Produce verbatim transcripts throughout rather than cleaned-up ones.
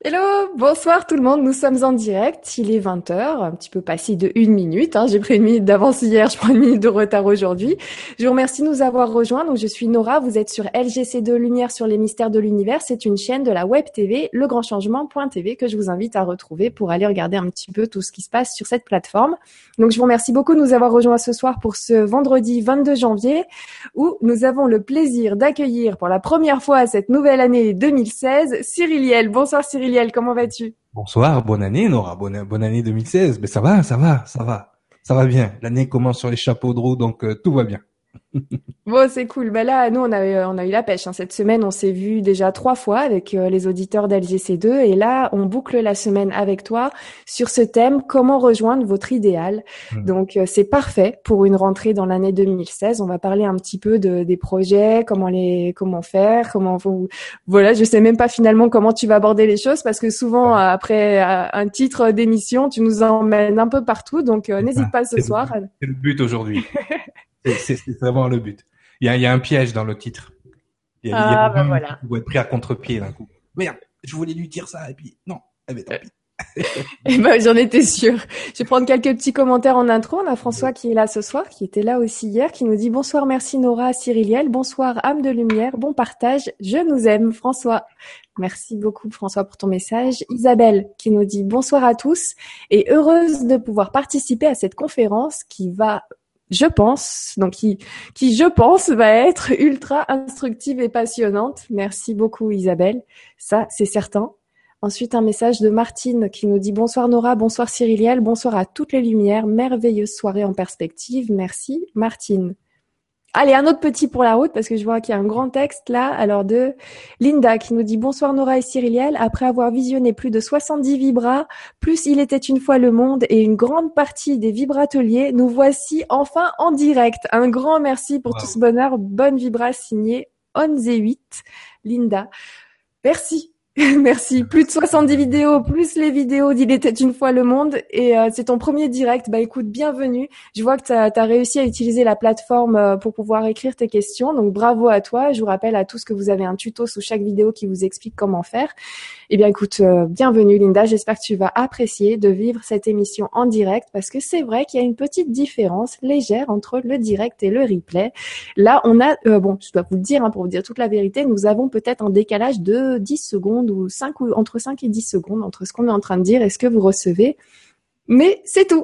Hello, bonsoir tout le monde, nous sommes en direct, il est vingt heures, un petit peu passé de une minute, hein. J'ai pris une minute d'avance hier, je prends une minute de retard aujourd'hui. Je vous remercie de nous avoir rejoints, donc je suis Nora, vous êtes sur L G C deux Lumière sur les mystères de l'univers, c'est une chaîne de la web T V, legrandchangement.tv que je vous invite à retrouver pour aller regarder un petit peu tout ce qui se passe sur cette plateforme. Donc je vous remercie beaucoup de nous avoir rejoints ce soir pour ce vendredi vingt-deux janvier, où nous avons le plaisir d'accueillir pour la première fois cette nouvelle année deux mille seize, Cyriliel. Bonsoir Cyriliel. Comment vas-tu? Bonsoir, bonne année Nora, bonne, bonne année deux mille seize. Mais ça va, ça va, ça va, ça va bien. L'année commence sur les chapeaux de roue, donc euh, tout va bien. Bon, c'est cool. Bah là, nous, on a, eu- on a eu la pêche, hein. Cette semaine, on s'est vu déjà trois fois avec euh, les auditeurs d'L G C deux. Et là, on boucle la semaine avec toi sur ce thème, comment rejoindre votre idéal. Hmm. Donc, euh, c'est parfait pour une rentrée dans l'année deux mille seize. On va parler un petit peu de, des projets, comment les, comment faire, comment vous, voilà, je sais même pas finalement comment tu vas aborder les choses parce que souvent, euh, Ouais, après euh, un titre d'émission, tu nous emmènes un peu partout. Donc, euh, c'est n'hésite ça. pas ce C'est le soir. but, c'est le but aujourd'hui. C'est c'est- c'est vraiment le but. Il y a, il y a un piège dans le titre. Il y a, il y a Ah, des bah gens qui voilà. vont être pris à contre-pied d'un coup. Merde, je voulais lui dire ça et puis non. Eh ben tant pis. Eh ben, j'en étais sûre. Je vais prendre quelques petits commentaires en intro. On a François qui est là ce soir, qui était là aussi hier, qui nous dit bonsoir, merci Nora, Cyriliel, bonsoir âme de lumière, bon partage, je nous aime, François. Merci beaucoup François pour ton message. Isabelle qui nous dit bonsoir à tous et heureuse de pouvoir participer à cette conférence qui va, je pense, donc qui, qui je pense va être ultra instructive et passionnante. Merci beaucoup Isabelle. Ça, c'est certain. Ensuite, un message de Martine qui nous dit bonsoir Nora, bonsoir Cyriliel, bonsoir à toutes les lumières, merveilleuse soirée en perspective. Merci Martine. Allez, un autre petit pour la route parce que je vois qu'il y a un grand texte là. Alors de Linda qui nous dit bonsoir Nora et Cyriliel. Après avoir visionné plus de soixante-dix vibras, plus Il était une fois le monde et une grande partie des vibrateliers, nous voici enfin en direct. Un grand merci pour tout ce Waouh. bonheur. Bonne vibra signée On The huit. Linda. Merci. Merci. Plus de soixante-dix vidéos, plus les vidéos d'Il était une fois le monde. Et euh, c'est ton premier direct. Bah écoute, bienvenue. Je vois que tu as réussi à utiliser la plateforme euh, pour pouvoir écrire tes questions. Donc bravo à toi. Je vous rappelle à tous que vous avez un tuto sous chaque vidéo qui vous explique comment faire. Eh bien écoute, euh, bienvenue Linda. J'espère que tu vas apprécier de vivre cette émission en direct parce que c'est vrai qu'il y a une petite différence légère entre le direct et le replay. Là, on a, euh, bon, je dois vous le dire, hein, pour vous dire toute la vérité, nous avons peut-être un décalage de dix secondes ou cinq ou entre cinq et dix secondes entre ce qu'on est en train de dire et ce que vous recevez. Mais c'est tout.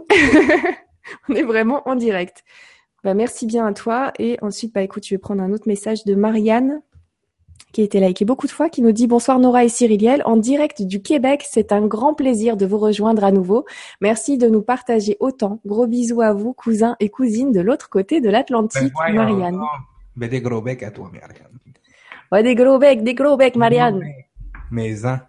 On est vraiment en direct. Bah, merci bien à toi. Et ensuite, bah, écoute, je vais prendre un autre message de Marianne qui a été liké beaucoup de fois, qui nous dit bonsoir Nora et Cyriliel, en direct du Québec, c'est un grand plaisir de vous rejoindre à nouveau. Merci de nous partager autant. Gros bisous à vous, cousins et cousines de l'autre côté de Ben l'Atlantique, voyons Marianne. donc. Ben des gros becs à toi, merde. Ouais, des gros becs, des gros becs, Des gros Marianne. becs. Mais hein.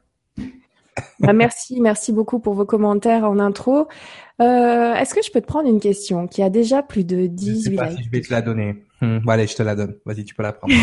Bah, merci, merci beaucoup pour vos commentaires en intro. Euh, est-ce que je peux te prendre une question qui a déjà plus de Je sais dix-huit pas si je likes vais te la dessus? donner. Hmm, bon, allez, je te la donne. Vas-y, tu peux la prendre.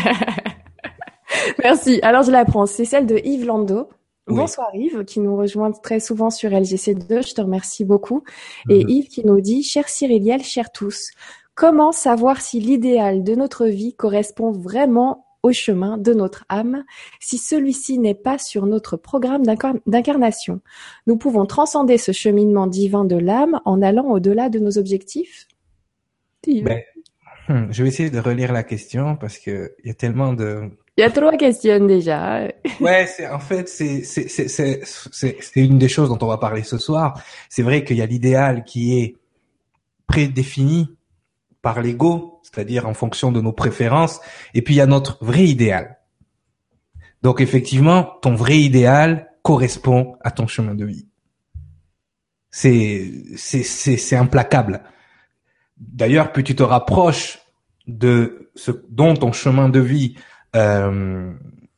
Merci. Alors, je la prends. C'est celle de Yves Lando. Oui. Bonsoir Yves, qui nous rejoint très souvent sur L G C deux. Je te remercie beaucoup. Et Mhm. Yves qui nous dit, cher Cyriliel, chers tous, comment savoir si l'idéal de notre vie correspond vraiment au chemin de notre âme, si celui-ci n'est pas sur notre programme d'incar- d'incarnation? Nous pouvons transcender ce cheminement divin de l'âme en allant au-delà de nos objectifs? Yves. Ben, hmm, je vais essayer de relire la question parce que il y a tellement de. Il y a trois questions déjà. Ouais, c'est en fait c'est c'est c'est c'est c'est c'est une des choses dont on va parler ce soir. C'est vrai qu'il y a l'idéal qui est prédéfini par l'ego, c'est-à-dire en fonction de nos préférences, et puis il y a notre vrai idéal. Donc effectivement, ton vrai idéal correspond à ton chemin de vie. C'est c'est c'est c'est implacable. D'ailleurs, plus tu te rapproches de ce dont ton chemin de vie euh,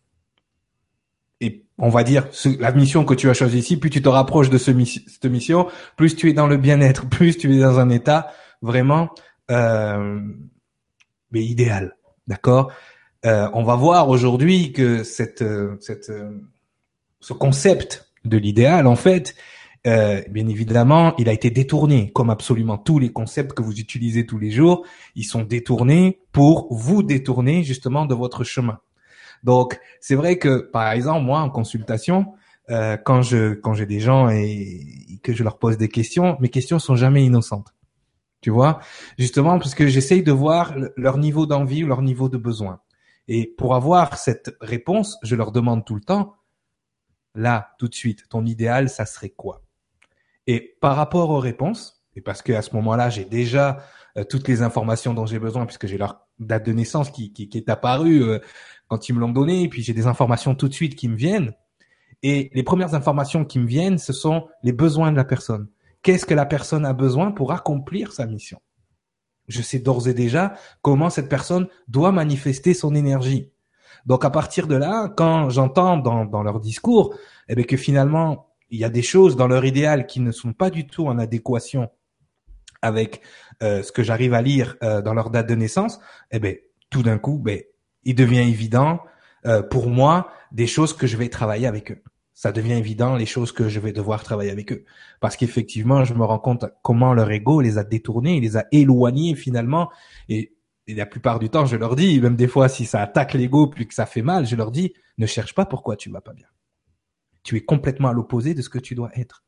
et on va dire ce, la mission que tu as choisie ici, plus tu te rapproches de ce, cette mission, plus tu es dans le bien-être, plus tu es dans un état vraiment euh, mais idéal, d'accord. Euh, on va voir aujourd'hui que cette, cette, ce concept de l'idéal, en fait, euh, bien évidemment, il a été détourné, comme absolument tous les concepts que vous utilisez tous les jours, ils sont détournés pour vous détourner justement de votre chemin. Donc, c'est vrai que, par exemple, moi, en consultation, euh, quand je quand j'ai des gens et, et que je leur pose des questions, mes questions sont jamais innocentes. Tu vois, justement parce que j'essaye de voir le- leur niveau d'envie ou leur niveau de besoin. Et pour avoir cette réponse, je leur demande tout le temps, là, tout de suite, ton idéal, ça serait quoi? Et par rapport aux réponses, et parce que à ce moment-là, j'ai déjà euh, toutes les informations dont j'ai besoin, puisque j'ai leur date de naissance qui, qui, qui est apparue euh, quand ils me l'ont donnée, et puis j'ai des informations tout de suite qui me viennent. Et les premières informations qui me viennent, ce sont les besoins de la personne. Qu'est-ce que la personne a besoin pour accomplir sa mission? Je sais d'ores et déjà comment cette personne doit manifester son énergie. Donc à partir de là, quand j'entends dans, dans leur discours, eh bien que finalement il y a des choses dans leur idéal qui ne sont pas du tout en adéquation avec euh, ce que j'arrive à lire euh, dans leur date de naissance, eh ben tout d'un coup, ben il devient évident euh, pour moi des choses que je vais travailler avec eux. Ça devient évident les choses que je vais devoir travailler avec eux, parce qu'effectivement, je me rends compte comment leur ego les a détournés, les a éloignés finalement. Et, et la plupart du temps, je leur dis, même des fois, si ça attaque l'ego puis que ça fait mal, je leur dis, ne cherche pas pourquoi tu vas pas bien. Tu es complètement à l'opposé de ce que tu dois être.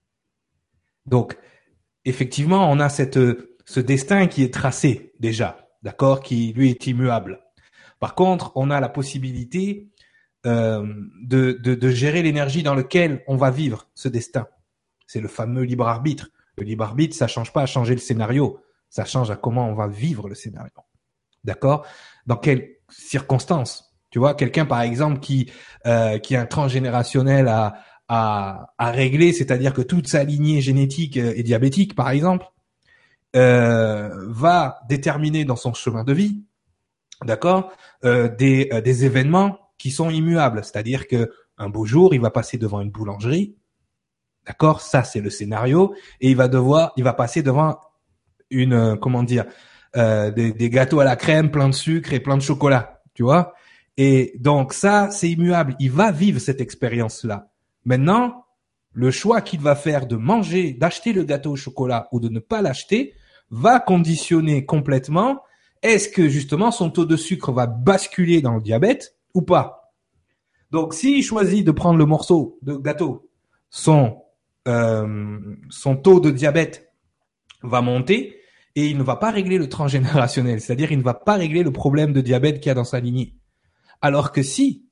Donc, effectivement, on a cette, ce destin qui est tracé déjà, d'accord, qui lui est immuable. Par contre, on a la possibilité euh, de, de, de gérer l'énergie dans laquelle on va vivre ce destin. C'est le fameux libre arbitre. Le libre arbitre, ça change pas à changer le scénario, ça change à comment on va vivre le scénario. D'accord? Dans quelles circonstances? Tu vois, quelqu'un par exemple qui euh, qui est un transgénérationnel à à, à régler, c'est-à-dire que toute sa lignée génétique est diabétique, par exemple, euh, va déterminer dans son chemin de vie, d'accord, euh, des euh, des événements qui sont immuables, c'est-à-dire que un beau jour, il va passer devant une boulangerie, d'accord, ça c'est le scénario, et il va devoir, il va passer devant une, euh, comment dire, euh, des, des gâteaux à la crème, plein de sucre et plein de chocolat, tu vois. Et donc ça, c'est immuable. Il va vivre cette expérience-là. Maintenant, le choix qu'il va faire de manger, d'acheter le gâteau au chocolat ou de ne pas l'acheter, va conditionner complètement est-ce que justement son taux de sucre va basculer dans le diabète ou pas. Donc s'il choisit de prendre le morceau de gâteau, son euh, son taux de diabète va monter et il ne va pas régler le transgénérationnel, c'est-à-dire il ne va pas régler le problème de diabète qu'il y a dans sa lignée. Alors que si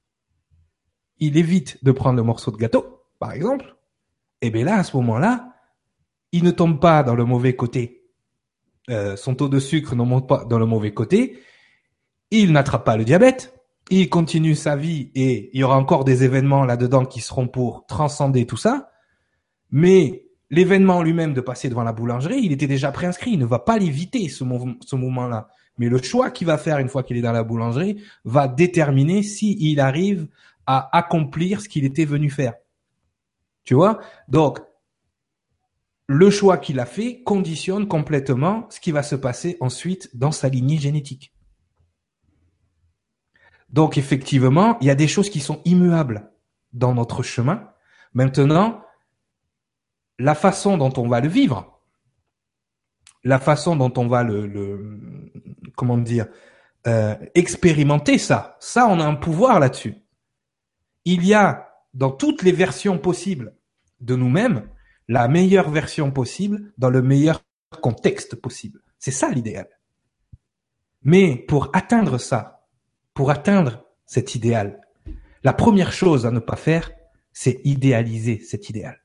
il évite de prendre le morceau de gâteau, par exemple, eh bien là, à ce moment-là, il ne tombe pas dans le mauvais côté. Euh, son taux de sucre ne monte pas dans le mauvais côté. Il n'attrape pas le diabète. Il continue sa vie et il y aura encore des événements là-dedans qui seront pour transcender tout ça. Mais l'événement lui-même de passer devant la boulangerie, il était déjà préinscrit. Il ne va pas l'éviter, ce, mou- ce moment-là. Mais le choix qu'il va faire une fois qu'il est dans la boulangerie va déterminer s'il arrive à accomplir ce qu'il était venu faire. Tu vois? Donc, le choix qu'il a fait conditionne complètement ce qui va se passer ensuite dans sa lignée génétique. Donc, effectivement, il y a des choses qui sont immuables dans notre chemin. Maintenant, la façon dont on va le vivre, la façon dont on va le, le comment dire, euh, expérimenter ça, ça, on a un pouvoir là-dessus. Il y a dans toutes les versions possibles de nous-mêmes la meilleure version possible dans le meilleur contexte possible. C'est ça l'idéal. Mais pour atteindre ça, pour atteindre cet idéal, la première chose à ne pas faire, c'est idéaliser cet idéal.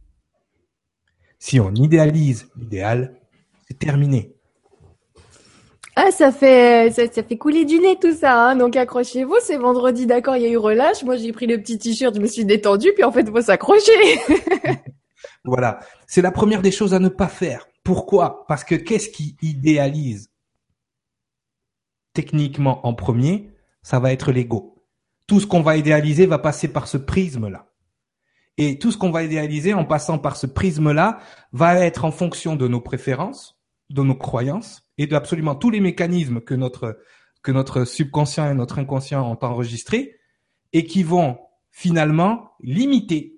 Si on idéalise l'idéal, c'est terminé. Ah, ça fait, ça, ça fait couler du nez tout ça, hein. Donc accrochez-vous, c'est vendredi, d'accord, il y a eu relâche. Moi, j'ai pris le petit t-shirt, je me suis détendue, puis en fait, il faut s'accrocher. Voilà. C'est la première des choses à ne pas faire. Pourquoi? Parce que qu'est-ce qui idéalise? Techniquement, en premier, ça va être l'ego. Tout ce qu'on va idéaliser va passer par ce prisme-là. Et tout ce qu'on va idéaliser en passant par ce prisme-là va être en fonction de nos préférences, de nos croyances et de absolument tous les mécanismes que notre, que notre subconscient et notre inconscient ont enregistrés et qui vont finalement limiter,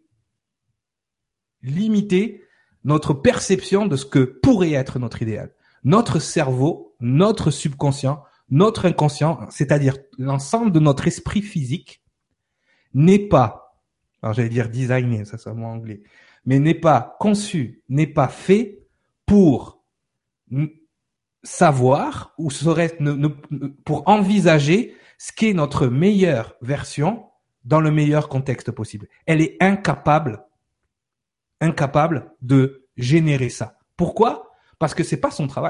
limiter notre perception de ce que pourrait être notre idéal. Notre cerveau, notre subconscient, notre inconscient, c'est-à-dire l'ensemble de notre esprit physique, n'est pas alors j'allais dire designé, ça c'est un mot anglais, mais n'est pas conçu, n'est pas fait pour savoir ou serait ne, ne, pour envisager ce qu'est notre meilleure version dans le meilleur contexte possible. Elle est incapable, incapable de générer ça. Pourquoi? Parce que c'est pas son travail.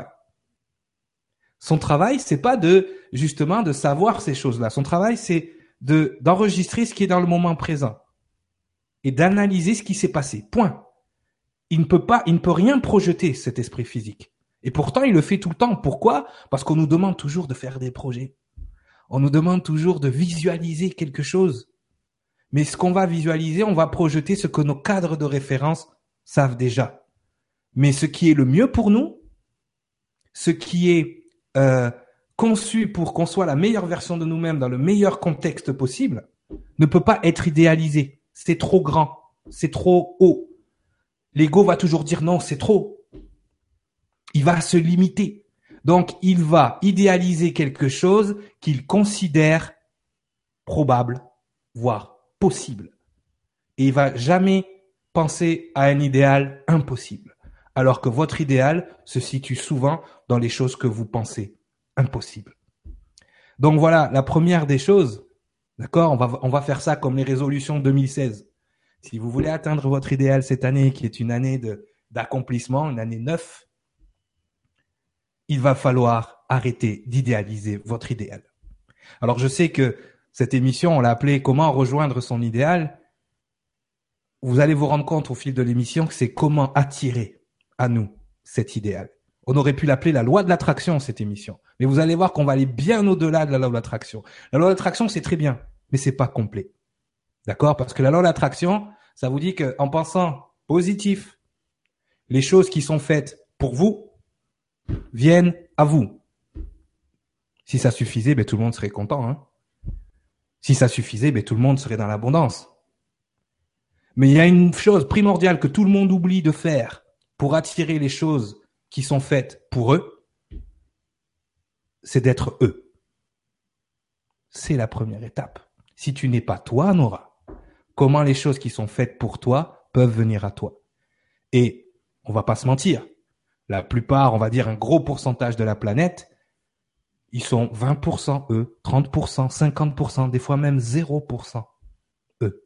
Son travail, c'est pas de, justement, de savoir ces choses-là. Son travail, c'est de, d'enregistrer ce qui est dans le moment présent et d'analyser ce qui s'est passé. Point. Il ne peut pas, il ne peut rien projeter, cet esprit physique. Et pourtant, il le fait tout le temps. Pourquoi? Parce qu'on nous demande toujours de faire des projets. On nous demande toujours de visualiser quelque chose. Mais ce qu'on va visualiser, on va projeter ce que nos cadres de référence savent déjà. Mais ce qui est le mieux pour nous, ce qui est euh, conçu pour qu'on soit la meilleure version de nous-mêmes dans le meilleur contexte possible, ne peut pas être idéalisé. C'est trop grand, c'est trop haut. L'ego va toujours dire non, c'est trop. Il va se limiter. Donc, il va idéaliser quelque chose qu'il considère probable, voire possible. Et il va jamais penser à un idéal impossible. Alors que votre idéal se situe souvent dans les choses que vous pensez impossibles. Donc voilà, la première des choses, d'accord, on va, on va faire ça comme les résolutions deux mille seize. Si vous voulez atteindre votre idéal cette année, qui est une année de, d'accomplissement, une année neuve, il va falloir arrêter d'idéaliser votre idéal. Alors je sais que cette émission, on l'a appelée « Comment rejoindre son idéal ?» Vous allez vous rendre compte au fil de l'émission que c'est comment attirer à nous cet idéal. On aurait pu l'appeler la loi de l'attraction, cette émission. Mais vous allez voir qu'on va aller bien au-delà de la loi de l'attraction. La loi de l'attraction, c'est très bien, mais c'est pas complet. D'accord? Parce que la loi de l'attraction, ça vous dit qu'en pensant positif, les choses qui sont faites pour vous viennent à vous. Si ça suffisait, ben, tout le monde serait content. Hein. Si ça suffisait, ben, tout le monde serait dans l'abondance. Mais il y a une chose primordiale que tout le monde oublie de faire pour attirer les choses qui sont faites pour eux, c'est d'être eux. C'est la première étape. Si tu n'es pas toi, Nora, comment les choses qui sont faites pour toi peuvent venir à toi? Et on va pas se mentir, la plupart, on va dire un gros pourcentage de la planète, ils sont vingt pour cent eux, trente pour cent, cinquante pour cent, des fois même zéro pour cent eux.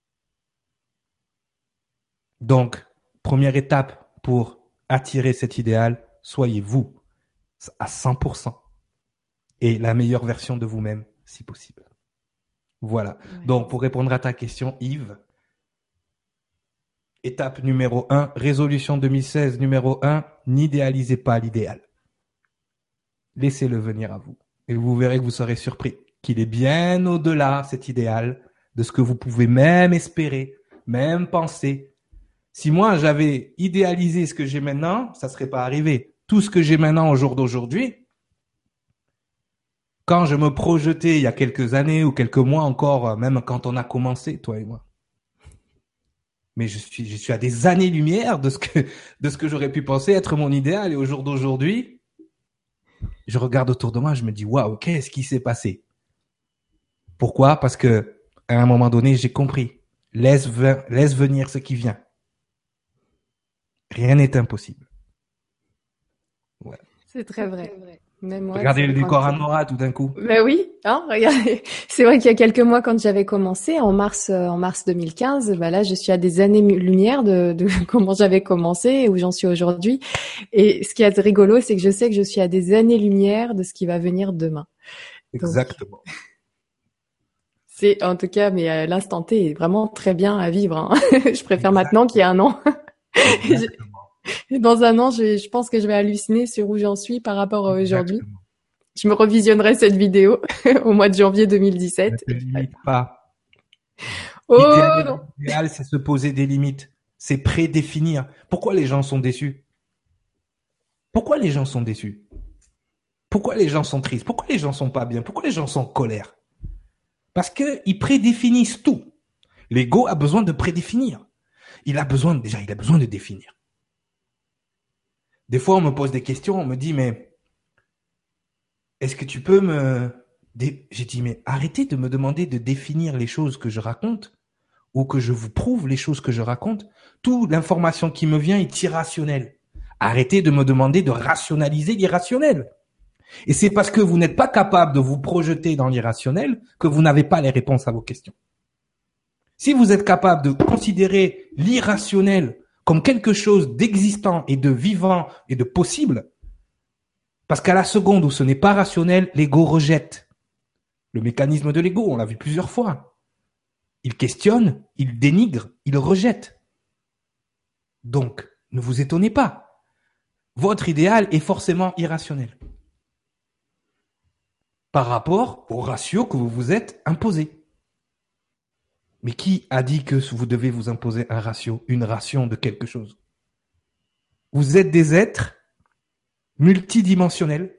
Donc, première étape pour attirer cet idéal, soyez vous à cent pour cent et la meilleure version de vous-même si possible. Voilà. Ouais. Donc, pour répondre à ta question, Yves, étape numéro un, résolution deux mille seize numéro un, n'idéalisez pas l'idéal. Laissez-le venir à vous. Et vous verrez que vous serez surpris qu'il est bien au-delà, cet idéal, de ce que vous pouvez même espérer, même penser. Si moi, j'avais idéalisé ce que j'ai maintenant, ça serait pas arrivé. Tout ce que j'ai maintenant au jour d'aujourd'hui, quand je me projetais il y a quelques années ou quelques mois encore, même quand on a commencé, toi et moi. Mais je suis, je suis à des années-lumière de ce que, de ce que j'aurais pu penser être mon idéal. Et au jour d'aujourd'hui, je regarde autour de moi, je me dis, waouh, qu'est-ce qui s'est passé? Pourquoi? Parce que, à un moment donné, j'ai compris. Laisse, laisse venir ce qui vient. Rien n'est impossible. Ouais. C'est très vrai. Même moi, regardez le décor à Nora tout d'un coup. Ben oui, hein, regardez. C'est vrai qu'il y a quelques mois, quand j'avais commencé, en mars, euh, en mars deux mille quinze, ben là, je suis à des années-lumière de, de comment j'avais commencé et où j'en suis aujourd'hui. Et ce qui est rigolo, c'est que je sais que je suis à des années-lumière de ce qui va venir demain. Exactement. Donc, c'est, en tout cas, mais à l'instant T est vraiment très bien à vivre. Hein. Je préfère Exactement. Maintenant qu'il y a un an. Et dans un an, je, je pense que je vais halluciner sur où j'en suis par rapport à aujourd'hui. Exactement. Je me revisionnerai cette vidéo au mois de janvier deux mille dix-sept. Ne te limite pas. Oh L'idéal, non. L'idéal, c'est se poser des limites. C'est prédéfinir. Pourquoi les gens sont déçus? Pourquoi les gens sont déçus? Pourquoi les gens sont tristes? Pourquoi les gens sont pas bien? Pourquoi les gens sont en colère? Parce que ils prédéfinissent tout. L'ego a besoin de prédéfinir. Il a besoin, déjà, il a besoin de définir. Des fois, on me pose des questions, on me dit, mais est-ce que tu peux me... J'ai dit, mais arrêtez de me demander de définir les choses que je raconte ou que je vous prouve les choses que je raconte, toute l'information qui me vient est irrationnelle. Arrêtez de me demander de rationaliser l'irrationnel. Et c'est parce que vous n'êtes pas capable de vous projeter dans l'irrationnel que vous n'avez pas les réponses à vos questions. Si vous êtes capable de considérer l'irrationnel comme quelque chose d'existant et de vivant et de possible, parce qu'à la seconde où ce n'est pas rationnel, l'ego rejette. Le mécanisme de l'ego, on l'a vu plusieurs fois. Il questionne, il dénigre, il rejette. Donc, ne vous étonnez pas. Votre idéal est forcément irrationnel par rapport au ratio que vous vous êtes imposé. Mais qui a dit que vous devez vous imposer un ratio, une ration de quelque chose? Vous êtes des êtres multidimensionnels.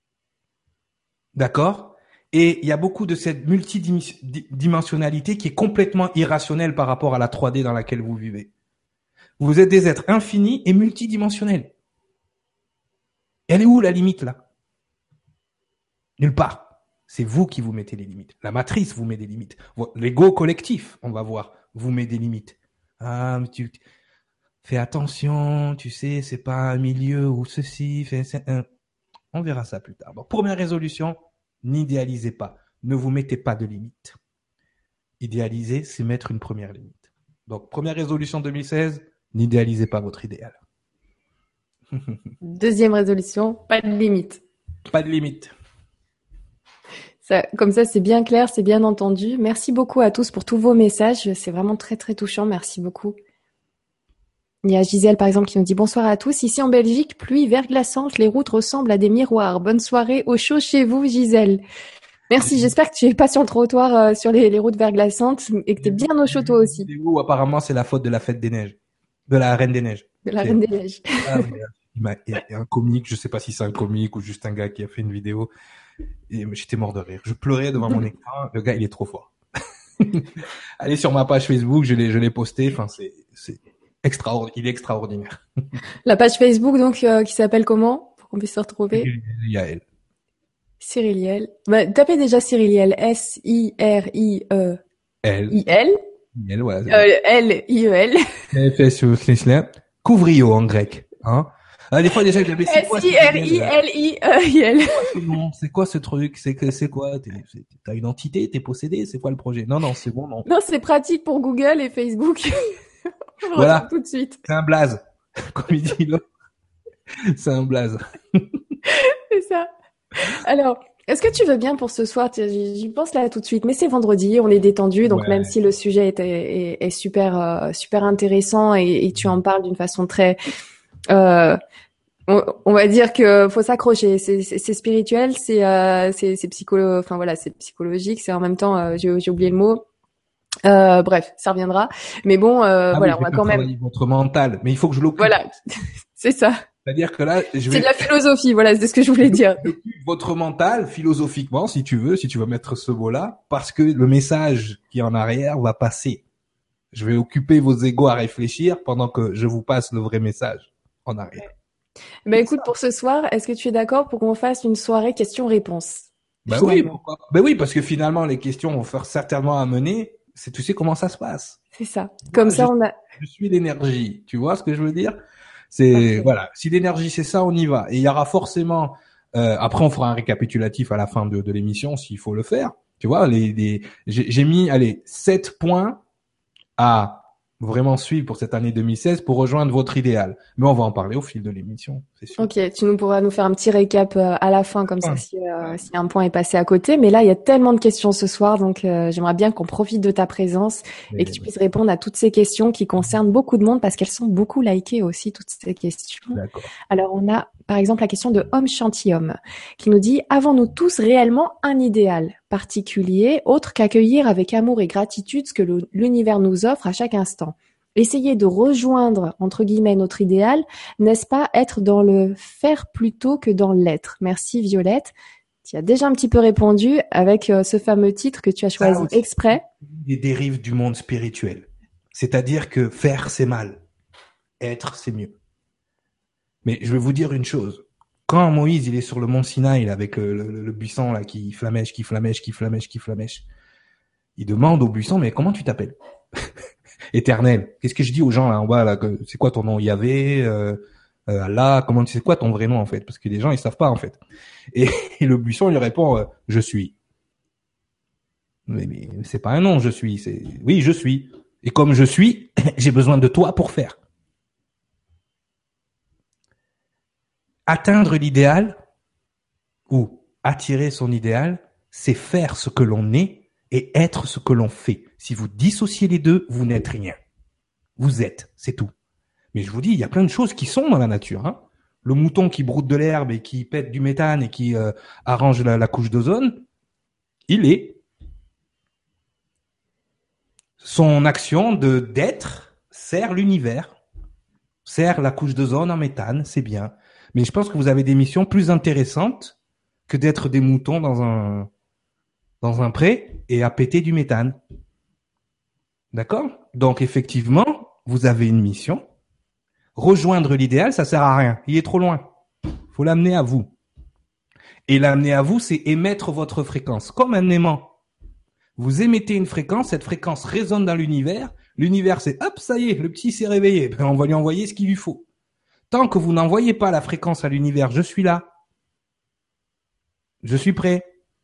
D'accord? Et il y a beaucoup de cette multidimensionnalité qui est complètement irrationnelle par rapport à la trois D dans laquelle vous vivez. Vous êtes des êtres infinis et multidimensionnels. Elle est où la limite là? Nulle part. C'est vous qui vous mettez les limites. La matrice vous met des limites. L'ego collectif, on va voir, vous met des limites. Ah, mais tu fais attention, tu sais, c'est pas un milieu où ceci fait. Un... On verra ça plus tard. Bon, première résolution, n'idéalisez pas. Ne vous mettez pas de limites. Idéaliser, c'est mettre une première limite. Donc, première résolution deux mille seize, n'idéalisez pas votre idéal. Deuxième résolution, pas de limite. Pas de limite. Ça, comme ça, c'est bien clair, c'est bien entendu. Merci beaucoup à tous pour tous vos messages. C'est vraiment très, très touchant. Merci beaucoup. Il y a Gisèle, par exemple, qui nous dit « Bonsoir à tous. Ici en Belgique, pluie verglaçante. Les routes ressemblent à des miroirs. Bonne soirée au chaud chez vous, Gisèle. » Merci. J'espère que tu es pas sur le trottoir euh, sur les, les routes verglaçantes et que tu es bien au chaud toi aussi. Où apparemment, c'est la faute de la fête des neiges. De la Reine des Neiges. De la Reine des Neiges. Ah, oui, il, m'a, il y a un comique, je sais pas si c'est un comique ou juste un gars qui a fait une vidéo. Et j'étais mort de rire. Je pleurais devant mon écran. Le gars, il est trop fort. Allez sur ma page Facebook, je l'ai, je l'ai posté. Enfin, c'est, c'est extraordinaire. Il est extraordinaire. La page Facebook, donc, euh, qui s'appelle comment? Pour qu'on puisse se retrouver. Yael. Cyriliel. Bah, tapez déjà Cyriliel. S I R I E L. I L. Yael, voilà. Euh, L I E L. F S O Couvrio en grec, hein. Ah, des fois, déjà, je l'avais, c'est quoi? S I R I L I E I L. Non, c'est quoi ce truc? C'est que, c'est quoi? T'es, t'as une entité? T'es possédé? C'est quoi le projet? Non, non, c'est bon, non. Non, c'est pratique pour Google et Facebook. On voilà. tout de suite. C'est un blaze. Comme il dit là. C'est un blaze. C'est ça. Alors, est-ce que tu veux bien pour ce soir? J'y pense là tout de suite, mais c'est vendredi, on est détendu, donc ouais. Même si le sujet est, est, est super, euh, super intéressant et, et tu en parles d'une façon très, euh, on, on va dire que faut s'accrocher. C'est, c'est, c'est spirituel, c'est, euh, c'est, c'est psycholo, enfin voilà, c'est psychologique, c'est en même temps, euh, j'ai, j'ai oublié le mot. Euh, bref, ça reviendra. Mais bon, euh, ah voilà, oui, on va quand même. Votre mental, mais il faut que je l'occupe. Voilà, c'est ça. C'est-à-dire que là, je vais... C'est de la philosophie, voilà, c'est ce que je voulais dire. Votre mental, philosophiquement, si tu veux, si tu veux mettre ce mot-là, parce que le message qui est en arrière va passer. Je vais occuper vos égos à réfléchir pendant que je vous passe le vrai message en arrière. Ben écoute, pour ce soir, est-ce que tu es d'accord pour qu'on fasse une soirée questions-réponses? Ben oui, pourquoi? Ben oui, parce que finalement, les questions vont faire certainement amener. C'est, tu sais comment ça se passe. C'est ça. Comme Moi, ça, je, on a. Je suis l'énergie. Tu vois ce que je veux dire? C'est Parfait. Voilà. Si l'énergie c'est ça, on y va. Et il y aura forcément. Euh, après, on fera un récapitulatif à la fin de, de l'émission s'il faut le faire. Tu vois, les, les j'ai, j'ai mis allez sept points à vraiment suivre pour cette année deux mille seize pour rejoindre votre idéal. Mais on va en parler au fil de l'émission, c'est sûr. Ok, tu nous pourras nous faire un petit récap euh, à la fin comme ça si, euh, si un point est passé à côté. Mais là, il y a tellement de questions ce soir, donc euh, j'aimerais bien qu'on profite de ta présence Mais et que tu puisses répondre à toutes ces questions qui concernent beaucoup de monde parce qu'elles sont beaucoup likées aussi, toutes ces questions. D'accord. Alors, on a par exemple la question de Homme Chantium qui nous dit « Avons-nous tous réellement un idéal particulier autre qu'accueillir avec amour et gratitude ce que le, l'univers nous offre à chaque instant ?» Essayer de rejoindre, entre guillemets, notre idéal, n'est-ce pas être dans le faire plutôt que dans l'être? Merci Violette. Tu as déjà un petit peu répondu avec euh, ce fameux titre que tu as choisi ah, exprès. Des dérives du monde spirituel. C'est-à-dire que faire, c'est mal. Être, c'est mieux. Mais je vais vous dire une chose. Quand Moïse, il est sur le mont Sinaï, là, avec le, le, le buisson là, qui flamèche, qui flamèche, qui flamèche, qui flamèche, il demande au buisson, mais comment tu t'appelles? éternel. Qu'est-ce que je dis aux gens là en bas là, que, c'est quoi ton nom, Yahvé, euh, euh, Allah, comment tu sais quoi ton vrai nom en fait, parce que les gens ils savent pas en fait. Et, et le buisson il lui répond euh, je suis. Mais, mais c'est pas un nom, je suis, c'est oui, je suis. Et comme je suis, j'ai besoin de toi pour faire. Atteindre l'idéal ou attirer son idéal, c'est faire ce que l'on est et être ce que l'on fait. Si vous dissociez les deux, vous n'êtes rien. Vous êtes, c'est tout. Mais je vous dis, il y a plein de choses qui sont dans la nature. Hein. Le mouton qui broute de l'herbe et qui pète du méthane et qui euh, arrange la, la couche d'ozone, il est. Son action de d'être sert l'univers, sert la couche d'ozone en méthane, c'est bien. Mais je pense que vous avez des missions plus intéressantes que d'être des moutons dans un dans un pré et à péter du méthane. D'accord ? Donc effectivement, vous avez une mission. Rejoindre l'idéal, ça sert à rien. Il est trop loin. Faut l'amener à vous. Et l'amener à vous, c'est émettre votre fréquence. Comme un aimant. Vous émettez une fréquence, cette fréquence résonne dans l'univers. L'univers, c'est hop, ça y est, le petit s'est réveillé. Ben, on va lui envoyer ce qu'il lui faut. Tant que vous n'envoyez pas la fréquence à l'univers, je suis là. Je suis prêt.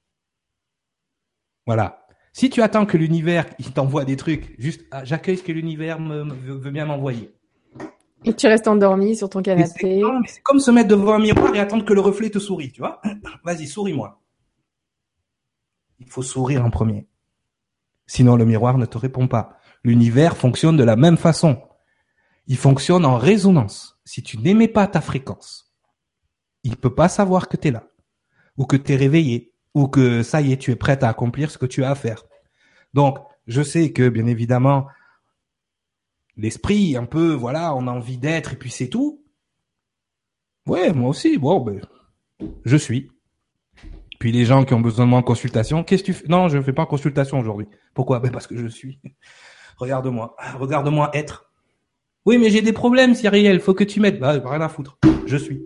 Voilà. Si tu attends que l'univers, il t'envoie des trucs, juste, ah, j'accueille ce que l'univers me, me, veut bien m'envoyer. Et tu restes endormi sur ton canapé. C'est, non, mais c'est comme se mettre devant un miroir et attendre que le reflet te sourie, tu vois. Vas-y, souris-moi. Il faut sourire en premier. Sinon, le miroir ne te répond pas. L'univers fonctionne de la même façon. Il fonctionne en résonance. Si tu n'émets pas ta fréquence, il peut pas savoir que tu es là, ou que tu es réveillé, ou que ça y est, tu es prête à accomplir ce que tu as à faire. Donc, je sais que, bien évidemment, l'esprit, un peu, voilà, on a envie d'être, et puis c'est tout. Ouais, moi aussi, bon, ben, je suis. Puis les gens qui ont besoin de moi en consultation, qu'est-ce que tu fais? Non, je ne fais pas en consultation aujourd'hui. Pourquoi? Ben parce que je suis. Regarde-moi, regarde-moi être. Oui, mais j'ai des problèmes, Cyriel, faut que tu m'aides. Bah, rien à foutre. Je suis.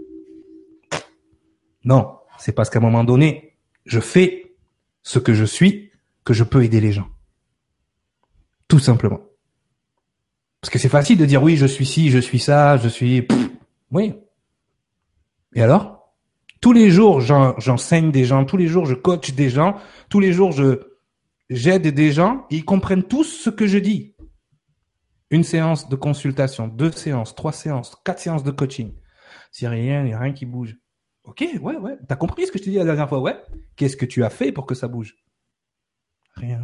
Non, c'est parce qu'à un moment donné, je fais ce que je suis, que je peux aider les gens. Tout simplement. Parce que c'est facile de dire oui, je suis ci, je suis ça, je suis... Pff, oui. Et alors? Tous les jours, j'en, j'enseigne des gens, tous les jours, je coach des gens, tous les jours, je j'aide des gens, et ils comprennent tous ce que je dis. Une séance de consultation, deux séances, trois séances, quatre séances de coaching. Si rien, il n'y a rien qui bouge. Ok, ouais, ouais. T'as compris ce que je t'ai dit la dernière fois, ouais? Qu'est-ce que tu as fait pour que ça bouge? Rien.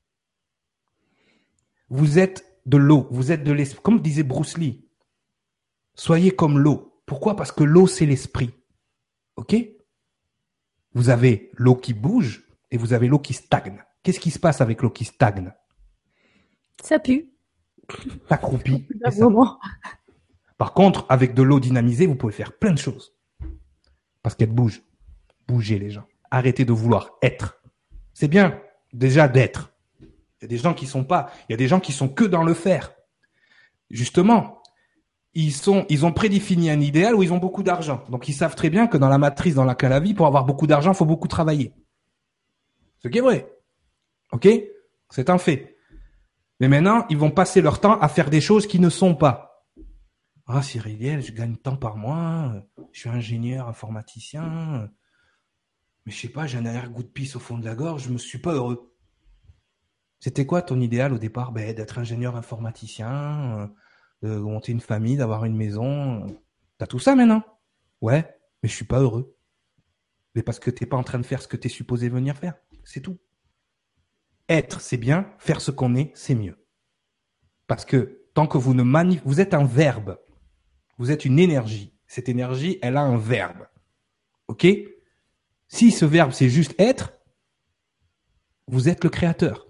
Vous êtes de l'eau, vous êtes de l'esprit. Comme disait Bruce Lee, soyez comme l'eau. Pourquoi? Parce que l'eau, c'est l'esprit. Ok? Vous avez l'eau qui bouge et vous avez l'eau qui stagne. Qu'est-ce qui se passe avec l'eau qui stagne? Ça pue. Ça croupit. Et ça... Par contre, avec de l'eau dynamisée, vous pouvez faire plein de choses. Parce qu'elle bouge. Bougez les gens. Arrêtez de vouloir être. C'est bien déjà d'être. Il y a des gens qui sont pas, il y a des gens qui sont que dans le faire. Justement, ils sont, ils ont prédéfini un idéal où ils ont beaucoup d'argent. Donc ils savent très bien que dans la matrice dans laquelle la vie, pour avoir beaucoup d'argent, il faut beaucoup travailler. Ce qui est vrai. Ok? C'est un fait. Mais maintenant, ils vont passer leur temps à faire des choses qui ne sont pas. Ah, Cyriel, je gagne tant par mois, je suis ingénieur informaticien, mais je sais pas, j'ai un arrière-goût de pisse au fond de la gorge, je me suis pas heureux. C'était quoi ton idéal au départ? Ben, d'être ingénieur informaticien, de monter une famille, d'avoir une maison. T'as tout ça maintenant? Ouais, mais je suis pas heureux. Mais parce que t'es pas en train de faire ce que t'es supposé venir faire. C'est tout. Être, c'est bien. Faire ce qu'on est, c'est mieux. Parce que tant que vous ne manif... vous êtes un verbe. Vous êtes une énergie. Cette énergie, elle a un verbe. Ok? Si ce verbe, c'est juste être, vous êtes le créateur.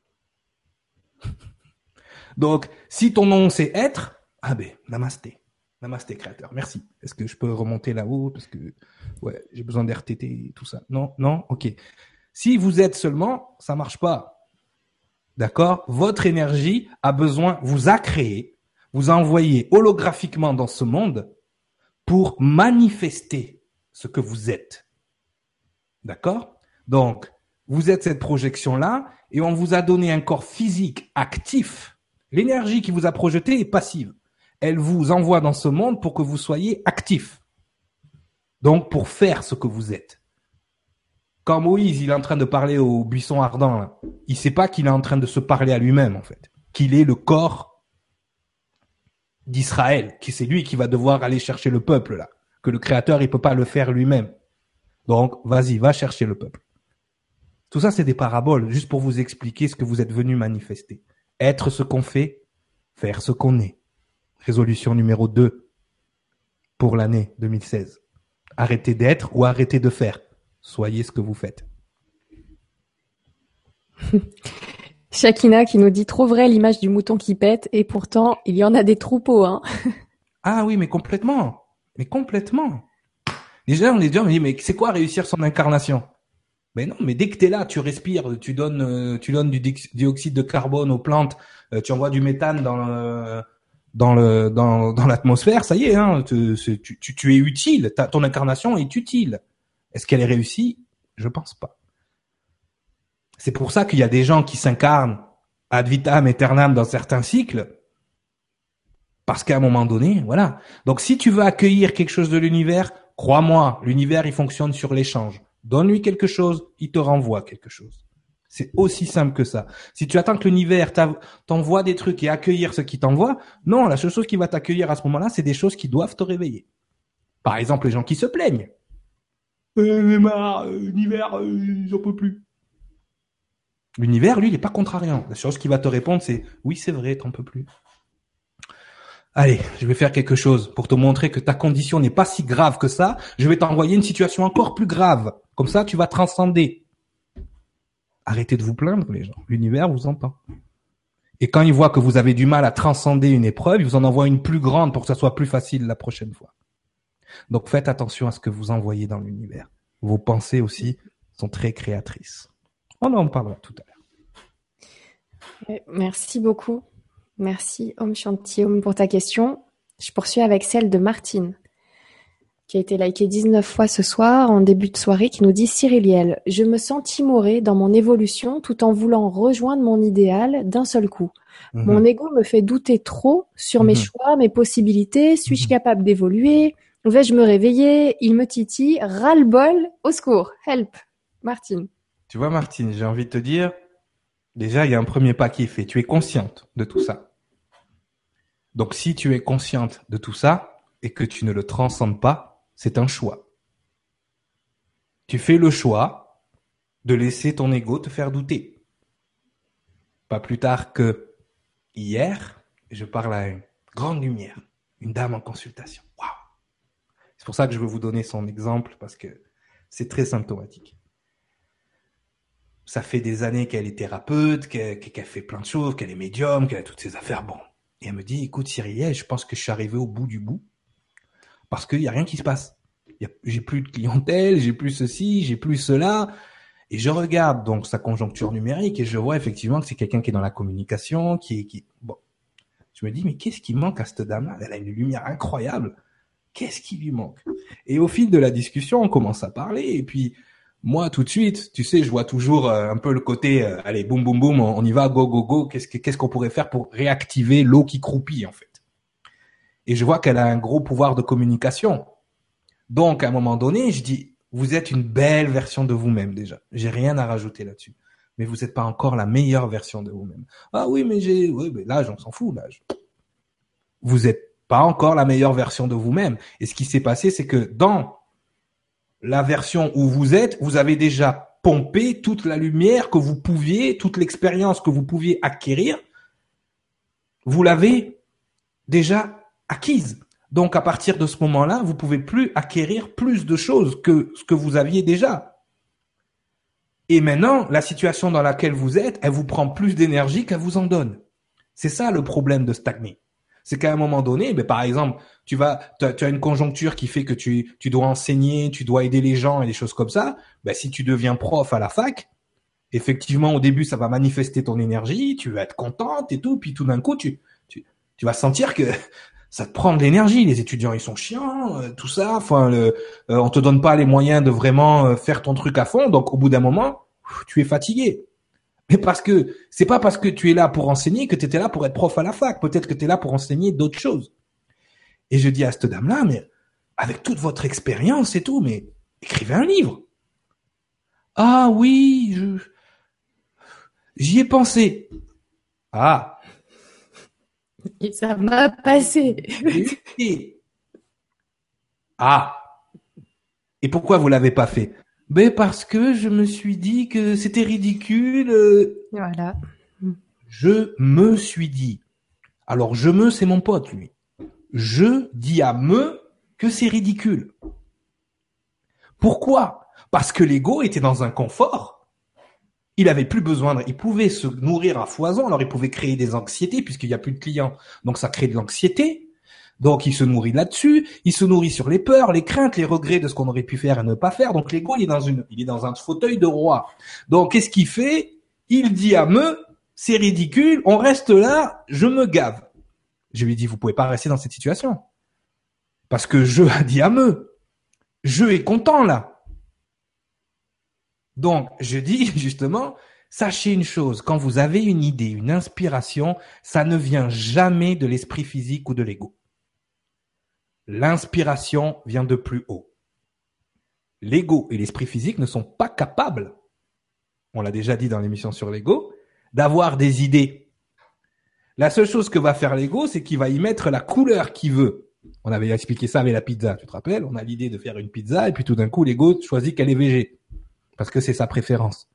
Donc, si ton nom, c'est être, ah ben, namasté. Namasté, créateur. Merci. Est-ce que je peux remonter là-haut? Parce que, ouais, j'ai besoin d'R T T et tout ça. Non? Non? Ok. Si vous êtes seulement, ça marche pas. D'accord? Votre énergie a besoin, vous a créé, vous a envoyé holographiquement dans ce monde pour manifester ce que vous êtes. D'accord? Donc, vous êtes cette projection-là et on vous a donné un corps physique actif, l'énergie qui vous a projeté est passive. Elle vous envoie dans ce monde pour que vous soyez actif. Donc, pour faire ce que vous êtes. Quand Moïse, il est en train de parler au buisson ardent, là, il sait pas qu'il est en train de se parler à lui-même, en fait. Qu'il est le corps d'Israël, que c'est lui qui va devoir aller chercher le peuple, là. Que le Créateur, il peut pas le faire lui-même. Donc, vas-y, va chercher le peuple. Tout ça, c'est des paraboles, juste pour vous expliquer ce que vous êtes venu manifester. Être ce qu'on fait, faire ce qu'on est. Résolution numéro deux pour l'année deux mille seize. Arrêtez d'être ou arrêtez de faire. Soyez ce que vous faites. Shakina qui nous dit trop vrai l'image du mouton qui pète et pourtant il y en a des troupeaux, hein. Ah oui, mais complètement. Mais complètement. Déjà, on est déjà, on dit, mais c'est quoi réussir son incarnation? Mais non, mais dès que t'es là, tu respires, tu donnes, euh, tu donnes du dioxyde de carbone aux plantes, euh, tu envoies du méthane dans le, dans le, dans, dans l'atmosphère, ça y est, hein, tu, tu, tu, tu es utile. Ta, ton incarnation est utile. Est-ce qu'elle est réussie? Je pense pas. C'est pour ça qu'il y a des gens qui s'incarnent ad vitam aeternam dans certains cycles. Parce qu'à un moment donné, voilà. Donc, si tu veux accueillir quelque chose de l'univers, crois-moi, l'univers, il fonctionne sur l'échange. Donne-lui quelque chose, il te renvoie quelque chose. C'est aussi simple que ça. Si tu attends que l'univers t'envoie des trucs et accueillir ce qu'il t'envoie, non, la seule chose qui va t'accueillir à ce moment-là, c'est des choses qui doivent te réveiller. Par exemple, les gens qui se plaignent. Euh, marre, euh, l'univers, euh, j'en peux plus. L'univers, lui, il est pas contrariant. La chose qui va te répondre, c'est oui, c'est vrai, t'en peux plus. Allez, je vais faire quelque chose pour te montrer que ta condition n'est pas si grave que ça. Je vais t'envoyer une situation encore plus grave. Comme ça, tu vas transcender. Arrêtez de vous plaindre, les gens. L'univers vous entend. Et quand il voit que vous avez du mal à transcender une épreuve, il vous en envoie une plus grande pour que ça soit plus facile la prochaine fois. Donc faites attention à ce que vous envoyez dans l'univers. Vos pensées aussi sont très créatrices. On en parlera tout à l'heure. Merci beaucoup. Merci Om Shanti Om pour ta question. Je poursuis avec celle de Martine, qui a été likée dix-neuf fois ce soir en début de soirée, qui nous dit: Cyriliel, je me sens timorée dans mon évolution tout en voulant rejoindre mon idéal d'un seul coup. Mmh. Mon ego me fait douter trop sur mmh. mes choix, mes possibilités. Suis-je mmh. capable d'évoluer? Vais-je me réveiller? Il me titille. Ras-le-bol, au secours. Help. Martine. Tu vois, Martine, j'ai envie de te dire, déjà, il y a un premier pas qui est fait. Tu es consciente de tout ça. Donc, si tu es consciente de tout ça et que tu ne le transcendes pas, c'est un choix. Tu fais le choix de laisser ton ego te faire douter. Pas plus tard que hier, je parle à une grande lumière, une dame en consultation. Waouh! C'est pour ça que je veux vous donner son exemple parce que c'est très symptomatique. Ça fait des années qu'elle est thérapeute, qu'elle, qu'elle fait plein de choses, qu'elle est médium, qu'elle a toutes ces affaires. Bon. Et elle me dit, écoute Cyriliel, je pense que je suis arrivé au bout du bout parce qu'il n'y a rien qui se passe. Y a, j'ai plus de clientèle, j'ai plus ceci, j'ai plus cela. Et je regarde donc sa conjoncture numérique et je vois effectivement que c'est quelqu'un qui est dans la communication, qui est... Qui... Bon. Je me dis, mais qu'est-ce qui manque à cette dame-là? Elle a une lumière incroyable. Qu'est-ce qui lui manque? Et au fil de la discussion, on commence à parler et puis... Moi, tout de suite, tu sais, je vois toujours euh, un peu le côté, euh, allez, boum, boum, boum, on, on y va, go, go, go. Qu'est-ce, que, qu'est-ce qu'on pourrait faire pour réactiver l'eau qui croupit, en fait? Et je vois qu'elle a un gros pouvoir de communication. Donc, à un moment donné, je dis, vous êtes une belle version de vous-même, déjà. J'ai rien à rajouter là-dessus. Mais vous n'êtes pas encore la meilleure version de vous-même. Ah oui, mais j'ai, oui, mais l'âge, on s'en fout, l'âge. Vous n'êtes pas encore la meilleure version de vous-même. Et ce qui s'est passé, c'est que dans la version où vous êtes, vous avez déjà pompé toute la lumière que vous pouviez, toute l'expérience que vous pouviez acquérir, vous l'avez déjà acquise. Donc, à partir de ce moment-là, vous pouvez plus acquérir plus de choses que ce que vous aviez déjà. Et maintenant, la situation dans laquelle vous êtes, elle vous prend plus d'énergie qu'elle vous en donne. C'est ça le problème de stagner. C'est qu'à un moment donné, ben, par exemple, tu vas, tu as une conjoncture qui fait que tu, tu dois enseigner, tu dois aider les gens et des choses comme ça. Ben, si tu deviens prof à la fac, effectivement, au début, ça va manifester ton énergie, tu vas être contente et tout, puis tout d'un coup, tu, tu, tu vas sentir que ça te prend de l'énergie. Les étudiants, ils sont chiants, euh, tout ça. Enfin, le, euh, on te donne pas les moyens de vraiment euh, faire ton truc à fond. Donc, au bout d'un moment, tu es fatigué. Mais parce que c'est pas parce que tu es là pour enseigner que tu étais là pour être prof à la fac. Peut-être que tu es là pour enseigner d'autres choses. Et je dis à cette dame-là, mais avec toute votre expérience et tout, mais écrivez un livre. Ah oui, je, j'y ai pensé. Ah. Et ça m'a passé. Et, ah. Et pourquoi vous l'avez pas fait? Ben parce que je me suis dit que c'était ridicule. Voilà. Je me suis dit. Alors je me, c'est mon pote lui. Je dis à me que c'est ridicule. Pourquoi? Parce que l'ego était dans un confort. Il avait plus besoin de, il pouvait se nourrir à foison, alors il pouvait créer des anxiétés puisqu'il n'y a plus de clients. Donc ça crée de l'anxiété. Donc il se nourrit là-dessus, il se nourrit sur les peurs, les craintes, les regrets de ce qu'on aurait pu faire et ne pas faire. Donc l'ego, il est dans une, il est dans un fauteuil de roi. Donc qu'est-ce qu'il fait? Il dit à me, c'est ridicule, on reste là, je me gave. Je lui dis, vous pouvez pas rester dans cette situation. Parce que je a dit à me. Je est content là. Donc, je dis justement, sachez une chose, quand vous avez une idée, une inspiration, ça ne vient jamais de l'esprit physique ou de l'ego. L'inspiration vient de plus haut. L'ego et l'esprit physique ne sont pas capables, on l'a déjà dit dans l'émission sur l'ego, d'avoir des idées. La seule chose que va faire l'ego, c'est qu'il va y mettre la couleur qu'il veut. On avait expliqué ça avec la pizza, tu te rappelles? On a l'idée de faire une pizza et puis tout d'un coup, l'ego choisit qu'elle est végé. Parce que c'est sa préférence.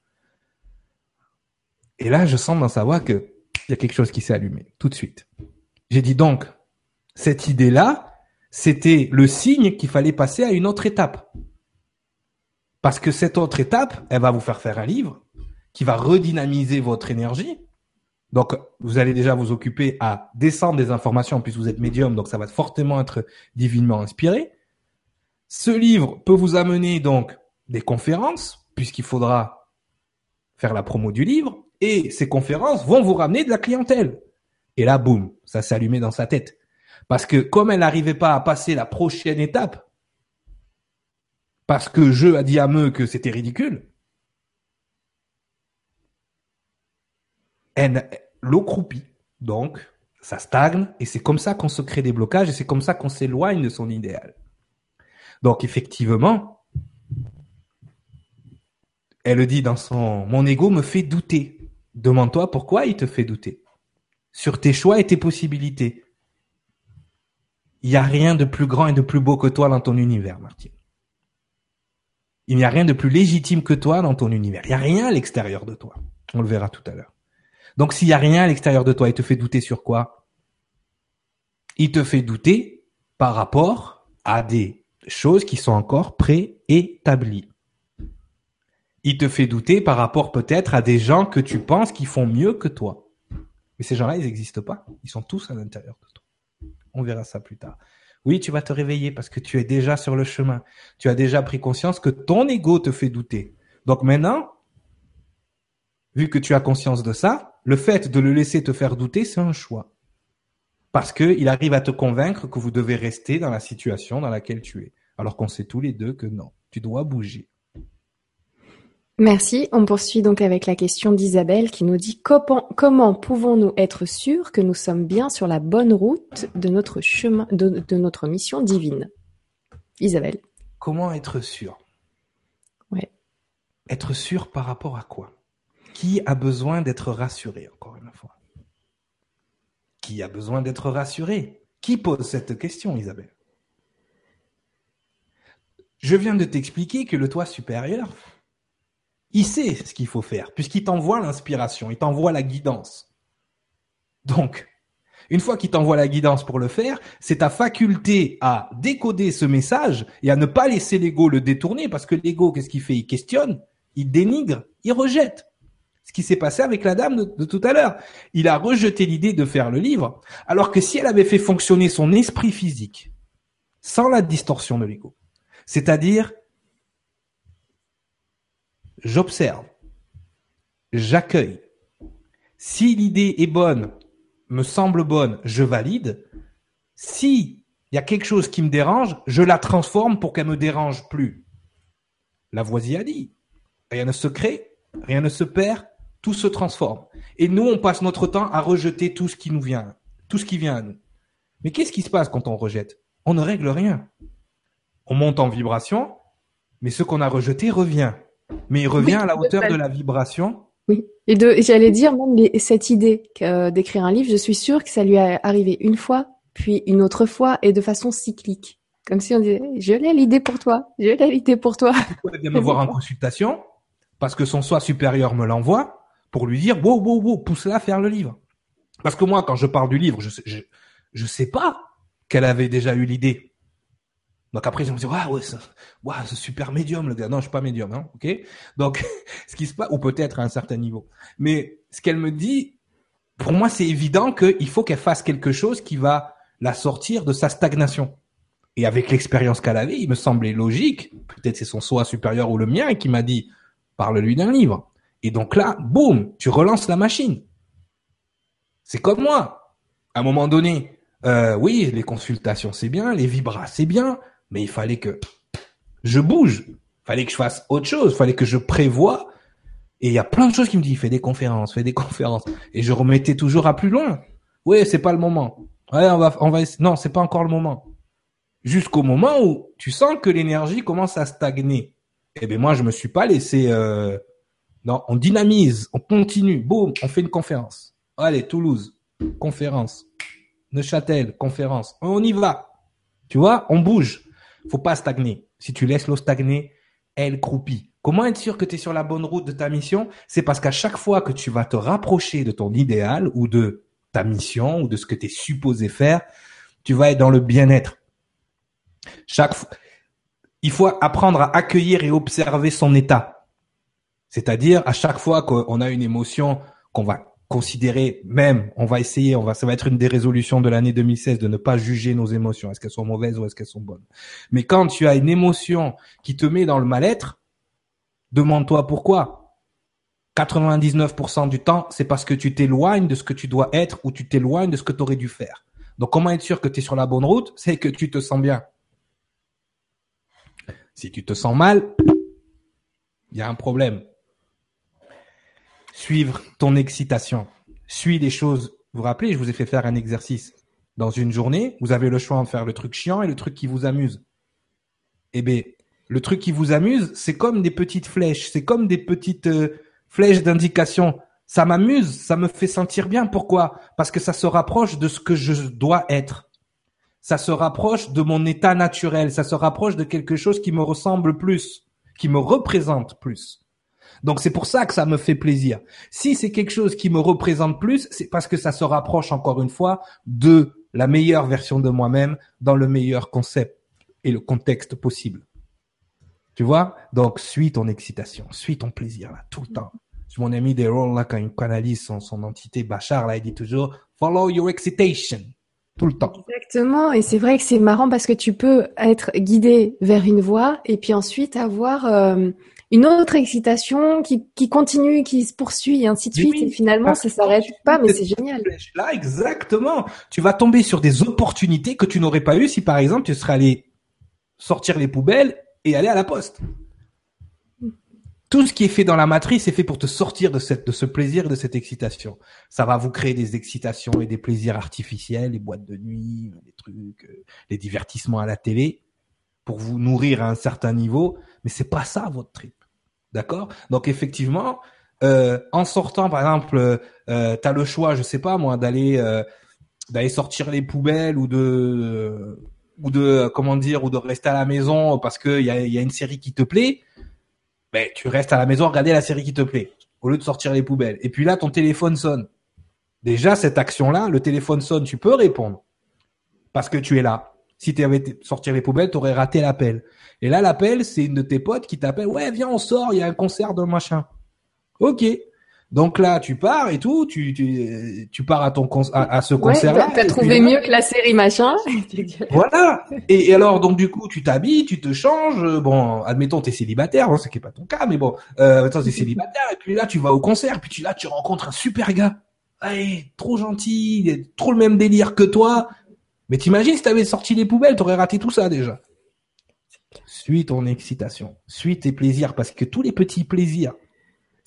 Et là, je sens dans sa voix qu'il y a quelque chose qui s'est allumé, tout de suite. J'ai dit donc, cette idée-là, c'était le signe qu'il fallait passer à une autre étape. Parce que cette autre étape, elle va vous faire faire un livre qui va redynamiser votre énergie. Donc, vous allez déjà vous occuper à descendre des informations puisque vous êtes médium, donc ça va fortement être divinement inspiré. Ce livre peut vous amener donc des conférences, puisqu'il faudra faire la promo du livre, et ces conférences vont vous ramener de la clientèle. Et là, boum, ça s'est allumé dans sa tête. Parce que comme elle n'arrivait pas à passer la prochaine étape, parce que je a dit à me que c'était ridicule, elle, l'eau croupit. Donc, ça stagne, et c'est comme ça qu'on se crée des blocages, et c'est comme ça qu'on s'éloigne de son idéal. Donc, effectivement, elle le dit dans son « Mon ego me fait douter ». Demande-toi pourquoi il te fait douter. Sur tes choix et tes possibilités. Il n'y a rien de plus grand et de plus beau que toi dans ton univers, Martine. Il n'y a rien de plus légitime que toi dans ton univers. Il n'y a rien à l'extérieur de toi. On le verra tout à l'heure. Donc, s'il n'y a rien à l'extérieur de toi, il te fait douter sur quoi? Il te fait douter par rapport à des choses qui sont encore préétablies. Il te fait douter par rapport peut-être à des gens que tu penses qui font mieux que toi. Mais ces gens-là, ils n'existent pas. Ils sont tous à l'intérieur de toi. On verra ça plus tard. Oui, tu vas te réveiller parce que tu es déjà sur le chemin. Tu as déjà pris conscience que ton ego te fait douter. Donc maintenant, vu que tu as conscience de ça, le fait de le laisser te faire douter, c'est un choix. Parce qu'il arrive à te convaincre que vous devez rester dans la situation dans laquelle tu es. Alors qu'on sait tous les deux que non, tu dois bouger. Merci. On poursuit donc avec la question d'Isabelle qui nous dit comment, comment pouvons-nous être sûrs que nous sommes bien sur la bonne route de notre chemin, de, de notre mission divine? Isabelle. Comment être sûr? Ouais. Être sûr par rapport à quoi? Qui a besoin d'être rassuré, encore une fois? Qui a besoin d'être rassuré? Qui pose cette question, Isabelle? Je viens de t'expliquer que le toi supérieur, il sait ce qu'il faut faire, puisqu'il t'envoie l'inspiration, il t'envoie la guidance. Donc, une fois qu'il t'envoie la guidance pour le faire, c'est ta faculté à décoder ce message et à ne pas laisser l'ego le détourner, parce que l'ego, qu'est-ce qu'il fait? Il questionne, il dénigre, il rejette. Ce qui s'est passé avec la dame de, de tout à l'heure. Il a rejeté l'idée de faire le livre, alors que si elle avait fait fonctionner son esprit physique, sans la distorsion de l'ego, c'est-à-dire j'observe, j'accueille. Si l'idée est bonne, me semble bonne, je valide. Si il y a quelque chose qui me dérange, je la transforme pour qu'elle me dérange plus. Lavoisier a dit, rien ne se crée, rien ne se perd, tout se transforme. Et nous, on passe notre temps à rejeter tout ce qui nous vient, tout ce qui vient à nous. Mais qu'est-ce qui se passe quand on rejette? On ne règle rien. On monte en vibration, mais ce qu'on a rejeté revient. Mais il revient oui, à la hauteur de la vibration. Oui. Et de, j'allais dire, même les, cette idée euh, d'écrire un livre, je suis sûre que ça lui est arrivé une fois, puis une autre fois, et de façon cyclique. Comme si on disait, je l'ai l'idée pour toi, je l'ai l'idée pour toi. Il vient me voir en consultation, parce que son soi supérieur me l'envoie, pour lui dire, wow, wow, wow, pousse-la à faire le livre. Parce que moi, quand je parle du livre, je sais, je, je sais pas qu'elle avait déjà eu l'idée. Donc après, je me dis, waouh, ouais, wow, c'est super médium, le gars. Non, je suis pas médium, hein, ok? Donc, ce qui se passe, ou peut-être à un certain niveau. Mais ce qu'elle me dit, pour moi, c'est évident qu'il faut qu'elle fasse quelque chose qui va la sortir de sa stagnation. Et avec l'expérience qu'elle avait, il me semblait logique, peut-être c'est son soi supérieur ou le mien, qui m'a dit, parle-lui d'un livre. Et donc là, boum, tu relances la machine. C'est comme moi. À un moment donné, euh, oui, les consultations, c'est bien, les vibras, c'est bien, mais il fallait que je bouge. Il fallait que je fasse autre chose. Il fallait que je prévoie. Et il y a plein de choses qui me disent, fais des conférences, fais des conférences. Et je remettais toujours à plus loin. Oui, c'est pas le moment. Ouais, on va, on va, non, c'est pas encore le moment. Jusqu'au moment où tu sens que l'énergie commence à stagner. Eh ben, moi, je me suis pas laissé, euh, non, on dynamise, on continue. Boum, on fait une conférence. Allez, Toulouse, conférence. Neuchâtel, conférence. On y va. Tu vois, on bouge. Faut pas stagner. Si tu laisses l'eau stagner, elle croupit. Comment être sûr que tu es sur la bonne route de ta mission? C'est parce qu'à chaque fois que tu vas te rapprocher de ton idéal ou de ta mission ou de ce que tu es supposé faire, tu vas être dans le bien-être. Chaque fois, il faut apprendre à accueillir et observer son état. C'est-à-dire, à chaque fois qu'on a une émotion qu'on va considérer, même, on va essayer, on va, ça va être une des résolutions de l'année deux mille seize, de ne pas juger nos émotions. Est-ce qu'elles sont mauvaises ou est-ce qu'elles sont bonnes? Mais quand tu as une émotion qui te met dans le mal-être, demande-toi pourquoi. quatre-vingt-dix-neuf pour cent du temps, c'est parce que tu t'éloignes de ce que tu dois être ou tu t'éloignes de ce que tu aurais dû faire. Donc, comment être sûr que tu es sur la bonne route? C'est que tu te sens bien. Si tu te sens mal, il y a un problème. Suivre ton excitation. Suis les choses. Vous vous rappelez, je vous ai fait faire un exercice. Dans une journée, vous avez le choix de faire le truc chiant et le truc qui vous amuse. Eh bien, le truc qui vous amuse, c'est comme des petites flèches. C'est comme des petites euh, flèches d'indication. Ça m'amuse, ça me fait sentir bien. Pourquoi? Parce que ça se rapproche de ce que je dois être. Ça se rapproche de mon état naturel. Ça se rapproche de quelque chose qui me ressemble plus, qui me représente plus. Donc, c'est pour ça que ça me fait plaisir. Si c'est quelque chose qui me représente plus, c'est parce que ça se rapproche encore une fois de la meilleure version de moi-même dans le meilleur concept et le contexte possible. Tu vois? Donc, suis ton excitation, suis ton plaisir, là, tout le temps. Mon ami Daryl, là, quand il canalise son, son entité Bachar, là, il dit toujours « Follow your excitation ». Tout le temps. Exactement. Et c'est vrai que c'est marrant parce que tu peux être guidé vers une voie et puis ensuite avoir euh, une autre excitation qui, qui continue, qui se poursuit et ainsi de suite. Oui, et finalement, ça s'arrête pas, mais c'est génial. Là, exactement. Tu vas tomber sur des opportunités que tu n'aurais pas eues si, par exemple, tu serais allé sortir les poubelles et aller à la poste. Tout ce qui est fait dans la matrice est fait pour te sortir de cette, de ce plaisir et de cette excitation. Ça va vous créer des excitations et des plaisirs artificiels, les boîtes de nuit, les trucs, les divertissements à la télé, pour vous nourrir à un certain niveau. Mais c'est pas ça votre trip. D'accord? Donc effectivement, euh, en sortant, par exemple, euh, t'as le choix, je sais pas moi, d'aller, euh, d'aller sortir les poubelles ou de, euh, ou de, comment dire, ou de rester à la maison parce que il y a, y a une série qui te plaît. Ben, tu restes à la maison, regarder la série qui te plaît, au lieu de sortir les poubelles. Et puis là, ton téléphone sonne. Déjà, cette action-là, le téléphone sonne, tu peux répondre. Parce que tu es là. Si tu avais sorti les poubelles, tu aurais raté l'appel. Et là, l'appel, c'est une de tes potes qui t'appelle. Ouais, viens, on sort, il y a un concert de machin. Ok. Donc là, tu pars et tout, tu tu, tu pars à ton con, à, à ce concert-là. Ouais, t'as trouvé mieux que la série machin. Voilà. Et, et alors, donc du coup, tu t'habilles, tu te changes. Bon, admettons, t'es célibataire, hein, ce qui est pas ton cas, mais bon, euh, attends, t'es célibataire. Et puis là, tu vas au concert, puis tu là, tu rencontres un super gars. Hey, trop gentil, il est trop le même délire que toi. Mais t'imagines si t'avais sorti les poubelles, t'aurais raté tout ça déjà. Suis ton excitation, suis tes plaisirs, parce que tous les petits plaisirs,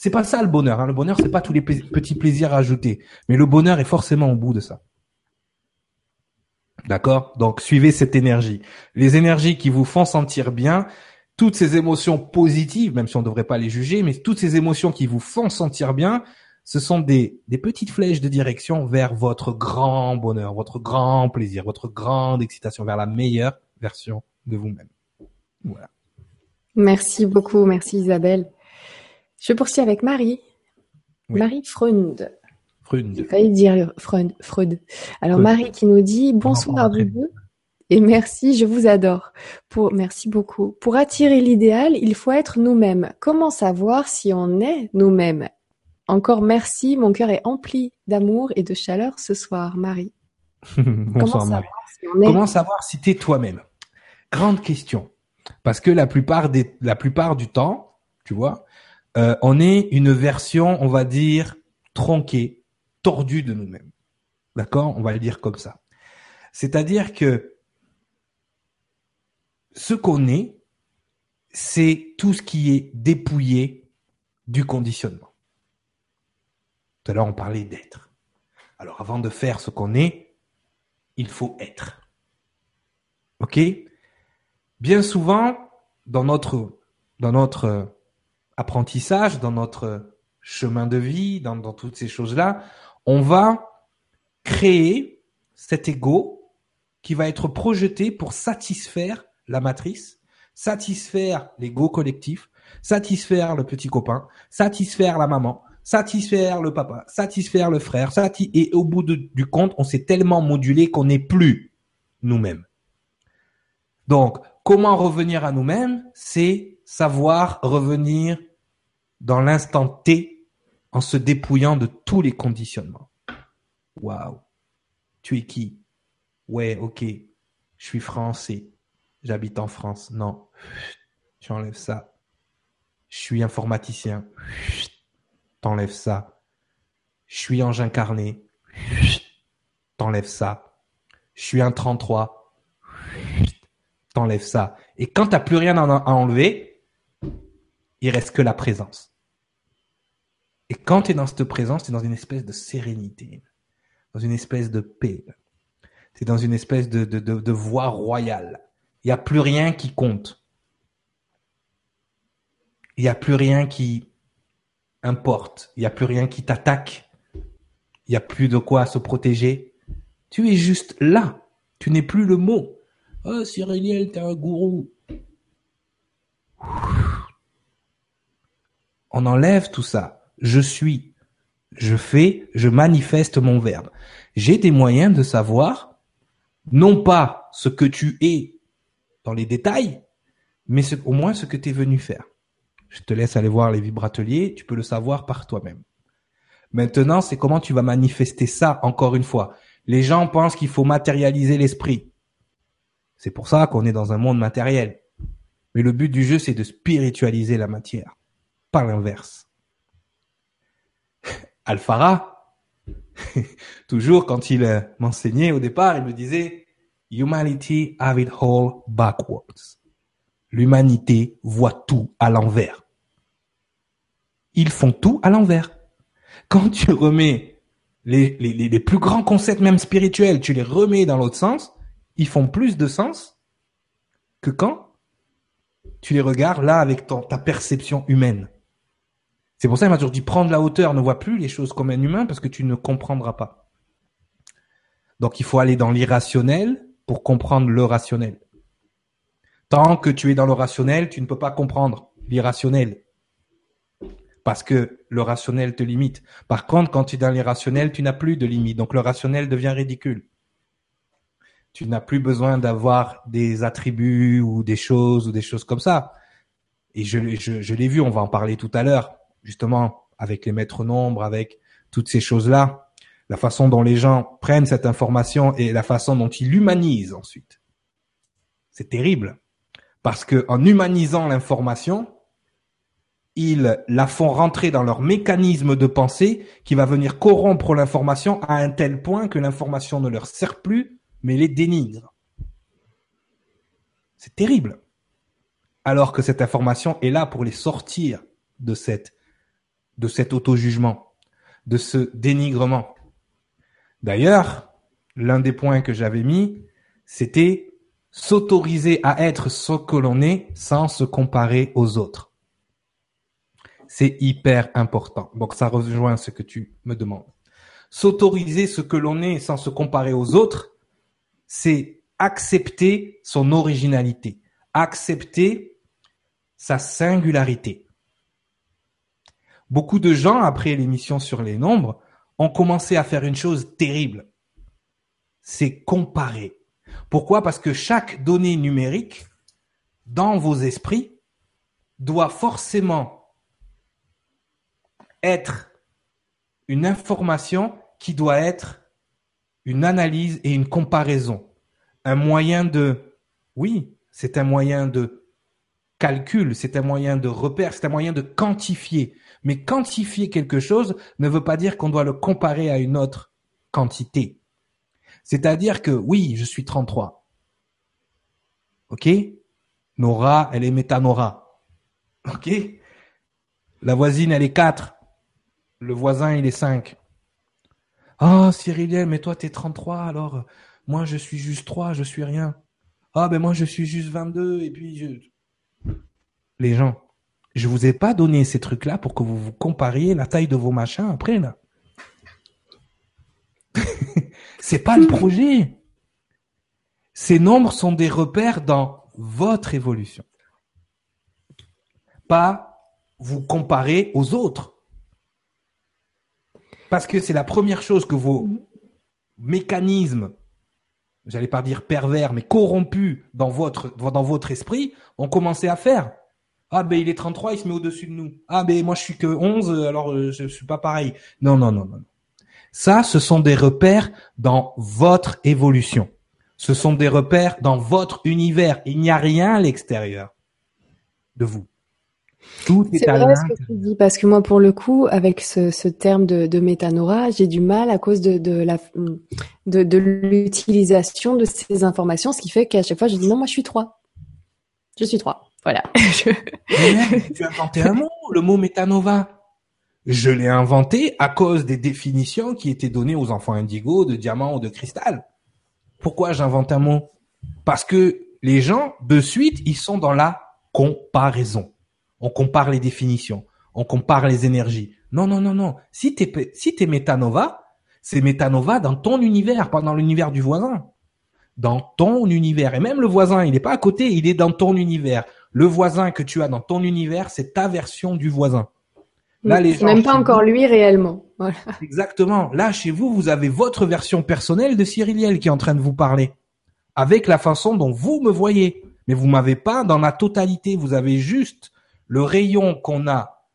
C'est pas ça le bonheur. Hein. Le bonheur, c'est pas tous les pla- petits plaisirs à ajouter, mais le bonheur est forcément au bout de ça. D'accord? Donc, suivez cette énergie. Les énergies qui vous font sentir bien, toutes ces émotions positives, même si on ne devrait pas les juger, mais toutes ces émotions qui vous font sentir bien, ce sont des, des petites flèches de direction vers votre grand bonheur, votre grand plaisir, votre grande excitation, vers la meilleure version de vous-même. Voilà. Merci beaucoup, merci Isabelle. Je poursuis avec Marie. Oui. Marie Freund. Freund. J'ai failli dire Freud. Freud. Alors Freud. Marie qui nous dit On bonsoir entend à vous très deux et merci, je vous adore. Pour merci beaucoup. Pour attirer l'idéal, il faut être nous-mêmes. Comment savoir si on est nous-mêmes? Encore merci, mon cœur est empli d'amour et de chaleur ce soir, Marie. Bonsoir Comment Marie. savoir si on est Comment savoir si t'es toi-même? Grande question. Parce que la plupart des, la plupart du temps, tu vois, euh, on est une version, on va dire, tronquée, tordue de nous-mêmes. D'accord? On va le dire comme ça. C'est-à-dire que ce qu'on est, c'est tout ce qui est dépouillé du conditionnement. Tout à l'heure, on parlait d'être. Alors, avant de faire ce qu'on est, il faut être. Ok? Bien souvent, dans notre, dans notre apprentissage, dans notre chemin de vie, dans, dans toutes ces choses-là, on va créer cet ego qui va être projeté pour satisfaire la matrice, satisfaire l'ego collectif, satisfaire le petit copain, satisfaire la maman, satisfaire le papa, satisfaire le frère, sati- et au bout de- du compte, on s'est tellement modulé qu'on n'est plus nous-mêmes. Donc, comment revenir à nous-mêmes? C'est savoir revenir dans l'instant T en se dépouillant de tous les conditionnements. Waouh. Tu es qui? Ouais, ok. Je suis français. J'habite en France. Non. Tu enlèves ça. Je suis informaticien. T'enlèves ça. Je suis ange incarné. T'enlèves ça. Je suis un trente-trois. T'enlèves ça. Et quand t'as plus rien à enlever, il reste que la présence. Et quand tu es dans cette présence, tu es dans une espèce de sérénité, dans une espèce de paix. Tu es dans une espèce de, de, de, de voie royale. Il n'y a plus rien qui compte. Il n'y a plus rien qui importe. Il n'y a plus rien qui t'attaque. Il n'y a plus de quoi se protéger. Tu es juste là. Tu n'es plus le mot. Oh, Cyriel, t'es un gourou. On enlève tout ça. Je suis. Je fais. Je manifeste mon verbe. J'ai des moyens de savoir, non pas ce que tu es dans les détails, mais ce, au moins ce que tu es venu faire. Je te laisse aller voir les vibrateliers. Tu peux le savoir par toi-même. Maintenant, c'est comment tu vas manifester ça encore une fois. Les gens pensent qu'il faut matérialiser l'esprit. C'est pour ça qu'on est dans un monde matériel. Mais le but du jeu, c'est de spiritualiser la matière. Pas l'inverse. Alfara, toujours quand il euh, m'enseignait au départ, il me disait « Humanity have it all backwards ». L'humanité voit tout à l'envers. Ils font tout à l'envers. Quand tu remets les, les, les plus grands concepts, même spirituels, tu les remets dans l'autre sens, ils font plus de sens que quand tu les regardes là avec ton, ta perception humaine. C'est pour ça qu'il m'a toujours dit, prends de la hauteur, ne vois plus les choses comme un humain parce que tu ne comprendras pas. Donc il faut aller dans l'irrationnel pour comprendre le rationnel. Tant que tu es dans le rationnel, tu ne peux pas comprendre l'irrationnel. Parce que le rationnel te limite. Par contre, quand tu es dans l'irrationnel, tu n'as plus de limite. Donc le rationnel devient ridicule. Tu n'as plus besoin d'avoir des attributs ou des choses ou des choses comme ça. Et je, je, je l'ai vu, on va en parler tout à l'heure, justement, avec les maîtres nombres, avec toutes ces choses-là. La façon dont les gens prennent cette information et la façon dont ils l'humanisent ensuite. C'est terrible. Parce que en humanisant l'information, ils la font rentrer dans leur mécanisme de pensée qui va venir corrompre l'information à un tel point que l'information ne leur sert plus, mais les dénigre. C'est terrible. Alors que cette information est là pour les sortir de cette de cet auto-jugement, de ce dénigrement. D'ailleurs, l'un des points que j'avais mis, c'était s'autoriser à être ce que l'on est sans se comparer aux autres. C'est hyper important. Donc ça rejoint ce que tu me demandes. S'autoriser ce que l'on est sans se comparer aux autres, c'est accepter son originalité, accepter sa singularité. Beaucoup de gens, après l'émission sur les nombres, ont commencé à faire une chose terrible. C'est comparer. Pourquoi? Parce que chaque donnée numérique dans vos esprits doit forcément être une information qui doit être une analyse et une comparaison. Un moyen de, oui, c'est un moyen de calcul, c'est un moyen de repère, c'est un moyen de quantifier. Mais quantifier quelque chose ne veut pas dire qu'on doit le comparer à une autre quantité. C'est-à-dire que, oui, je suis trente-trois. OK? Nora, elle est métanora. OK? La voisine, elle est quatre. Le voisin, il est cinq. Ah, oh, Cyriliel, mais toi, t'es trente-trois, alors moi, je suis juste trois, je suis rien. Ah, ben moi, je suis juste vingt-deux, et puis je... Les gens, je vous ai pas donné ces trucs-là pour que vous vous compariez la taille de vos machins après, là. C'est pas le projet. Ces nombres sont des repères dans votre évolution. Pas vous comparer aux autres. Parce que c'est la première chose que vos mécanismes, j'allais pas dire pervers, mais corrompus dans votre, dans votre esprit, ont commencé à faire. Ah ben il est trente-trois, il se met au-dessus de nous. Ah ben moi je suis que onze, alors euh, je suis pas pareil. Non, non, non, non. Ça, ce sont des repères dans votre évolution. Ce sont des repères dans votre univers. Il n'y a rien à l'extérieur de vous. Tout est, C'est à vrai ce que tu dis, parce que moi, pour le coup, avec ce, ce terme de, de métanora, j'ai du mal à cause de, de la de, de l'utilisation de ces informations, ce qui fait qu'à chaque fois, je dis non, moi, je suis trois. Je suis trois. Voilà. Mais même, tu as inventé un mot, le mot métanova. Je l'ai inventé à cause des définitions qui étaient données aux enfants indigos de diamant ou de cristal. Pourquoi j'invente un mot? Parce que les gens, de suite, ils sont dans la comparaison. On compare les définitions, on compare les énergies. Non, non, non, non. Si t'es, si t'es métanova, c'est métanova dans ton univers, pas dans l'univers du voisin. Dans ton univers. Et même le voisin, il n'est pas à côté, il est dans ton univers. Le voisin que tu as dans ton univers, c'est ta version du voisin. Là, les gens, même pas encore vous, lui réellement. Voilà. Exactement. Là, chez vous, vous avez votre version personnelle de Cyriliel qui est en train de vous parler. Avec la façon dont vous me voyez. Mais vous m'avez pas dans la totalité. Vous avez juste le rayon qu'on a,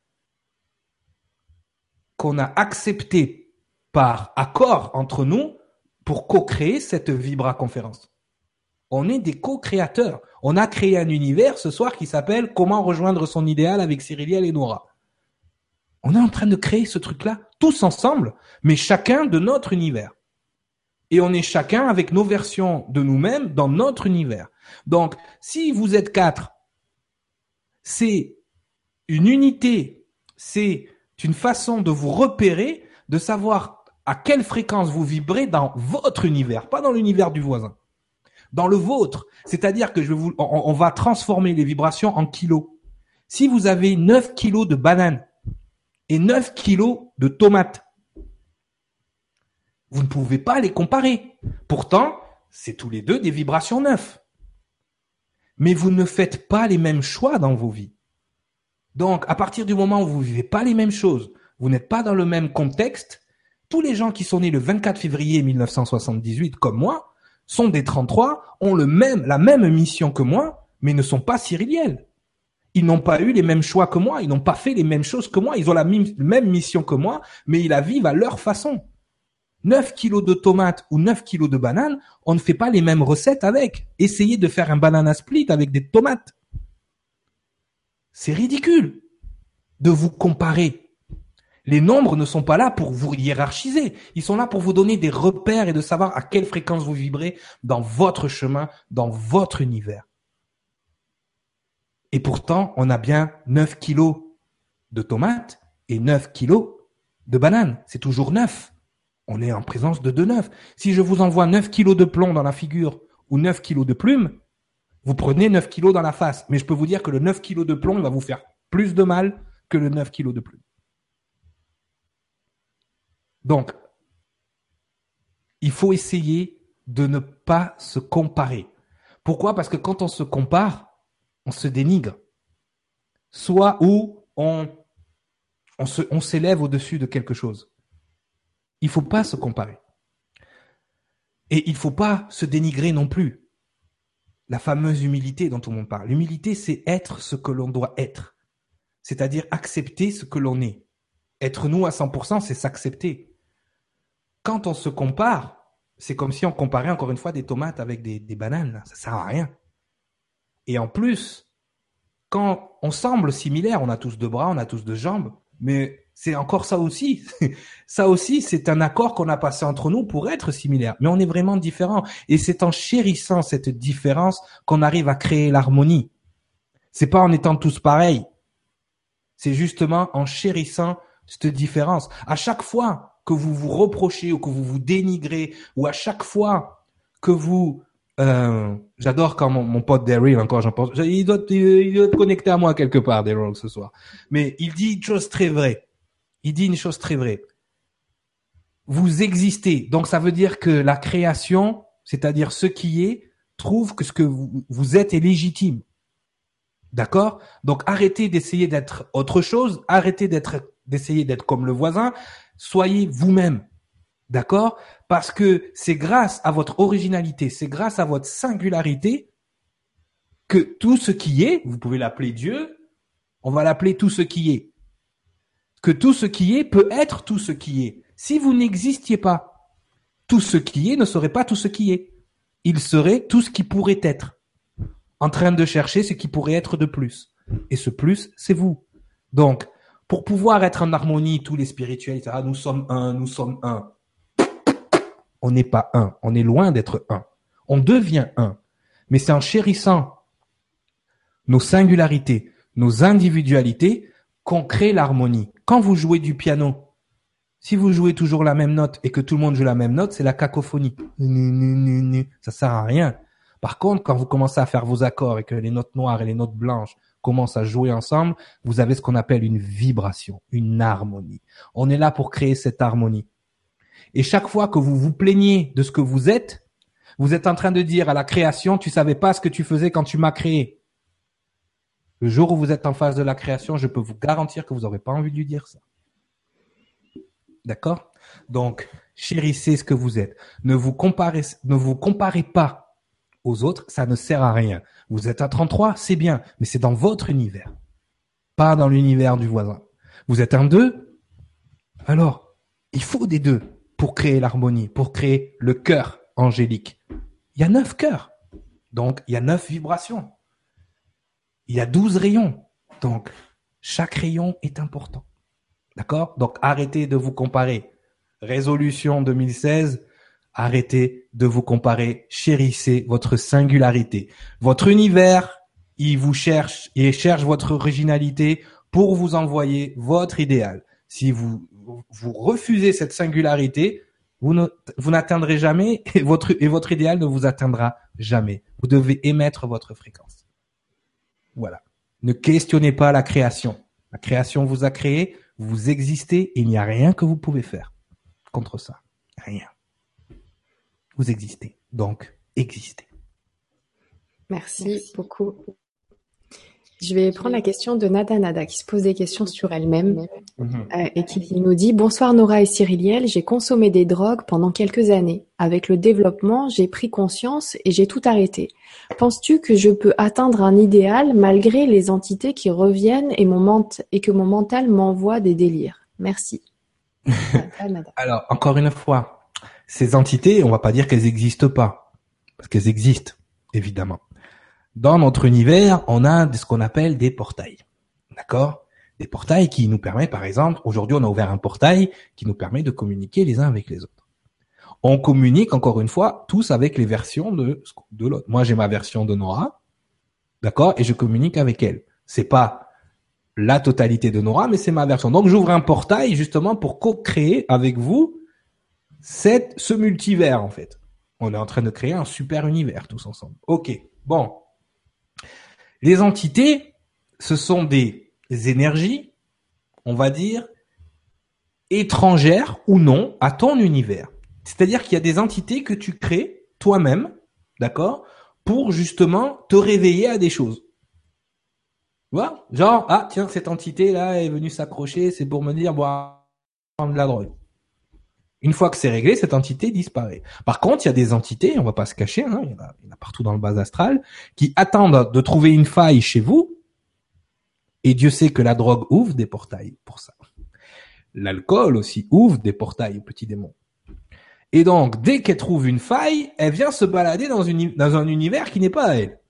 qu'on a accepté par accord entre nous pour co-créer cette vibra-conférence. On est des co-créateurs. On a créé un univers ce soir qui s'appelle Comment rejoindre son idéal avec Cyriliel et Nora. On est en train de créer ce truc-là tous ensemble, mais chacun de notre univers. Et on est chacun avec nos versions de nous-mêmes dans notre univers. Donc, si vous êtes quatre, c'est une unité, c'est une façon de vous repérer, de savoir à quelle fréquence vous vibrez dans votre univers, pas dans l'univers du voisin. Dans le vôtre. C'est-à-dire que je vais vous, on, on va transformer les vibrations en kilos. Si vous avez neuf kilos de bananes et neuf kilos de tomates, vous ne pouvez pas les comparer. Pourtant, c'est tous les deux des vibrations neuf. Mais vous ne faites pas les mêmes choix dans vos vies. Donc, à partir du moment où vous ne vivez pas les mêmes choses, vous n'êtes pas dans le même contexte, tous les gens qui sont nés le vingt-quatre février mille neuf cent soixante-dix-huit, comme moi, sont des trente-trois, ont le même, la même mission que moi, mais ne sont pas cyriliels. Ils n'ont pas eu les mêmes choix que moi, ils n'ont pas fait les mêmes choses que moi, ils ont la même mission que moi, mais ils la vivent à leur façon. neuf kilos de tomates ou neuf kilos de bananes, on ne fait pas les mêmes recettes avec. Essayez de faire un banana split avec des tomates. C'est ridicule de vous comparer. Les nombres ne sont pas là pour vous hiérarchiser. Ils sont là pour vous donner des repères et de savoir à quelle fréquence vous vibrez dans votre chemin, dans votre univers. Et pourtant, on a bien neuf kilos de tomates et neuf kilos de bananes. C'est toujours neuf. On est en présence de deux neuf. Si je vous envoie neuf kilos de plomb dans la figure ou neuf kilos de plumes, vous prenez neuf kilos dans la face. Mais je peux vous dire que le neuf kilos de plomb, il va vous faire plus de mal que le neuf kilos de plumes. Donc, il faut essayer de ne pas se comparer. Pourquoi? Parce que quand on se compare, on se dénigre. Soit où on, on, se, on s'élève au-dessus de quelque chose. Il ne faut pas se comparer. Et il ne faut pas se dénigrer non plus. La fameuse humilité dont tout le monde parle. L'humilité, c'est être ce que l'on doit être. C'est-à-dire accepter ce que l'on est. Être nous à cent pour cent, c'est s'accepter. Quand on se compare, c'est comme si on comparait encore une fois des tomates avec des, des bananes. Là. Ça ne sert à rien. Et en plus, quand on semble similaire, on a tous deux bras, on a tous deux jambes, mais c'est encore ça aussi. Ça aussi, c'est un accord qu'on a passé entre nous pour être similaires. Mais on est vraiment différents. Et c'est en chérissant cette différence qu'on arrive à créer l'harmonie. C'est pas en étant tous pareils. C'est justement en chérissant cette différence. À chaque fois que vous vous reprochez ou que vous vous dénigrez, ou à chaque fois que vous... Euh, j'adore quand mon, mon pote Daryl, encore j'en pense, il doit, il doit être connecté à moi quelque part, Daryl, ce soir. Mais il dit une chose très vraie. Il dit une chose très vraie. Vous existez. Donc ça veut dire que la création, c'est-à-dire ce qui est, trouve que ce que vous, vous êtes est légitime. D'accord? Donc arrêtez d'essayer d'être autre chose, arrêtez d'être, d'essayer d'être comme le voisin, soyez vous-même. D'accord? Parce que c'est grâce à votre originalité, c'est grâce à votre singularité que tout ce qui est, vous pouvez l'appeler Dieu, on va l'appeler tout ce qui est. Que tout ce qui est peut être tout ce qui est. Si vous n'existiez pas, tout ce qui est ne serait pas tout ce qui est. Il serait tout ce qui pourrait être. En train de chercher ce qui pourrait être de plus. Et ce plus, c'est vous. Donc, pour pouvoir être en harmonie, tous les spirituels, et cetera, nous sommes un, nous sommes un. On n'est pas un. On est loin d'être un. On devient un. Mais c'est en chérissant nos singularités, nos individualités, qu'on crée l'harmonie. Quand vous jouez du piano, si vous jouez toujours la même note et que tout le monde joue la même note, c'est la cacophonie. Ça sert à rien. Par contre, quand vous commencez à faire vos accords et que les notes noires et les notes blanches commencent à jouer ensemble, vous avez ce qu'on appelle une vibration, une harmonie. On est là pour créer cette harmonie. Et chaque fois que vous vous plaignez de ce que vous êtes, vous êtes en train de dire à la création, tu savais pas ce que tu faisais quand tu m'as créé. Le jour où vous êtes en phase de la création, je peux vous garantir que vous n'aurez pas envie de lui dire ça. D'accord? Donc, chérissez ce que vous êtes. Ne vous comparez, ne vous comparez pas aux autres, ça ne sert à rien. Vous êtes à trente-trois, c'est bien, mais c'est dans votre univers, pas dans l'univers du voisin. Vous êtes un deux, alors, il faut des deux pour créer l'harmonie, pour créer le cœur angélique. Il y a neuf cœurs, donc il y a neuf vibrations. Il y a douze rayons, donc chaque rayon est important. D'accord? Donc arrêtez de vous comparer. Résolution deux mille seize, arrêtez de vous comparer. Chérissez votre singularité. Votre univers, il vous cherche, il cherche votre originalité pour vous envoyer votre idéal. Si vous, vous refusez cette singularité, vous, ne, vous n'atteindrez jamais et votre, et votre idéal ne vous atteindra jamais. Vous devez émettre votre fréquence. Voilà. Ne questionnez pas la création. La création vous a créé, vous existez et il n'y a rien que vous pouvez faire contre ça. Rien. Vous existez. Donc, existez. Merci, Merci. beaucoup. Je vais prendre la question de Nada Nada qui se pose des questions sur elle-même mmh. euh, et qui nous dit « Bonsoir Nora et Cyriliel, j'ai consommé des drogues pendant quelques années. Avec le développement, j'ai pris conscience et j'ai tout arrêté. Penses-tu que je peux atteindre un idéal malgré les entités qui reviennent et, mon ment- et que mon mental m'envoie des délires? Merci. » Alors, encore une fois, ces entités, on va pas dire qu'elles n'existent pas, parce qu'elles existent, évidemment. Dans notre univers, on a ce qu'on appelle des portails. D'accord? Des portails qui nous permettent, par exemple, aujourd'hui, on a ouvert un portail qui nous permet de communiquer les uns avec les autres. On communique, encore une fois, tous avec les versions de, de l'autre. Moi, j'ai ma version de Nora. D'accord? Et je communique avec elle. C'est pas la totalité de Nora, mais c'est ma version. Donc j'ouvre un portail justement pour co-créer avec vous cette, ce multivers en fait. On est en train de créer un super univers tous ensemble. Ok, bon. Les entités, ce sont des énergies, on va dire, étrangères ou non à ton univers. C'est-à-dire qu'il y a des entités que tu crées toi-même, d'accord, pour justement te réveiller à des choses. Tu vois, genre, ah tiens, cette entité-là est venue s'accrocher, c'est pour me dire, boire de la drogue. Une fois que c'est réglé, cette entité disparaît. Par contre, il y a des entités, on va pas se cacher, hein, il y en a, il y en a partout dans le bas astral, qui attendent de trouver une faille chez vous, et Dieu sait que la drogue ouvre des portails pour ça. L'alcool aussi ouvre des portails aux petits démons. Et donc, dès qu'elle trouve une faille, elle vient se balader dans, une, dans un univers qui n'est pas à elle.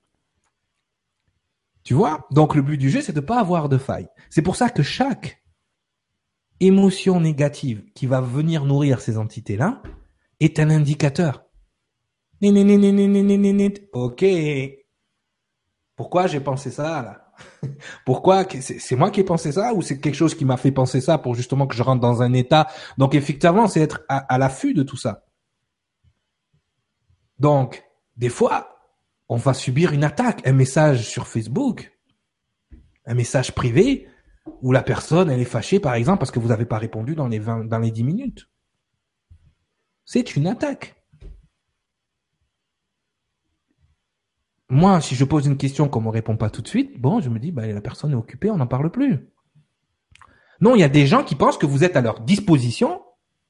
Tu vois? Donc, le but du jeu, c'est de pas avoir de faille. C'est pour ça que chaque émotion négative qui va venir nourrir ces entités-là est un indicateur. Ok. Pourquoi j'ai pensé ça, là? Pourquoi? C'est moi qui ai pensé ça ou c'est quelque chose qui m'a fait penser ça pour justement que je rentre dans un état? Donc, effectivement, c'est être à, à l'affût de tout ça. Donc, des fois, on va subir une attaque, un message sur Facebook, un message privé, où la personne, elle est fâchée, par exemple, parce que vous n'avez pas répondu dans les vingt, dans les dix minutes. C'est une attaque. Moi, si je pose une question qu'on me répond pas tout de suite, bon, je me dis, bah, la personne est occupée, on n'en parle plus. Non, il y a des gens qui pensent que vous êtes à leur disposition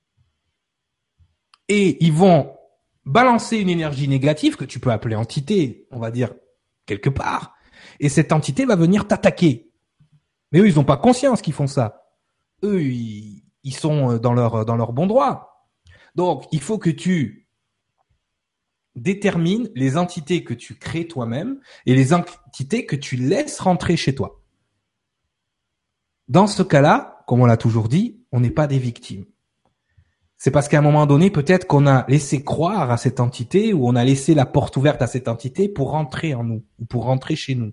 et ils vont balancer une énergie négative que tu peux appeler entité, on va dire, quelque part. Et cette entité va venir t'attaquer. Mais eux, ils n'ont pas conscience qu'ils font ça. Eux, ils, ils sont dans leur, dans leur bon droit. Donc, il faut que tu détermines les entités que tu crées toi-même et les entités que tu laisses rentrer chez toi. Dans ce cas-là, comme on l'a toujours dit, on n'est pas des victimes. C'est parce qu'à un moment donné, peut-être qu'on a laissé croire à cette entité ou on a laissé la porte ouverte à cette entité pour rentrer en nous ou pour rentrer chez nous.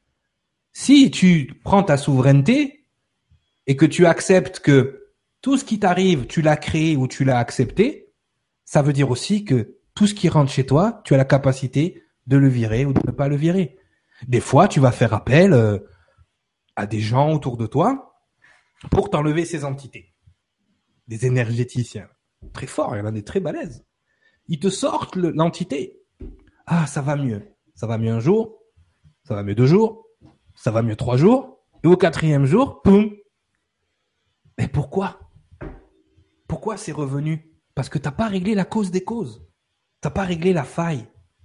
Si tu prends ta souveraineté et que tu acceptes que tout ce qui t'arrive, tu l'as créé ou tu l'as accepté, ça veut dire aussi que tout ce qui rentre chez toi, tu as la capacité de le virer ou de ne pas le virer. Des fois, tu vas faire appel euh, à des gens autour de toi pour t'enlever ces entités. Des énergéticiens. Très forts, il y en a des très balèzes. Ils te sortent le, l'entité. Ah, ça va mieux. Ça va mieux un jour, ça va mieux deux jours, ça va mieux trois jours, et au quatrième jour, boum. Mais pourquoi? Pourquoi c'est revenu? Parce que t'as pas réglé la cause des causes. T'as pas réglé la faille.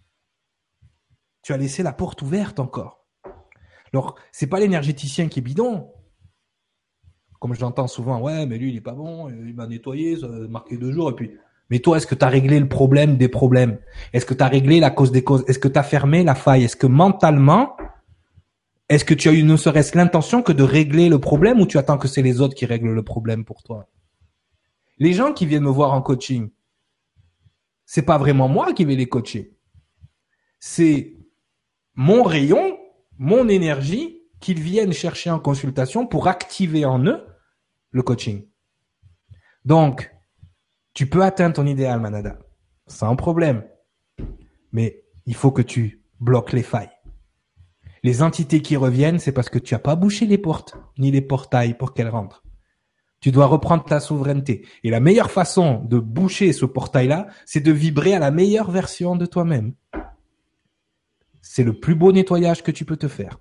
Tu as laissé la porte ouverte encore. Alors, c'est pas l'énergéticien qui est bidon. Comme je l'entends souvent, ouais, mais lui, il est pas bon, il m'a nettoyé, ça a marqué deux jours, et puis... Mais toi, est-ce que tu as réglé le problème des problèmes? Est-ce que tu as réglé la cause des causes? Est-ce que tu as fermé la faille? Est-ce que mentalement, est-ce que tu as eu ne serait-ce l'intention que de régler le problème ou tu attends que c'est les autres qui règlent le problème pour toi? Les gens qui viennent me voir en coaching, c'est pas vraiment moi qui vais les coacher. C'est mon rayon, mon énergie qu'ils viennent chercher en consultation pour activer en eux le coaching. Donc, tu peux atteindre ton idéal, Manada, sans problème. Mais il faut que tu bloques les failles. Les entités qui reviennent, c'est parce que tu n'as pas bouché les portes, ni les portails pour qu'elles rentrent. Tu dois reprendre ta souveraineté. Et la meilleure façon de boucher ce portail-là, c'est de vibrer à la meilleure version de toi-même. C'est le plus beau nettoyage que tu peux te faire.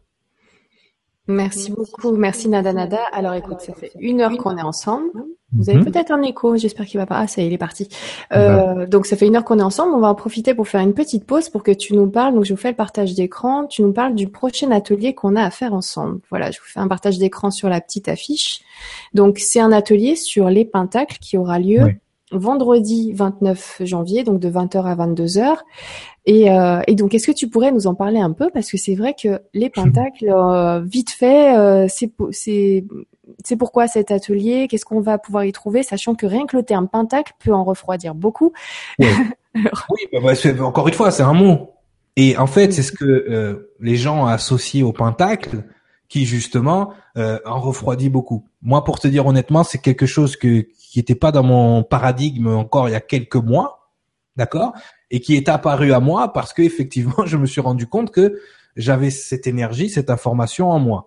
Merci beaucoup. Merci Nada Nada. Alors écoute, ça fait une heure qu'on est ensemble. Vous avez peut-être un écho, j'espère qu'il va pas. Ah, ça y est, il est parti. Euh, donc ça fait une heure qu'on est ensemble. On va en profiter pour faire une petite pause pour que tu nous parles. Donc je vous fais le partage d'écran. Tu nous parles du prochain atelier qu'on a à faire ensemble. Voilà, je vous fais un partage d'écran sur la petite affiche. Donc c'est un atelier sur les pentacles qui aura lieu oui. vendredi vingt-neuf janvier, donc de vingt heures à vingt-deux heures. Et, euh, et donc, est-ce que tu pourrais nous en parler un peu? Parce que c'est vrai que les pentacles, euh, vite fait, euh, c'est, c'est, c'est pourquoi cet atelier? Qu'est-ce qu'on va pouvoir y trouver? Sachant que rien que le terme pentacle peut en refroidir beaucoup. Oui, Alors... oui bah, bah, c'est, encore une fois, c'est un mot. Et en fait, c'est ce que euh, les gens associent au pentacle qui justement euh, en refroidit beaucoup. Moi, pour te dire honnêtement, c'est quelque chose que qui n'était pas dans mon paradigme encore il y a quelques mois, d'accord, et qui est apparu à moi parce que effectivement, je me suis rendu compte que j'avais cette énergie, cette information en moi.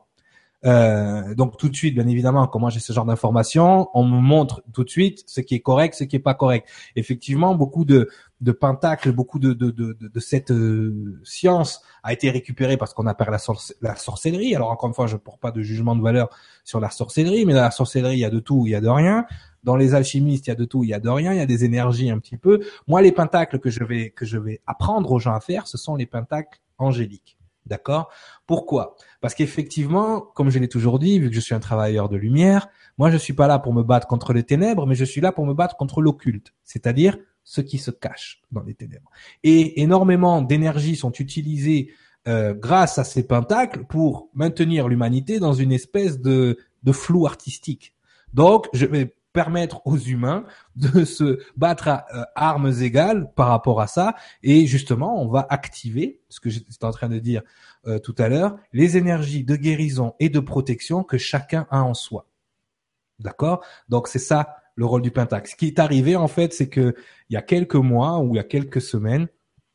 Euh, donc tout de suite, bien évidemment, quand moi j'ai ce genre d'informations, on me montre tout de suite ce qui est correct, ce qui est pas correct. Effectivement, beaucoup de de pentacles, beaucoup de de de de, de cette euh, science a été récupérée parce qu'on appelle la, sorc- la sorcellerie. Alors encore une fois, je ne porte pas de jugement de valeur sur la sorcellerie, mais dans la sorcellerie, il y a de tout, il y a de rien. Dans les alchimistes, il y a de tout, il y a de rien. Il y a des énergies un petit peu. Moi, les pentacles que je vais que je vais apprendre aux gens à faire, ce sont les pentacles angéliques. D'accord? Pourquoi? Parce qu'effectivement, comme je l'ai toujours dit, vu que je suis un travailleur de lumière, moi je suis pas là pour me battre contre les ténèbres, mais je suis là pour me battre contre l'occulte, c'est-à-dire ce qui se cache dans les ténèbres. Et énormément d'énergies sont utilisées euh, grâce à ces pentacles pour maintenir l'humanité dans une espèce de, de flou artistique. Donc, je vais permettre aux humains de se battre à euh, armes égales par rapport à ça, et justement on va activer ce que j'étais en train de dire euh, tout à l'heure, les énergies de guérison et de protection que chacun a en soi. D'accord? Donc c'est ça le rôle du pentacle. Ce qui est arrivé en fait, c'est que il y a quelques mois ou il y a quelques semaines,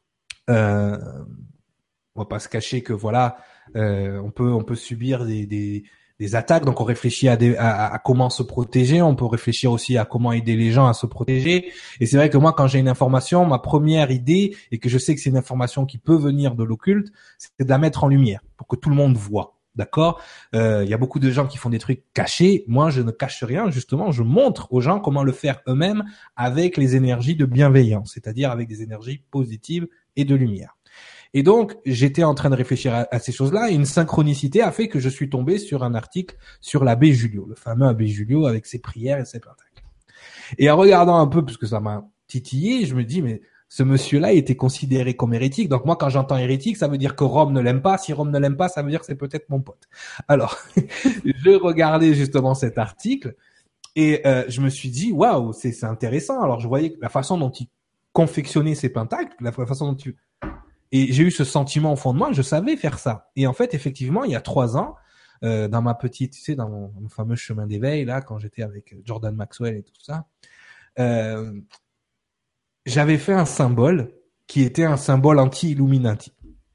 euh, on va pas se cacher que voilà, euh, on peut on peut subir des, des des attaques, donc on réfléchit à, des, à, à comment se protéger, on peut réfléchir aussi à comment aider les gens à se protéger. Et c'est vrai que moi, quand j'ai une information, ma première idée, et que je sais que c'est une information qui peut venir de l'occulte, c'est de la mettre en lumière pour que tout le monde voit. D'accord? Euh, il y a beaucoup de gens qui font des trucs cachés. Moi, je ne cache rien. Justement, je montre aux gens comment le faire eux-mêmes avec les énergies de bienveillance, c'est-à-dire avec des énergies positives et de lumière. Et donc, j'étais en train de réfléchir à, à ces choses-là, et une synchronicité a fait que je suis tombé sur un article sur l'abbé Julio, le fameux abbé Julio avec ses prières et ses pentacles. Et en regardant un peu, puisque ça m'a titillé, je me dis, mais ce monsieur-là était considéré comme hérétique. Donc moi, quand j'entends hérétique, ça veut dire que Rome ne l'aime pas. Si Rome ne l'aime pas, ça veut dire que c'est peut-être mon pote. Alors, je regardais justement cet article, et euh, je me suis dit, waouh, c'est, c'est intéressant. Alors, je voyais la façon dont il confectionnait ses pentacles, la façon dont tu... Et j'ai eu ce sentiment au fond de moi, je savais faire ça. Et en fait, effectivement, il y a trois ans, euh, dans ma petite, tu sais, dans mon, mon fameux chemin d'éveil, là, quand j'étais avec Jordan Maxwell et tout ça, euh, j'avais fait un symbole qui était un symbole anti-Illuminati.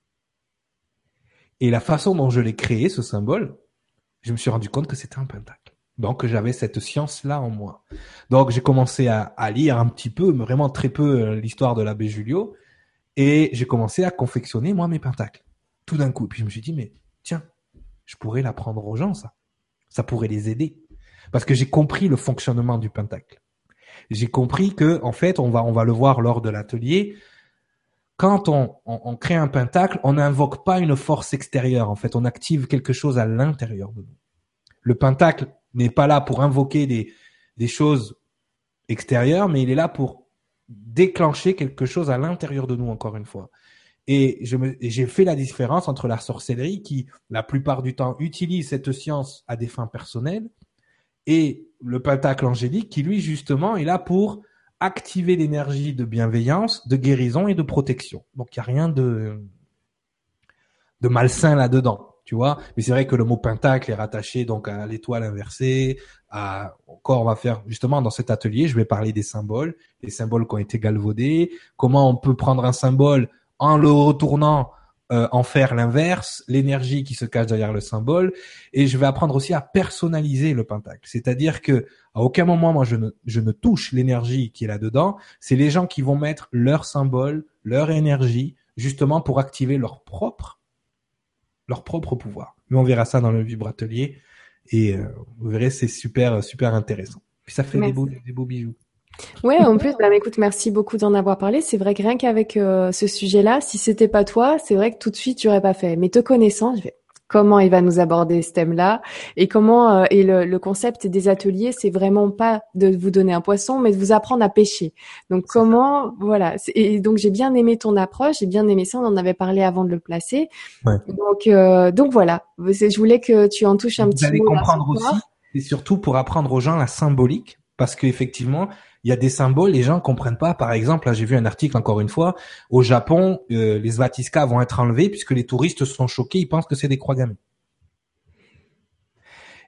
Et la façon dont je l'ai créé, ce symbole, je me suis rendu compte que c'était un pentacle. Donc, j'avais cette science-là en moi. Donc, j'ai commencé à, à lire un petit peu, mais vraiment très peu, l'histoire de l'abbé Julio. Et j'ai commencé à confectionner, moi, mes pentacles. Tout d'un coup. Puis je me suis dit, mais tiens, je pourrais l'apprendre aux gens, ça. Ça pourrait les aider. Parce que j'ai compris le fonctionnement du pentacle. J'ai compris que, en fait, on va, on va le voir lors de l'atelier. Quand on, on, on crée un pentacle, on n'invoque pas une force extérieure. En fait, on active quelque chose à l'intérieur de nous. Le pentacle n'est pas là pour invoquer des, des choses extérieures, mais il est là pour déclencher quelque chose à l'intérieur de nous, encore une fois. Et je me, et j'ai fait la différence entre la sorcellerie, qui la plupart du temps utilise cette science à des fins personnelles, et le pentacle angélique, qui lui justement est là pour activer l'énergie de bienveillance, de guérison et de protection. Donc il y a rien de de malsain là-dedans, tu vois. Mais c'est vrai que le mot pentacle est rattaché donc à l'étoile inversée, à encore on va faire justement dans cet atelier, je vais parler des symboles, les symboles qui ont été galvaudés, comment on peut prendre un symbole en le retournant, euh, en faire l'inverse, l'énergie qui se cache derrière le symbole, et je vais apprendre aussi à personnaliser le pentacle. C'est-à-dire que à aucun moment moi je ne je ne touche l'énergie qui est là-dedans, c'est les gens qui vont mettre leur symbole, leur énergie justement pour activer leur propre leur propre pouvoir. Mais on verra ça dans le vibratelier, et euh, vous verrez, c'est super super intéressant. Puis ça fait des beaux des beaux bijoux. Ouais, en plus, bah, écoute, merci beaucoup d'en avoir parlé. C'est vrai que rien qu'avec euh, ce sujet-là, si c'était pas toi, c'est vrai que tout de suite, j'aurais pas fait. Mais te connaissant, je vais comment il va nous aborder ce thème-là, et comment euh, et le, le concept des ateliers, c'est vraiment pas de vous donner un poisson, mais de vous apprendre à pêcher. Donc comment, voilà. Et donc j'ai bien aimé ton approche, j'ai bien aimé ça. On en avait parlé avant de le placer. Ouais. Donc euh, donc voilà. Je voulais que tu en touches un vous petit mot. Vous allez comprendre aussi, et surtout pour apprendre aux gens la symbolique, parce qu'effectivement, il y a des symboles, les gens comprennent pas. Par exemple, là, j'ai vu un article encore une fois, au Japon, euh, les svatiskas vont être enlevés puisque les touristes sont choqués, ils pensent que c'est des croix gammées.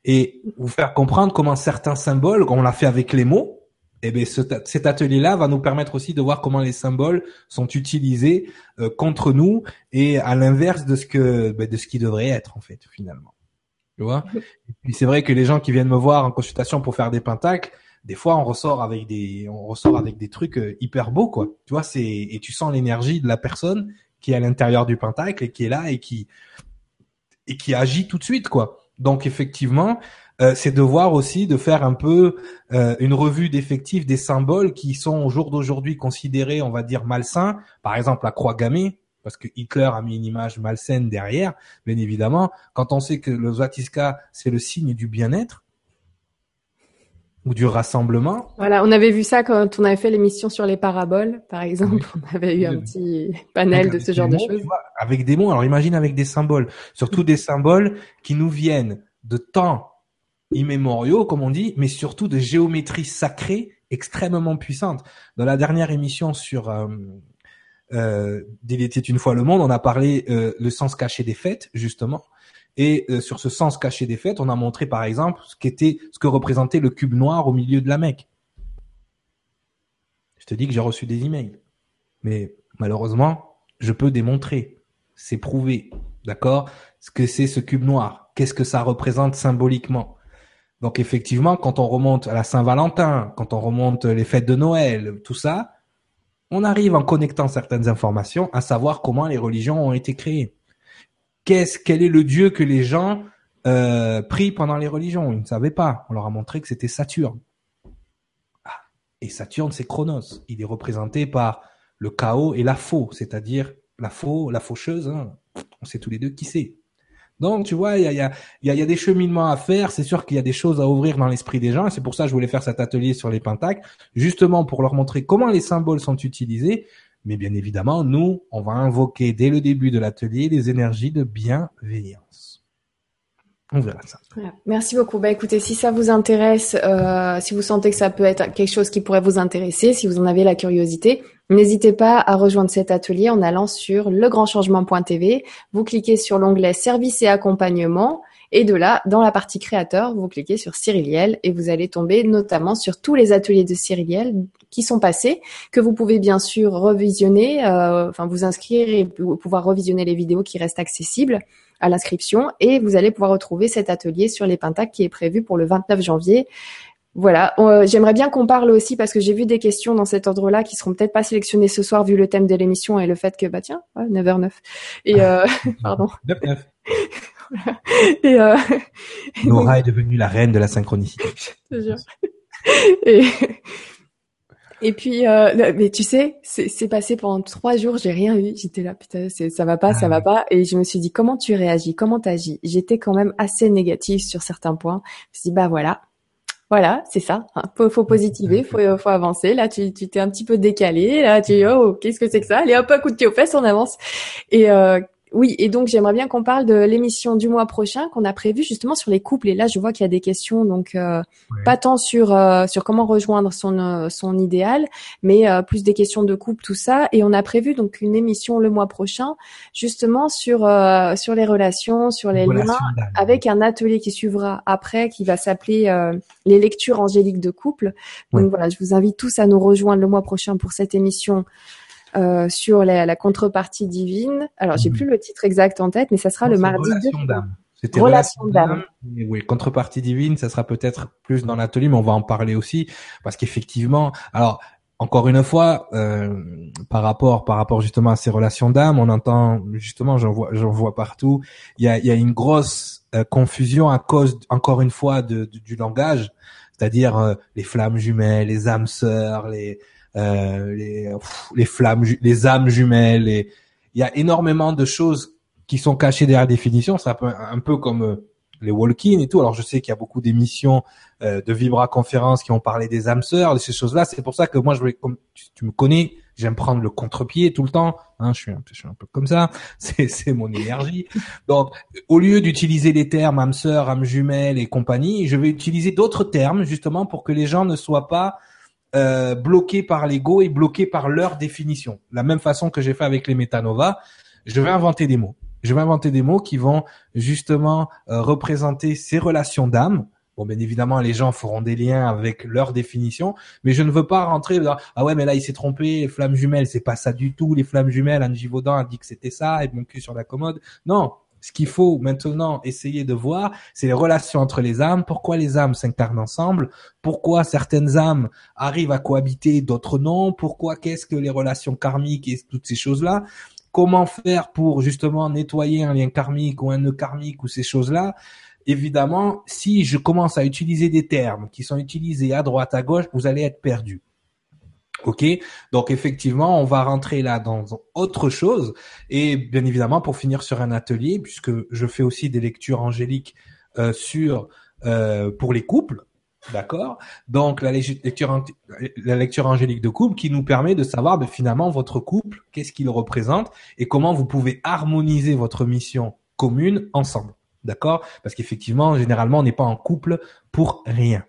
et vous faire comprendre comment certains symboles, on l'a fait avec les mots, eh bien, ce, cet atelier-là va nous permettre aussi de voir comment les symboles sont utilisés euh, contre nous et à l'inverse de ce que ben, de ce qui devrait être en fait finalement. Tu vois. Et puis c'est vrai que les gens qui viennent me voir en consultation pour faire des pentacles, des fois on ressort avec des on ressort avec des trucs euh, hyper beaux quoi. Tu vois, c'est et tu sens l'énergie de la personne qui est à l'intérieur du pentacle et qui est là et qui et qui agit tout de suite quoi. Donc effectivement, euh, c'est de voir aussi de faire un peu euh, une revue d'effectifs des symboles qui sont au jour d'aujourd'hui considérés, on va dire malsains. Par exemple la croix gammée, parce que Hitler a mis une image malsaine derrière, bien évidemment. Quand on sait que le Svastika c'est le signe du bien-être ou du rassemblement. Voilà, on avait vu ça quand on avait fait l'émission sur les paraboles, par exemple. Oui. On avait eu un petit panel de ce genre de choses. Vois, avec des mots, alors imagine avec des symboles, surtout des symboles qui nous viennent de temps immémoriaux, comme on dit, mais surtout de géométrie sacrée extrêmement puissante. Dans la dernière émission sur euh, euh, d'Il était une fois le monde, on a parlé euh, le sens caché des fêtes, justement. Et euh, sur ce sens caché des fêtes, on a montré par exemple ce qu'était, ce que représentait le cube noir au milieu de la Mecque. Je te dis que j'ai reçu des emails, mais malheureusement, je peux démontrer, c'est prouvé, d'accord, ce que c'est ce cube noir, qu'est-ce que ça représente symboliquement. Donc effectivement, quand on remonte à la Saint-Valentin, quand on remonte les fêtes de Noël, tout ça, on arrive en connectant certaines informations à savoir comment les religions ont été créées. Qu'est-ce, quel est le dieu que les gens euh, prient pendant les religions? Ils ne savaient pas. On leur a montré que c'était Saturne. Ah, et Saturne, c'est Chronos. Il est représenté par le chaos et la faux, c'est-à-dire la faux, la faucheuse. Hein. On sait tous les deux qui c'est. Donc, tu vois, il y a, il y a, il y a, il y a des cheminements à faire. C'est sûr qu'il y a des choses à ouvrir dans l'esprit des gens. Et c'est pour ça que je voulais faire cet atelier sur les pentacles, justement pour leur montrer comment les symboles sont utilisés. Mais bien évidemment, nous, on va invoquer dès le début de l'atelier les énergies de bienveillance. On verra ça. Voilà. Merci beaucoup. Bah écoutez, si ça vous intéresse, euh, si vous sentez que ça peut être quelque chose qui pourrait vous intéresser, si vous en avez la curiosité, n'hésitez pas à rejoindre cet atelier en allant sur legrandchangement point t v. Vous cliquez sur l'onglet Services et accompagnement. Et de là, dans la partie créateur, vous cliquez sur Cyriliel et vous allez tomber notamment sur tous les ateliers de Cyriliel qui sont passés, que vous pouvez bien sûr revisionner, euh, enfin vous inscrire et pouvoir revisionner les vidéos qui restent accessibles à l'inscription. Et vous allez pouvoir retrouver cet atelier sur les pentacles qui est prévu pour le vingt-neuf janvier. Voilà, euh, j'aimerais bien qu'on parle aussi parce que j'ai vu des questions dans cet ordre-là qui seront peut-être pas sélectionnées ce soir vu le thème de l'émission et le fait que bah tiens, ouais, neuf heures neuf. Et euh, pardon. neuf neuf. Et euh... Nora est devenue la reine de la synchronicité. Je te jure. Et, et puis, euh, mais tu sais, c'est, c'est passé pendant trois jours, j'ai rien eu. J'étais là, putain, c'est, ça va pas, ah, ça va pas. Et je me suis dit, comment tu réagis, comment t'agis? J'étais quand même assez négative sur certains points. Je me suis dit, bah voilà. Voilà, c'est ça. Hein. Faut, faut positiver, faut, faut avancer. Là, tu, tu t'es un petit peu décalé. Là, tu, oh, qu'est-ce que c'est que ça? Allez, hop, un coup de pied aux fesses, on avance. Et, euh, oui, et donc j'aimerais bien qu'on parle de l'émission du mois prochain qu'on a prévue justement sur les couples. Et là, je vois qu'il y a des questions, donc euh, ouais. pas tant sur euh, sur comment rejoindre son euh, son idéal, mais euh, plus des questions de couple, tout ça. Et on a prévu donc une émission le mois prochain, justement sur euh, sur les relations, sur les liens, avec un atelier qui suivra après, qui va s'appeler euh, les lectures angéliques de couple. Donc ouais. voilà, je vous invite tous à nous rejoindre le mois prochain pour cette émission. Euh, sur la, la contrepartie divine. Alors, j'ai mmh. plus le titre exact en tête, mais ça sera non, le mardi. Relation de... d'âme. C'était relation, relation d'âme. d'âme. Oui, contrepartie divine, ça sera peut-être plus dans l'atelier, mais on va en parler aussi parce qu'effectivement, alors encore une fois, euh, par rapport, par rapport justement à ces relations d'âme, on entend justement, j'en vois, j'en vois partout. Il y a, il y a une grosse euh, confusion à cause, encore une fois, de, de du langage, c'est-à-dire euh, les flammes jumelles, les âmes sœurs, les Euh, les, pff, les flammes, les âmes jumelles. Les... Il y a énormément de choses qui sont cachées derrière la définition. C'est un peu, un peu comme euh, les walk-in et tout. Alors je sais qu'il y a beaucoup d'émissions euh, de Vibra conférences qui ont parlé des âmes sœurs, de ces choses-là. C'est pour ça que moi, je voulais, comme tu, tu me connais, j'aime prendre le contre-pied tout le temps. Hein, je suis un peu, je suis un peu comme ça. C'est, c'est mon énergie. Donc, au lieu d'utiliser les termes âme sœur, âme jumelle et compagnie, je vais utiliser d'autres termes justement pour que les gens ne soient pas Euh, bloqués par l'ego et bloqués par leur définition. La même façon que j'ai fait avec les métanovas, je vais inventer des mots. Je vais inventer des mots qui vont justement euh, représenter ces relations d'âme. Bon, bien évidemment, les gens feront des liens avec leur définition, mais je ne veux pas rentrer dans « Ah ouais, mais là, il s'est trompé, les flammes jumelles, c'est pas ça du tout. Les flammes jumelles, Anne Givaudan a dit que c'était ça, et mon cul sur la commode. » Non, ce qu'il faut maintenant essayer de voir, c'est les relations entre les âmes, pourquoi les âmes s'incarnent ensemble, pourquoi certaines âmes arrivent à cohabiter, d'autres non, pourquoi, qu'est-ce que les relations karmiques et toutes ces choses-là. Comment faire pour justement nettoyer un lien karmique ou un nœud karmique ou ces choses-là. Évidemment, si je commence à utiliser des termes qui sont utilisés à droite, à gauche, vous allez être perdu. Ok, donc effectivement, on va rentrer là dans autre chose. Et bien évidemment, pour finir sur un atelier, puisque je fais aussi des lectures angéliques euh, sur euh, pour les couples, d'accord. Donc la lecture la lecture angélique de couple qui nous permet de savoir ben, finalement votre couple, qu'est-ce qu'il représente et comment vous pouvez harmoniser votre mission commune ensemble. D'accord? Parce qu'effectivement, généralement, on n'est pas en couple pour rien.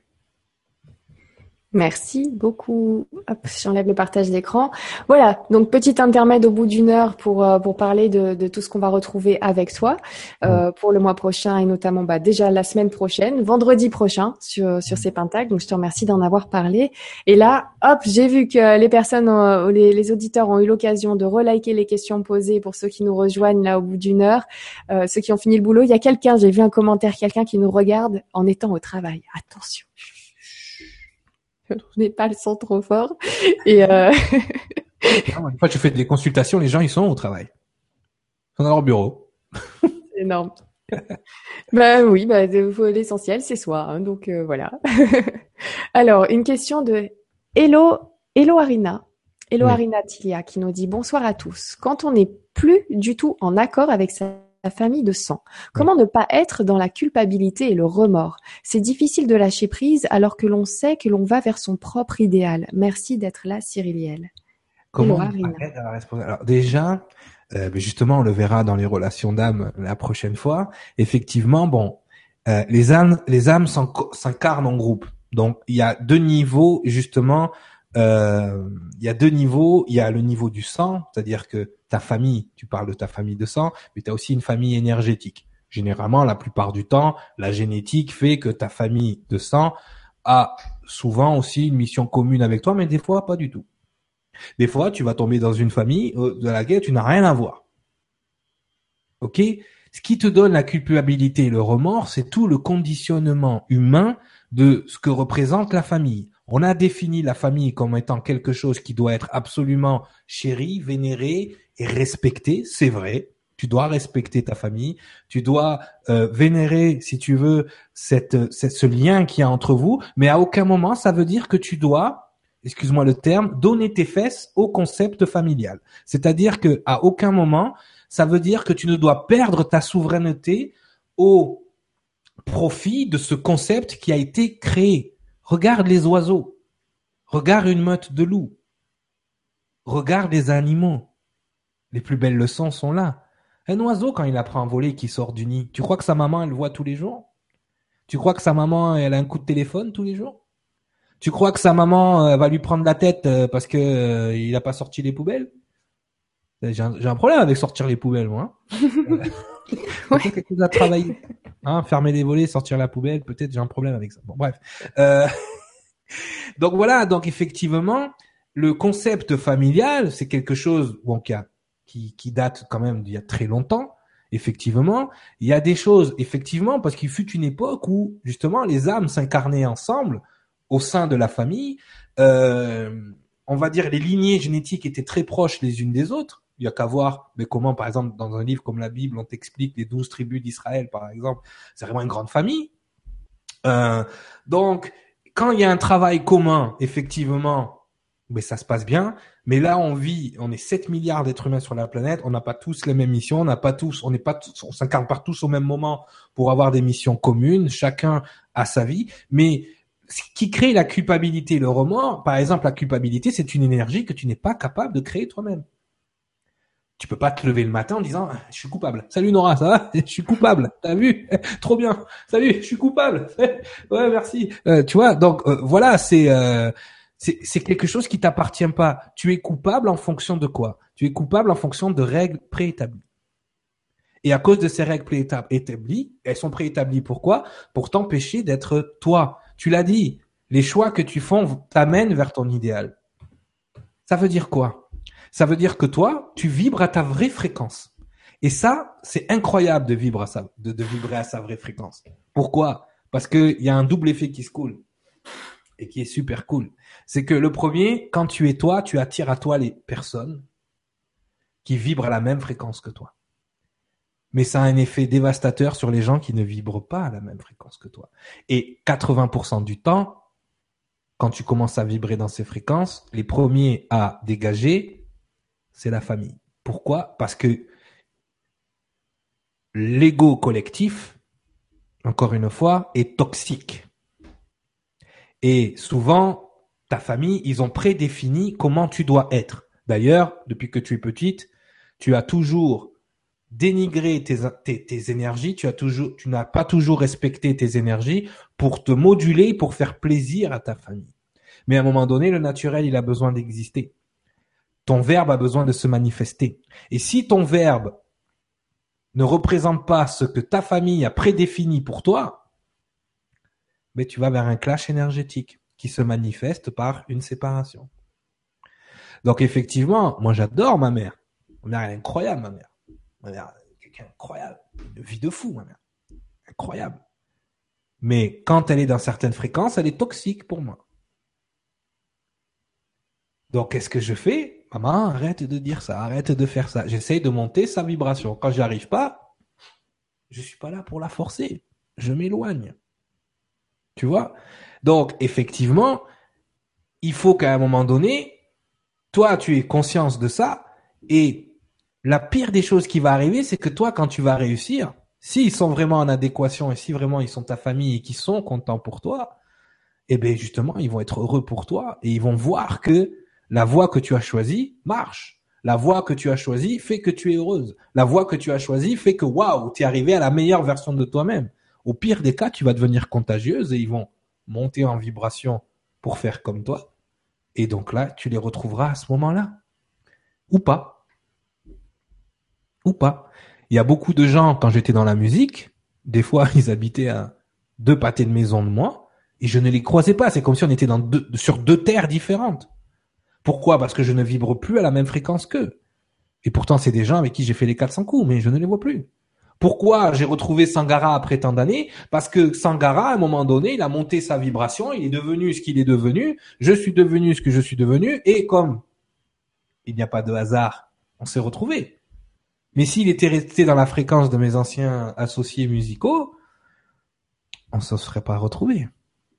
Merci beaucoup. Hop, j'enlève le partage d'écran. Voilà, donc petit intermède au bout d'une heure pour euh, pour parler de, de tout ce qu'on va retrouver avec toi euh, pour le mois prochain et notamment bah, déjà la semaine prochaine, vendredi prochain sur sur ces pentacles. Donc je te remercie d'en avoir parlé. Et là, hop, j'ai vu que les personnes, ont, les, les auditeurs ont eu l'occasion de reliker les questions posées pour ceux qui nous rejoignent là au bout d'une heure, euh, ceux qui ont fini le boulot. Il y a quelqu'un, j'ai vu un commentaire, quelqu'un qui nous regarde en étant au travail. Attention. Je n'ai pas le son trop fort. Et euh... non, une fois que je fais des consultations, les gens, ils sont au travail. Ils sont dans leur bureau. C'est énorme. Bah oui, bah, l'essentiel, c'est soi. Hein, donc euh, voilà. Alors, une question de Hello, Hello Arina. Hello oui. Arina Tilia qui nous dit « Bonsoir à tous. Quand on n'est plus du tout en accord avec sa famille de sang. Comment oui. ne pas être dans la culpabilité et le remords? C'est difficile de lâcher prise alors que l'on sait que l'on va vers son propre idéal. Merci d'être là, Cyriliel. » Comment être à la responsabilité? Alors déjà, euh, justement, on le verra dans les relations d'âme la prochaine fois. Effectivement, bon, euh, les âmes, les âmes s'incarnent en groupe. Donc il y a deux niveaux justement. Euh, il y a deux niveaux. Il y a le niveau du sang, c'est-à-dire que ta famille, tu parles de ta famille de sang, mais tu as aussi une famille énergétique. Généralement, la plupart du temps, la génétique fait que ta famille de sang a souvent aussi une mission commune avec toi, mais des fois, pas du tout. Des fois, tu vas tomber dans une famille de laquelle tu n'as rien à voir. Ok? Ce qui te donne la culpabilité et le remords, c'est tout le conditionnement humain de ce que représente la famille. On a défini la famille comme étant quelque chose qui doit être absolument chéri, vénéré et respecté. C'est vrai. Tu dois respecter ta famille. Tu dois euh, vénérer, si tu veux, cette, cette, ce lien qu'il y a entre vous. Mais à aucun moment, ça veut dire que tu dois, excuse-moi le terme, donner tes fesses au concept familial. C'est-à-dire que à aucun moment, ça veut dire que tu ne dois perdre ta souveraineté au profit de ce concept qui a été créé. Regarde les oiseaux. Regarde une meute de loups. Regarde les animaux. Les plus belles leçons sont là. Un oiseau, quand il apprend à voler, qui sort du nid, tu crois que sa maman, elle le voit tous les jours? Tu crois que sa maman, elle a un coup de téléphone tous les jours? Tu crois que sa maman euh, va lui prendre la tête euh, parce que euh, il a pas sorti les poubelles? J'ai un, j'ai un problème avec sortir les poubelles, moi. Hein. euh, ouais. Peut-être quelque chose à travailler. Hein, fermer les volets, sortir la poubelle, peut-être j'ai un problème avec ça. Bon, bref. Euh... donc voilà, donc effectivement, le concept familial, c'est quelque chose bon, qui, a, qui, qui date quand même d'il y a très longtemps. Effectivement, il y a des choses, effectivement, parce qu'il fut une époque où justement les âmes s'incarnaient ensemble au sein de la famille. Euh, on va dire les lignées génétiques étaient très proches les unes des autres. Il y a qu'à voir, mais comment, par exemple, dans un livre comme la Bible, on t'explique les douze tribus d'Israël, par exemple, c'est vraiment une grande famille. Euh, donc, quand il y a un travail commun, effectivement, ben ça se passe bien. Mais là, on vit, on est sept milliards d'êtres humains sur la planète. On n'a pas tous les mêmes missions. On n'a pas tous, on n'est pas, tous, on s'incarne pas tous au même moment pour avoir des missions communes. Chacun a sa vie. Mais ce qui crée la culpabilité, le remords, par exemple, la culpabilité, c'est une énergie que tu n'es pas capable de créer toi-même. Tu peux pas te lever le matin en disant « Je suis coupable. Salut Nora, ça va? Je suis coupable. T'as vu? Trop bien. Salut, je suis coupable. Ouais, merci. Euh, » Tu vois, donc euh, voilà, c'est, euh, c'est c'est quelque chose qui t'appartient pas. Tu es coupable en fonction de quoi? Tu es coupable en fonction de règles préétablies. Et à cause de ces règles préétablies, elles sont préétablies pourquoi? Pour t'empêcher d'être toi. Tu l'as dit, les choix que tu fais t'amènent vers ton idéal. Ça veut dire quoi? Ça veut dire que toi, tu vibres à ta vraie fréquence. Et ça, c'est incroyable de vibrer à sa, de, de vibrer à sa vraie fréquence. Pourquoi? Parce qu'il y a un double effet qui se coule et qui est super cool. C'est que le premier, quand tu es toi, tu attires à toi les personnes qui vibrent à la même fréquence que toi. Mais ça a un effet dévastateur sur les gens qui ne vibrent pas à la même fréquence que toi. Et quatre-vingts pour cent du temps, quand tu commences à vibrer dans ces fréquences, les premiers à dégager, c'est la famille. Pourquoi? Parce que l'ego collectif, encore une fois, est toxique. Et souvent, ta famille, ils ont prédéfini comment tu dois être. D'ailleurs, depuis que tu es petite, tu as toujours dénigré tes, tes, tes énergies, tu as toujours, tu n'as pas toujours respecté tes énergies pour te moduler, pour faire plaisir à ta famille. Mais à un moment donné, le naturel, il a besoin d'exister. Ton verbe a besoin de se manifester. Et si ton verbe ne représente pas ce que ta famille a prédéfini pour toi, mais tu vas vers un clash énergétique qui se manifeste par une séparation. Donc effectivement, moi j'adore ma mère. Ma mère elle est incroyable, ma mère. Ma mère, quelqu'un incroyable. Une vie de fou, ma mère. Incroyable. Mais quand elle est dans certaines fréquences, elle est toxique pour moi. Donc qu'est-ce que je fais? Maman, arrête de dire ça, arrête de faire ça. J'essaye de monter sa vibration. Quand j'y arrive pas, je suis pas là pour la forcer. Je m'éloigne. Tu vois? Donc, effectivement, il faut qu'à un moment donné, toi, tu aies conscience de ça. Et la pire des choses qui va arriver, c'est que toi, quand tu vas réussir, s'ils sont vraiment en adéquation et si vraiment ils sont ta famille et qu'ils sont contents pour toi, eh bien, justement, ils vont être heureux pour toi et ils vont voir que la voie que tu as choisie marche. La voie que tu as choisie fait que tu es heureuse. La voie que tu as choisie fait que, waouh, tu es arrivé à la meilleure version de toi-même. Au pire des cas, tu vas devenir contagieuse et ils vont monter en vibration pour faire comme toi. Et donc là, tu les retrouveras à ce moment-là. Ou pas. Ou pas. Il y a beaucoup de gens, quand j'étais dans la musique, des fois, ils habitaient à deux pâtés de maison de moi et je ne les croisais pas. C'est comme si on était dans deux, sur deux terres différentes. Pourquoi? Parce que je ne vibre plus à la même fréquence qu'eux. Et pourtant, c'est des gens avec qui j'ai fait les quatre cents coups, mais je ne les vois plus. Pourquoi j'ai retrouvé Sangara après tant d'années? Parce que Sangara, à un moment donné, il a monté sa vibration, il est devenu ce qu'il est devenu, je suis devenu ce que je suis devenu, et comme il n'y a pas de hasard, on s'est retrouvés. Mais s'il était resté dans la fréquence de mes anciens associés musicaux, on ne se serait pas retrouvés.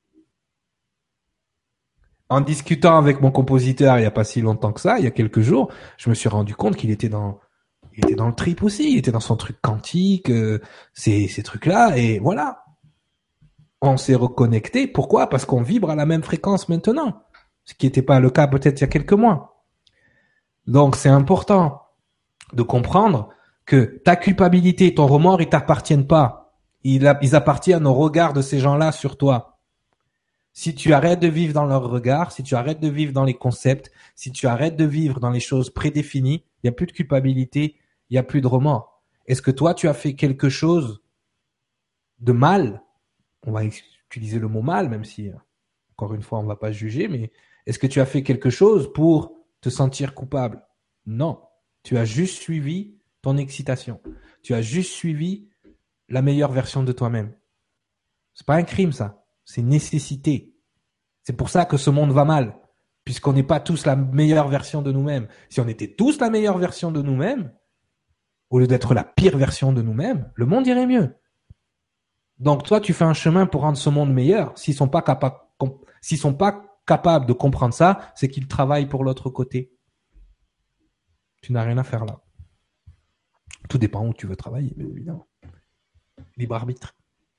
En discutant avec mon compositeur il n'y a pas si longtemps que ça, il y a quelques jours, je me suis rendu compte qu'il était dans il était dans le trip aussi, il était dans son truc quantique, euh, ces, ces trucs-là, et voilà. On s'est reconnecté. Pourquoi? Parce qu'on vibre à la même fréquence maintenant, ce qui n'était pas le cas peut-être il y a quelques mois. Donc c'est important de comprendre que ta culpabilité, ton remords, ils t'appartiennent pas. Ils, ils appartiennent au regard de ces gens-là sur toi. Si tu arrêtes de vivre dans leur regard, si tu arrêtes de vivre dans les concepts, si tu arrêtes de vivre dans les choses prédéfinies, il n'y a plus de culpabilité, il n'y a plus de remords. Est-ce que toi, tu as fait quelque chose de mal? On va utiliser le mot mal, même si, encore une fois, on ne va pas juger, mais est-ce que tu as fait quelque chose pour te sentir coupable? Non. Tu as juste suivi ton excitation. Tu as juste suivi la meilleure version de toi-même. C'est pas un crime, ça. C'est une nécessité. C'est pour ça que ce monde va mal, puisqu'on n'est pas tous la meilleure version de nous-mêmes. Si on était tous la meilleure version de nous-mêmes, au lieu d'être la pire version de nous-mêmes, le monde irait mieux. Donc toi, tu fais un chemin pour rendre ce monde meilleur. S'ils sont pas capables, s'ils sont pas capables de comprendre ça, c'est qu'ils travaillent pour l'autre côté. Tu n'as rien à faire là. Tout dépend où tu veux travailler, bien évidemment. Libre arbitre.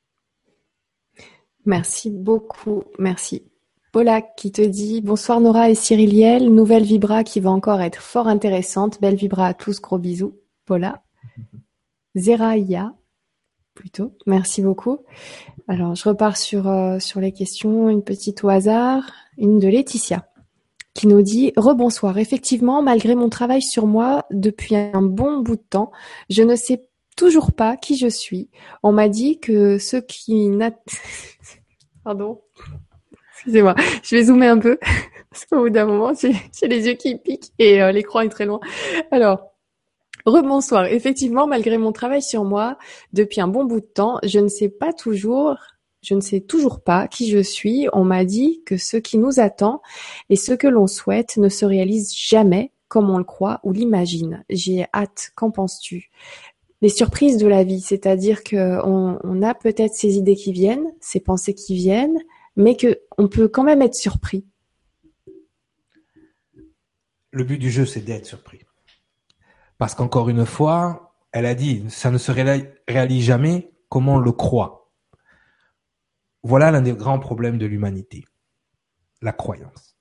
Merci beaucoup. Merci. Paula qui te dit « Bonsoir Nora et Cyriliel, nouvelle vibra qui va encore être fort intéressante. Belle vibra à tous, gros bisous. » Paula. Zeraïa, plutôt. Merci beaucoup. Alors, je repars sur, euh, sur les questions. Une petite au hasard. Une de Laetitia qui nous dit « Rebonsoir. Effectivement, malgré mon travail sur moi depuis un bon bout de temps, je ne sais toujours pas qui je suis. On m'a dit que ceux qui n'a... Pardon. Excusez-moi. Je vais zoomer un peu. Parce qu'au bout d'un moment, j'ai, j'ai les yeux qui piquent et euh, l'écran est très loin. Alors, rebonsoir. Effectivement, malgré mon travail sur moi, depuis un bon bout de temps, je ne sais pas toujours, je ne sais toujours pas qui je suis. On m'a dit que ce qui nous attend et ce que l'on souhaite ne se réalise jamais comme on le croit ou l'imagine. J'ai hâte. Qu'en penses-tu? Les surprises de la vie, c'est-à-dire que on, on a peut-être ces idées qui viennent, ces pensées qui viennent, mais que on peut quand même être surpris. Le but du jeu, c'est d'être surpris. Parce qu'encore une fois, elle a dit, ça ne se réalise jamais comme on le croit. Voilà l'un des grands problèmes de l'humanité. La croyance.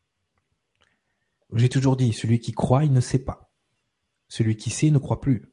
J'ai toujours dit, celui qui croit, il ne sait pas. Celui qui sait ne croit plus.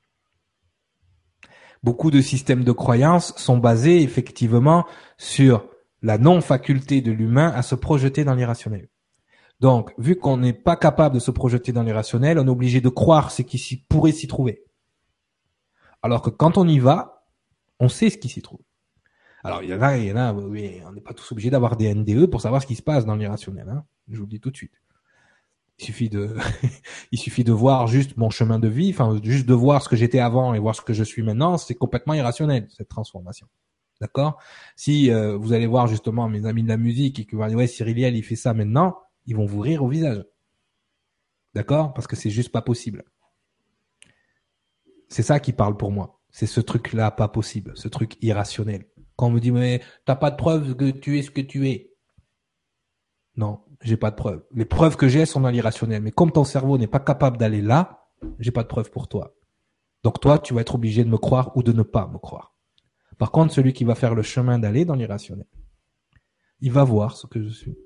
Beaucoup de systèmes de croyances sont basés effectivement sur la non-faculté de l'humain à se projeter dans l'irrationnel. Donc, vu qu'on n'est pas capable de se projeter dans l'irrationnel, on est obligé de croire ce qui s'y pourrait s'y trouver. Alors que quand on y va, on sait ce qui s'y trouve. Alors, il y en a, il y en a, oui, on n'est pas tous obligés d'avoir des N D E pour savoir ce qui se passe dans l'irrationnel, hein. Je vous le dis tout de suite. Il suffit de, il suffit de voir juste mon chemin de vie, enfin, juste de voir ce que j'étais avant et voir ce que je suis maintenant, c'est complètement irrationnel, cette transformation. D'accord? Si euh, vous allez voir justement mes amis de la musique et que vous allez dire, ouais, Cyriliel, il fait ça maintenant, ils vont vous rire au visage. D'accord? Parce que c'est juste pas possible. C'est ça qui parle pour moi. C'est ce truc-là pas possible, ce truc irrationnel. Quand on me dit, mais t'as pas de preuve que tu es ce que tu es. Non, j'ai pas de preuves. Les preuves que j'ai sont dans l'irrationnel. Mais comme ton cerveau n'est pas capable d'aller là, j'ai pas de preuves pour toi. Donc toi, tu vas être obligé de me croire ou de ne pas me croire. Par contre, celui qui va faire le chemin d'aller dans l'irrationnel, il va voir ce que je suis.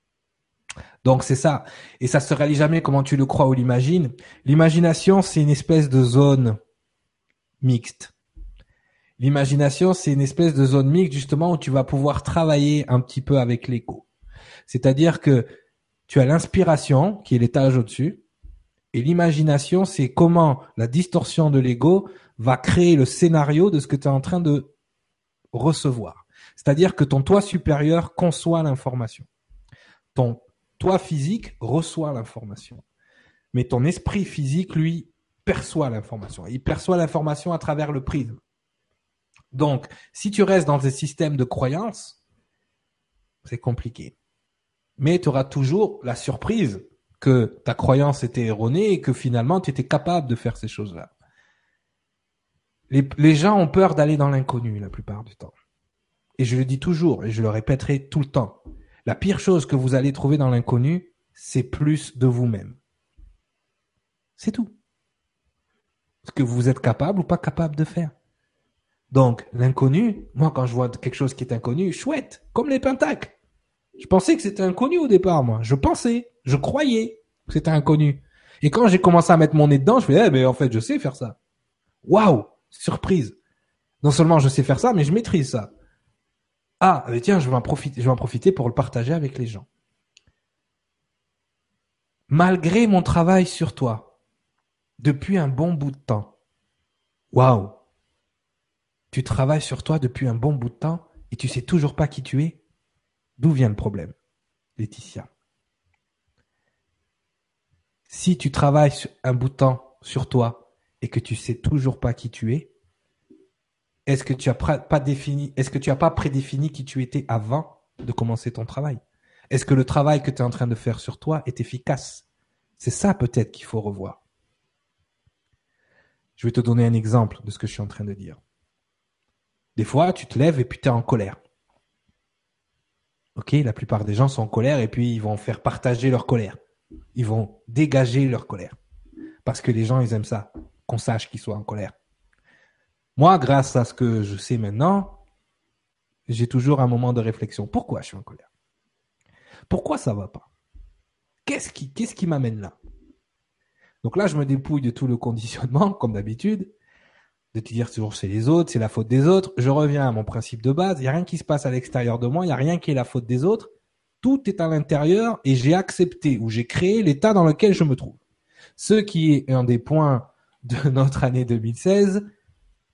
Donc c'est ça. Et ça se réalise jamais comment tu le crois ou l'imagines. L'imagination, c'est une espèce de zone mixte. L'imagination, c'est une espèce de zone mixte justement où tu vas pouvoir travailler un petit peu avec l'ego. C'est-à-dire que tu as l'inspiration, qui est l'étage au-dessus, et l'imagination, c'est comment la distorsion de l'ego va créer le scénario de ce que tu es en train de recevoir. C'est-à-dire que ton toi supérieur conçoit l'information. Ton toi physique reçoit l'information. Mais ton esprit physique, lui, perçoit l'information. Il perçoit l'information à travers le prisme. Donc, si tu restes dans des systèmes de croyances, c'est compliqué. Mais tu auras toujours la surprise que ta croyance était erronée et que finalement tu étais capable de faire ces choses-là. Les, les gens ont peur d'aller dans l'inconnu la plupart du temps. Et je le dis toujours et je le répéterai tout le temps. La pire chose que vous allez trouver dans l'inconnu, c'est plus de vous-même. C'est tout. Ce que vous êtes capable ou pas capable de faire. Donc, l'inconnu, moi quand je vois quelque chose qui est inconnu, chouette, comme les pentacles. Je pensais que c'était inconnu au départ, moi. Je pensais, je croyais que c'était inconnu. Et quand j'ai commencé à mettre mon nez dedans, je fais, eh, mais en fait, je sais faire ça. Waouh, surprise. Non seulement je sais faire ça, mais je maîtrise ça. Ah, mais tiens, je vais en profiter, je vais en profiter pour le partager avec les gens. Malgré mon travail sur toi, depuis un bon bout de temps. Waouh. Tu travailles sur toi depuis un bon bout de temps et tu sais toujours pas qui tu es. D'où vient le problème, Laetitia? Si tu travailles un bout de temps sur toi et que tu sais toujours pas qui tu es, est-ce que tu as pas défini, est-ce que tu as pas prédéfini qui tu étais avant de commencer ton travail? Est-ce que le travail que tu es en train de faire sur toi est efficace? C'est ça peut-être qu'il faut revoir. Je vais te donner un exemple de ce que je suis en train de dire. Des fois, tu te lèves et puis tu es en colère. Ok, la plupart des gens sont en colère et puis ils vont faire partager leur colère. Ils vont dégager leur colère. Parce que les gens, ils aiment ça, qu'on sache qu'ils soient en colère. Moi, grâce à ce que je sais maintenant, j'ai toujours un moment de réflexion. Pourquoi je suis en colère? Pourquoi ça va pas? Qu'est-ce qui, qu'est-ce qui m'amène là? Donc là, je me dépouille de tout le conditionnement, comme d'habitude, de te dire toujours c'est les autres, c'est la faute des autres. Je reviens à mon principe de base. Il n'y a rien qui se passe à l'extérieur de moi. Il n'y a rien qui est la faute des autres. Tout est à l'intérieur et j'ai accepté ou j'ai créé l'état dans lequel je me trouve. Ce qui est un des points de notre année deux mille seize,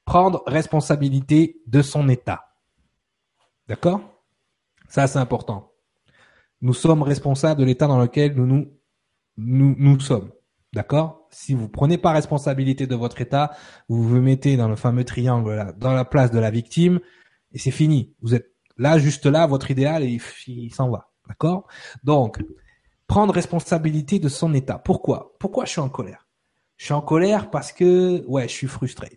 Prendre responsabilité de son état. D'accord? Ça, c'est important. Nous sommes responsables de l'état dans lequel nous nous, nous, nous sommes. D'accord? Si vous prenez pas responsabilité de votre état, vous vous mettez dans le fameux triangle là, dans la place de la victime, et c'est fini. Vous êtes là, juste là, votre idéal, et il, il s'en va. D'accord? Donc, prendre responsabilité de son état. Pourquoi? Pourquoi je suis en colère? Je suis en colère parce que, ouais, je suis frustré.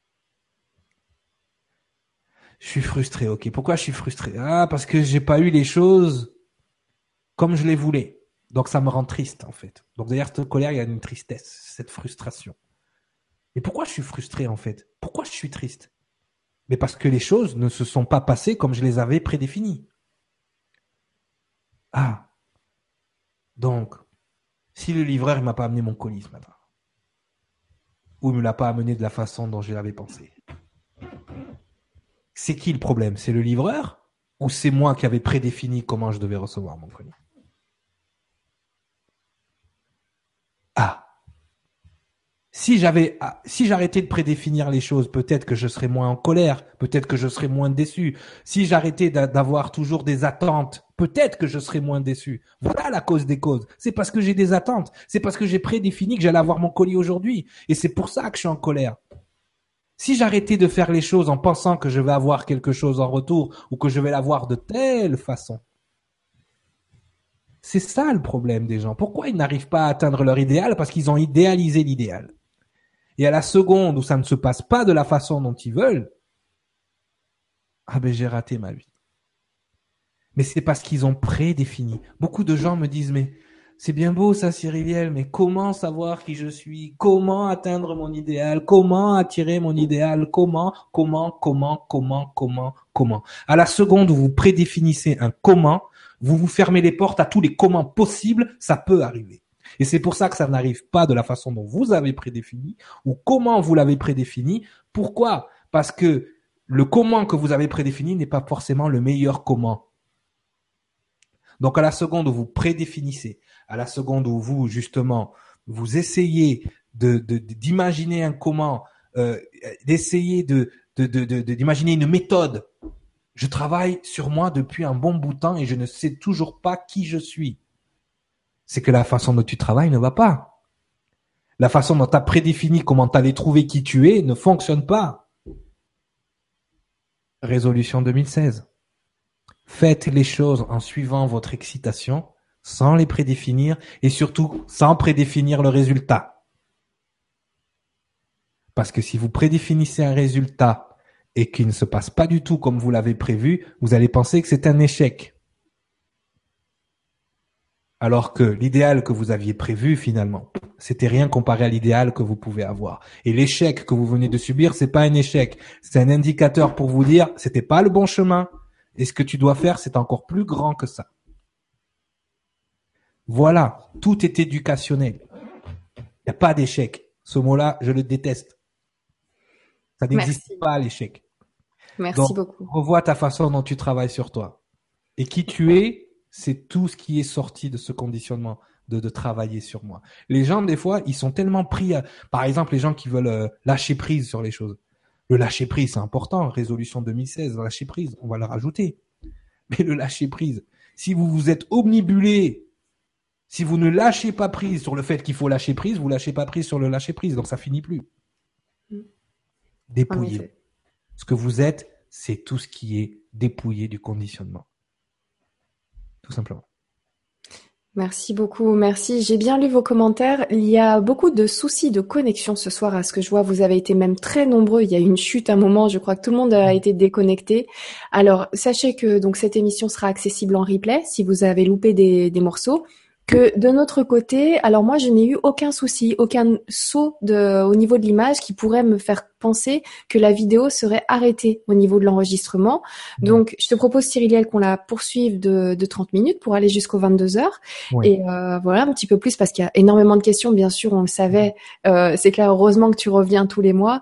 Je suis frustré, ok. Pourquoi je suis frustré? Ah, parce que j'ai pas eu les choses comme je les voulais. Donc ça me rend triste, en fait. Donc derrière cette colère, il y a une tristesse, cette frustration. Et pourquoi je suis frustré, en fait? Pourquoi je suis triste? Mais parce que les choses ne se sont pas passées comme je les avais prédéfinies. Ah. Donc, si le livreur, il m'a pas amené mon colis ce matin, ou il me l'a pas amené de la façon dont je l'avais pensé, c'est qui le problème? C'est le livreur ou c'est moi qui avais prédéfini comment je devais recevoir mon colis? Ah. Si j'avais, si j'arrêtais de prédéfinir les choses, peut-être que je serais moins en colère, peut-être que je serais moins déçu. Si j'arrêtais d'avoir toujours des attentes, peut-être que je serais moins déçu. Voilà la cause des causes. C'est parce que j'ai des attentes. C'est parce que j'ai prédéfini que j'allais avoir mon colis aujourd'hui. Et c'est pour ça que je suis en colère. Si j'arrêtais de faire les choses en pensant que je vais avoir quelque chose en retour ou que je vais l'avoir de telle façon, c'est ça le problème des gens. Pourquoi ils n'arrivent pas à atteindre leur idéal? Parce qu'ils ont idéalisé l'idéal. Et à la seconde où ça ne se passe pas de la façon dont ils veulent, ah ben j'ai raté ma vie. Mais c'est parce qu'ils ont prédéfini. Beaucoup de gens me disent, mais c'est bien beau ça, Cyriliel, mais comment savoir qui je suis? Comment atteindre mon idéal? Comment attirer mon idéal? Comment, comment, comment, comment, comment, comment? À la seconde où vous prédéfinissez un comment, vous vous fermez les portes à tous les comment possibles, ça peut arriver. Et c'est pour ça que ça n'arrive pas de la façon dont vous avez prédéfini ou comment vous l'avez prédéfini. Pourquoi? Parce que le comment que vous avez prédéfini n'est pas forcément le meilleur comment. Donc à la seconde où vous prédéfinissez, à la seconde où vous justement vous essayez de, de, de d'imaginer un comment, euh, d'essayer de, de, de, de, de d'imaginer une méthode. Je travaille sur moi depuis un bon bout de temps et je ne sais toujours pas qui je suis. C'est que la façon dont tu travailles ne va pas. La façon dont tu as prédéfini comment tu allais trouver qui tu es ne fonctionne pas. Résolution deux mille seize. Faites les choses en suivant votre excitation, sans les prédéfinir et surtout sans prédéfinir le résultat. Parce que si vous prédéfinissez un résultat et qu'il ne se passe pas du tout comme vous l'avez prévu, vous allez penser que c'est un échec. Alors que l'idéal que vous aviez prévu, finalement, c'était rien comparé à l'idéal que vous pouvez avoir. Et l'échec que vous venez de subir, c'est pas un échec. C'est un indicateur pour vous dire, c'était pas le bon chemin. Et ce que tu dois faire, c'est encore plus grand que ça. Voilà. Tout est éducationnel. Il n'y a pas d'échec. Ce mot-là, je le déteste. Ça n'existe Merci. pas, l'échec. Merci Donc, beaucoup. revois ta façon dont tu travailles sur toi. Et qui tu es, c'est tout ce qui est sorti de ce conditionnement de, de travailler sur moi. Les gens, des fois, ils sont tellement pris à, par exemple, les gens qui veulent euh, lâcher prise sur les choses. Le lâcher prise, c'est important. Résolution deux mille seize, lâcher prise, on va le rajouter. Mais le lâcher prise, si vous vous êtes omnibulé, si vous ne lâchez pas prise sur le fait qu'il faut lâcher prise, vous lâchez pas prise sur le lâcher prise, donc ça finit plus. Dépouillé. Ce que vous êtes, c'est tout ce qui est dépouillé du conditionnement. Tout simplement. Merci beaucoup, merci. J'ai bien lu vos commentaires. Il y a beaucoup de soucis de connexion ce soir à ce que je vois. Vous avez été même très nombreux. Il y a eu une chute à un moment. Je crois que tout le monde a été déconnecté. Alors, sachez que donc cette émission sera accessible en replay si vous avez loupé des, des morceaux. Que de notre côté, alors moi je n'ai eu aucun souci, aucun saut de, au niveau de l'image qui pourrait me faire penser que la vidéo serait arrêtée au niveau de l'enregistrement. Mmh. Donc je te propose Cyriliel qu'on la poursuive de, de trente minutes pour aller jusqu'aux vingt-deux heures. Oui. Et euh, voilà, un petit peu plus parce qu'il y a énormément de questions, bien sûr, on le savait. Euh, c'est clair, heureusement que tu reviens tous les mois.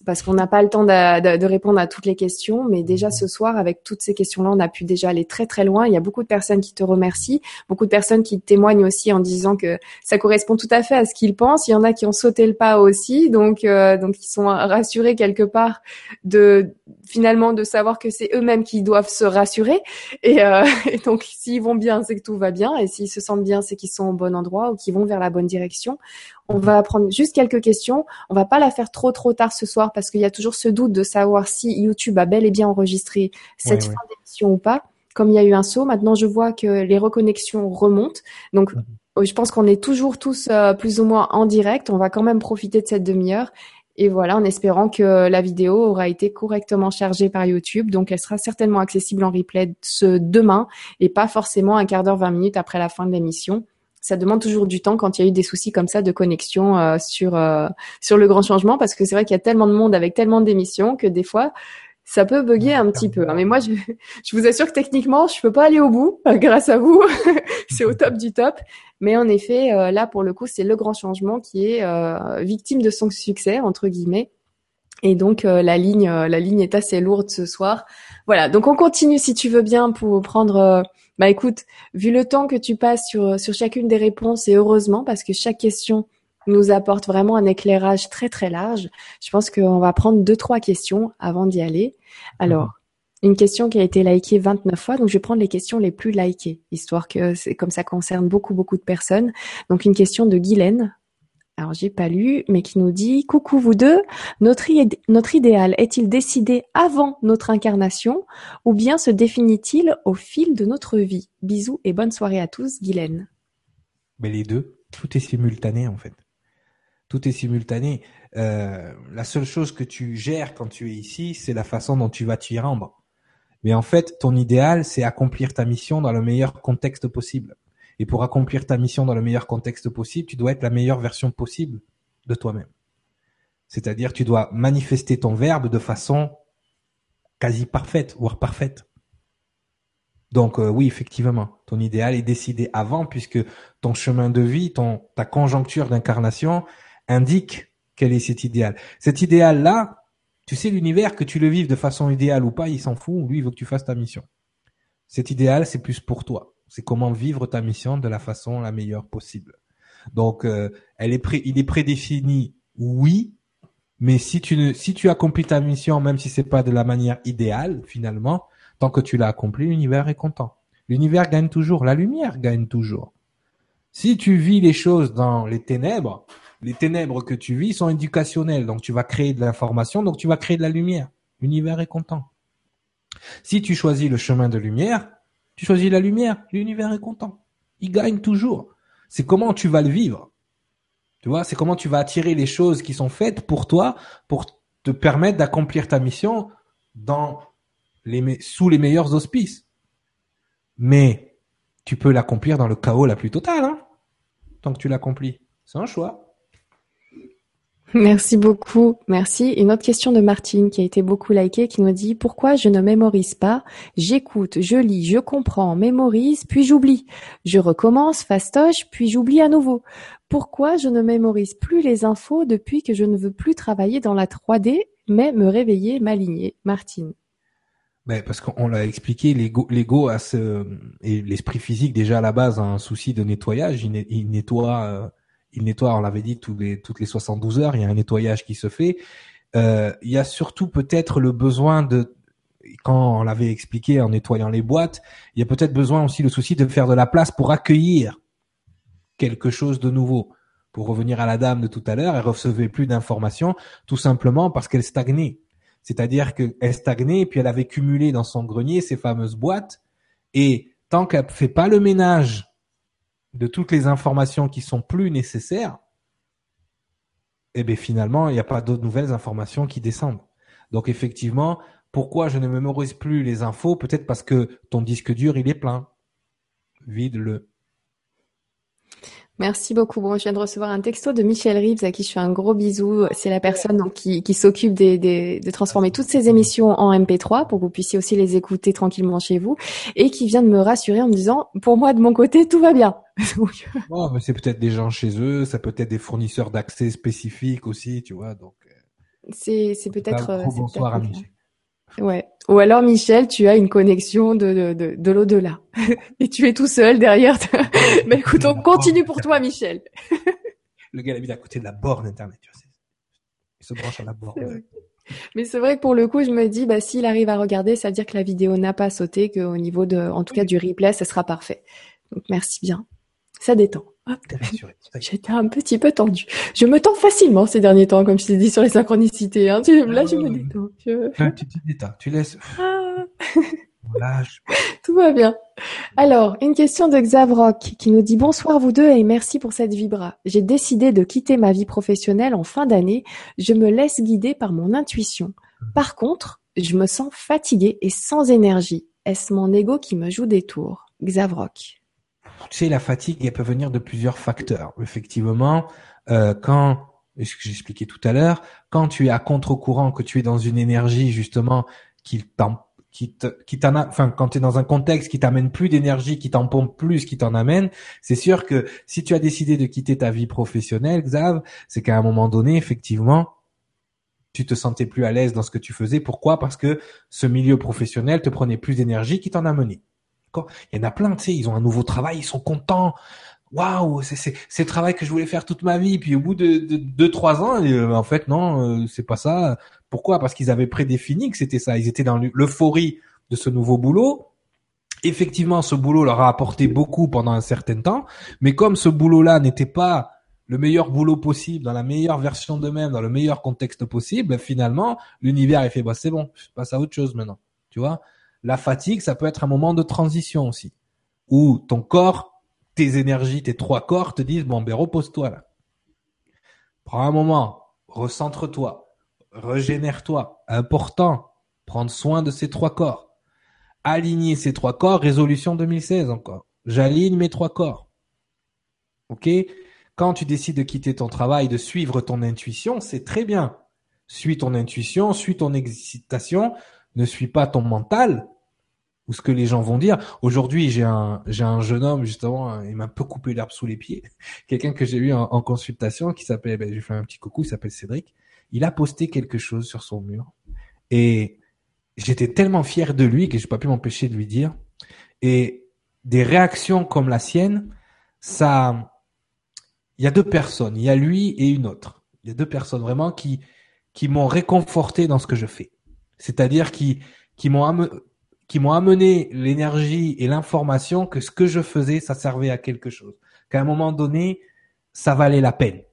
parce qu'on n'a pas le temps de, de, de répondre à toutes les questions. Mais déjà ce soir, avec toutes ces questions-là, on a pu déjà aller très très loin. Il y a beaucoup de personnes qui te remercient, beaucoup de personnes qui témoignent aussi en disant que ça correspond tout à fait à ce qu'ils pensent. Il y en a qui ont sauté le pas aussi, donc euh, donc ils sont rassurés quelque part de finalement de savoir que c'est eux-mêmes qui doivent se rassurer. Et, euh, et donc s'ils vont bien, c'est que tout va bien, et s'ils se sentent bien, c'est qu'ils sont au bon endroit ou qu'ils vont vers la bonne direction. On va prendre juste quelques questions. On va pas la faire trop trop tard ce soir parce qu'il y a toujours ce doute de savoir si YouTube a bel et bien enregistré cette Ouais, fin ouais. d'émission ou pas. Comme il y a eu un saut, maintenant je vois que les reconnexions remontent. Donc Mhm. je pense qu'on est toujours tous euh, plus ou moins en direct. On va quand même profiter de cette demi-heure. Et voilà, en espérant que la vidéo aura été correctement chargée par YouTube. Donc elle sera certainement accessible en replay ce demain et pas forcément un quart d'heure, vingt minutes après la fin de l'émission. Ça demande toujours du temps quand il y a eu des soucis comme ça de connexion euh, sur euh, sur le grand changement, parce que c'est vrai qu'il y a tellement de monde avec tellement d'émissions que des fois ça peut bugger un petit peu. Mais moi, je, je vous assure que techniquement, je peux pas aller au bout grâce à vous. C'est au top du top. Mais en effet, euh, là pour le coup, c'est le grand changement qui est euh, victime de son succès entre guillemets. Et donc euh, la ligne, euh, la ligne est assez lourde ce soir. Voilà. Donc on continue si tu veux bien pour prendre. Euh, bah écoute, vu le temps que tu passes sur sur chacune des réponses, et heureusement parce que chaque question nous apporte vraiment un éclairage très très large. Je pense qu'on va prendre deux trois questions avant d'y aller. Mhm. Alors une question qui a été likée vingt-neuf fois, donc je vais prendre les questions les plus likées, histoire que c'est comme ça concerne beaucoup beaucoup de personnes. Donc une question de Guylaine. Alors, j'ai pas lu, mais qui nous dit « Coucou vous deux, notre, id- notre idéal est-il décidé avant notre incarnation ou bien se définit-il au fil de notre vie ?» Bisous et bonne soirée à tous, Guylaine. Mais les deux, tout est simultané en fait. Tout est simultané. Euh, la seule chose que tu gères quand tu es ici, c'est la façon dont tu vas t'y rendre. Mais en fait, ton idéal, c'est accomplir ta mission dans le meilleur contexte possible. Et pour accomplir ta mission dans le meilleur contexte possible, tu dois être la meilleure version possible de toi-même. C'est-à-dire, tu dois manifester ton verbe de façon quasi parfaite, voire parfaite. Donc euh, oui, effectivement, ton idéal est décidé avant, puisque ton chemin de vie, ton ta conjoncture d'incarnation indique quel est cet idéal. Cet idéal-là, tu sais, l'univers, que tu le vives de façon idéale ou pas, il s'en fout. Lui, il veut que tu fasses ta mission. Cet idéal, c'est plus pour toi. C'est comment vivre ta mission de la façon la meilleure possible. Donc, euh, elle est pré- il est prédéfini, oui, mais si tu ne, si tu accomplis ta mission, même si c'est pas de la manière idéale, finalement, tant que tu l'as accompli, l'univers est content. L'univers gagne toujours, la lumière gagne toujours. Si tu vis les choses dans les ténèbres, les ténèbres que tu vis sont éducationnelles, donc tu vas créer de l'information, donc tu vas créer de la lumière. L'univers est content. Si tu choisis le chemin de lumière, tu choisis la lumière, l'univers est content. Il gagne toujours. C'est comment tu vas le vivre. Tu vois, c'est comment tu vas attirer les choses qui sont faites pour toi, pour te permettre d'accomplir ta mission dans les, sous les meilleurs auspices. Mais tu peux l'accomplir dans le chaos la plus totale, hein, tant que tu l'accomplis. C'est un choix. Merci beaucoup, merci. Une autre question de Martine qui a été beaucoup likée qui nous dit « Pourquoi je ne mémorise pas? J'écoute, je lis, je comprends, mémorise, puis j'oublie. Je recommence, fastoche, puis j'oublie à nouveau. Pourquoi je ne mémorise plus les infos depuis que je ne veux plus travailler dans la trois D, mais me réveiller, m'aligner ?» Martine. Ben, parce qu'on l'a expliqué, l'ego, l'ego a ce, et l'esprit physique déjà à la base a un souci de nettoyage. Il, il nettoie, euh, il nettoie, on l'avait dit, tous les, toutes les soixante-douze heures, il y a un nettoyage qui se fait. Euh, il y a surtout peut-être le besoin de, quand on l'avait expliqué en nettoyant les boîtes, il y a peut-être besoin aussi le souci de faire de la place pour accueillir quelque chose de nouveau. Pour revenir à la dame de tout à l'heure, elle recevait plus d'informations tout simplement parce qu'elle stagnait. C'est-à-dire qu'elle stagnait, puis elle avait cumulé dans son grenier ces fameuses boîtes, et tant qu'elle fait pas le ménage de toutes les informations qui sont plus nécessaires, eh bien finalement, il n'y a pas d'autres nouvelles informations qui descendent. Donc effectivement, pourquoi je ne mémorise plus les infos? Peut-être parce que ton disque dur, il est plein. Vide-le. Merci beaucoup. Bon, je viens de recevoir un texto de Michel Reeves à qui je fais un gros bisou. C'est la personne donc, qui, qui s'occupe des, des, de transformer toutes ces émissions en M P trois pour que vous puissiez aussi les écouter tranquillement chez vous et qui vient de me rassurer en me disant « Pour moi, de mon côté, tout va bien. » Bon, mais c'est peut-être des gens chez eux, ça peut être des fournisseurs d'accès spécifiques aussi, tu vois. Donc, c'est, c'est peut-être, Un euh, gros c'est peut-être bonsoir à le cas. Michel. Ouais. Ou alors, Michel, tu as une connexion de, de, de, de l'au-delà. Et tu es tout seul derrière. ta- Mais écoute, on continue pour toi, Michel. Le gars, il habite à côté de la borne Internet, tu vois. c'est- Il se branche à la borne C'est vrai. direct. Mais c'est vrai que pour le coup, je me dis, bah, s'il arrive à regarder, ça veut dire que la vidéo n'a pas sauté, qu'au niveau de, en tout cas, Oui, du replay, ce sera parfait. Donc, merci bien. Ça détend. Hop. t'es rassuré. Ça y est. J'étais un petit peu tendue. Je me tends facilement ces derniers temps, comme je t'ai dit sur les synchronicités, hein. Tu- Ah Là, je ouais, me ouais, détends. Je- ouais. Tu te détends, tu laisses, pff, Ah, on lâche. tout va bien. Alors, une question de Xavrock qui nous dit bonsoir vous deux et merci pour cette vibra. J'ai décidé de quitter ma vie professionnelle en fin d'année. Je me laisse guider par mon intuition. Par contre, je me sens fatiguée et sans énergie. Est-ce mon ego qui me joue des tours? Xavrock. Tu sais, la fatigue, elle peut venir de plusieurs facteurs. Effectivement, euh, quand, ce que j'expliquais tout à l'heure, quand tu es à contre-courant, que tu es dans une énergie justement qui t'en, qui te, qui t'en a, enfin, quand tu es dans un contexte qui t'amène plus d'énergie, qui t'en pompe plus, qui t'en amène, c'est sûr que si tu as décidé de quitter ta vie professionnelle, Xav, c'est qu'à un moment donné, effectivement, tu te sentais plus à l'aise dans ce que tu faisais. Pourquoi? Parce que ce milieu professionnel te prenait plus d'énergie qui t'en a mené. D'accord. Il y en a plein, tu sais, ils ont un nouveau travail, ils sont contents. Waouh, c'est c'est c'est le travail que je voulais faire toute ma vie. Puis au bout de de deux trois ans, euh, en fait non, euh, c'est pas ça. Pourquoi? Parce qu'ils avaient prédéfini que c'était ça. Ils étaient dans l'euphorie de ce nouveau boulot. Effectivement, ce boulot leur a apporté beaucoup pendant un certain temps, mais comme ce boulot-là n'était pas le meilleur boulot possible, dans la meilleure version d'eux-mêmes, dans le meilleur contexte possible, finalement, l'univers est fait, bah, c'est bon, je passe à autre chose maintenant. Tu vois? La fatigue, ça peut être un moment de transition aussi, où ton corps, tes énergies, tes trois corps te disent, bon, ben, repose-toi là. Prends un moment, recentre-toi, régénère-toi. Important, prendre soin de ces trois corps. Aligner ces trois corps, résolution deux mille seize encore. J'aligne mes trois corps. Ok? Quand tu décides de quitter ton travail, de suivre ton intuition, c'est très bien. Suis ton intuition, suis ton excitation, ne suis pas ton mental ou ce que les gens vont dire. Aujourd'hui, j'ai un, j'ai un jeune homme, justement, il m'a un peu coupé l'herbe sous les pieds. Quelqu'un que j'ai eu en, en consultation qui s'appelle, ben, j'ai fait un petit coucou, il s'appelle Cédric. Il a posté quelque chose sur son mur et j'étais tellement fier de lui que j'ai pas pu m'empêcher de lui dire. Et des réactions comme la sienne, ça, il y a deux personnes, il y a lui et une autre. Il y a deux personnes vraiment qui qui m'ont réconforté dans ce que je fais. C'est-à-dire qui qui m'ont amené, qui m'ont amené l'énergie et l'information que ce que je faisais, ça servait à quelque chose. Qu'à un moment donné, ça valait la peine.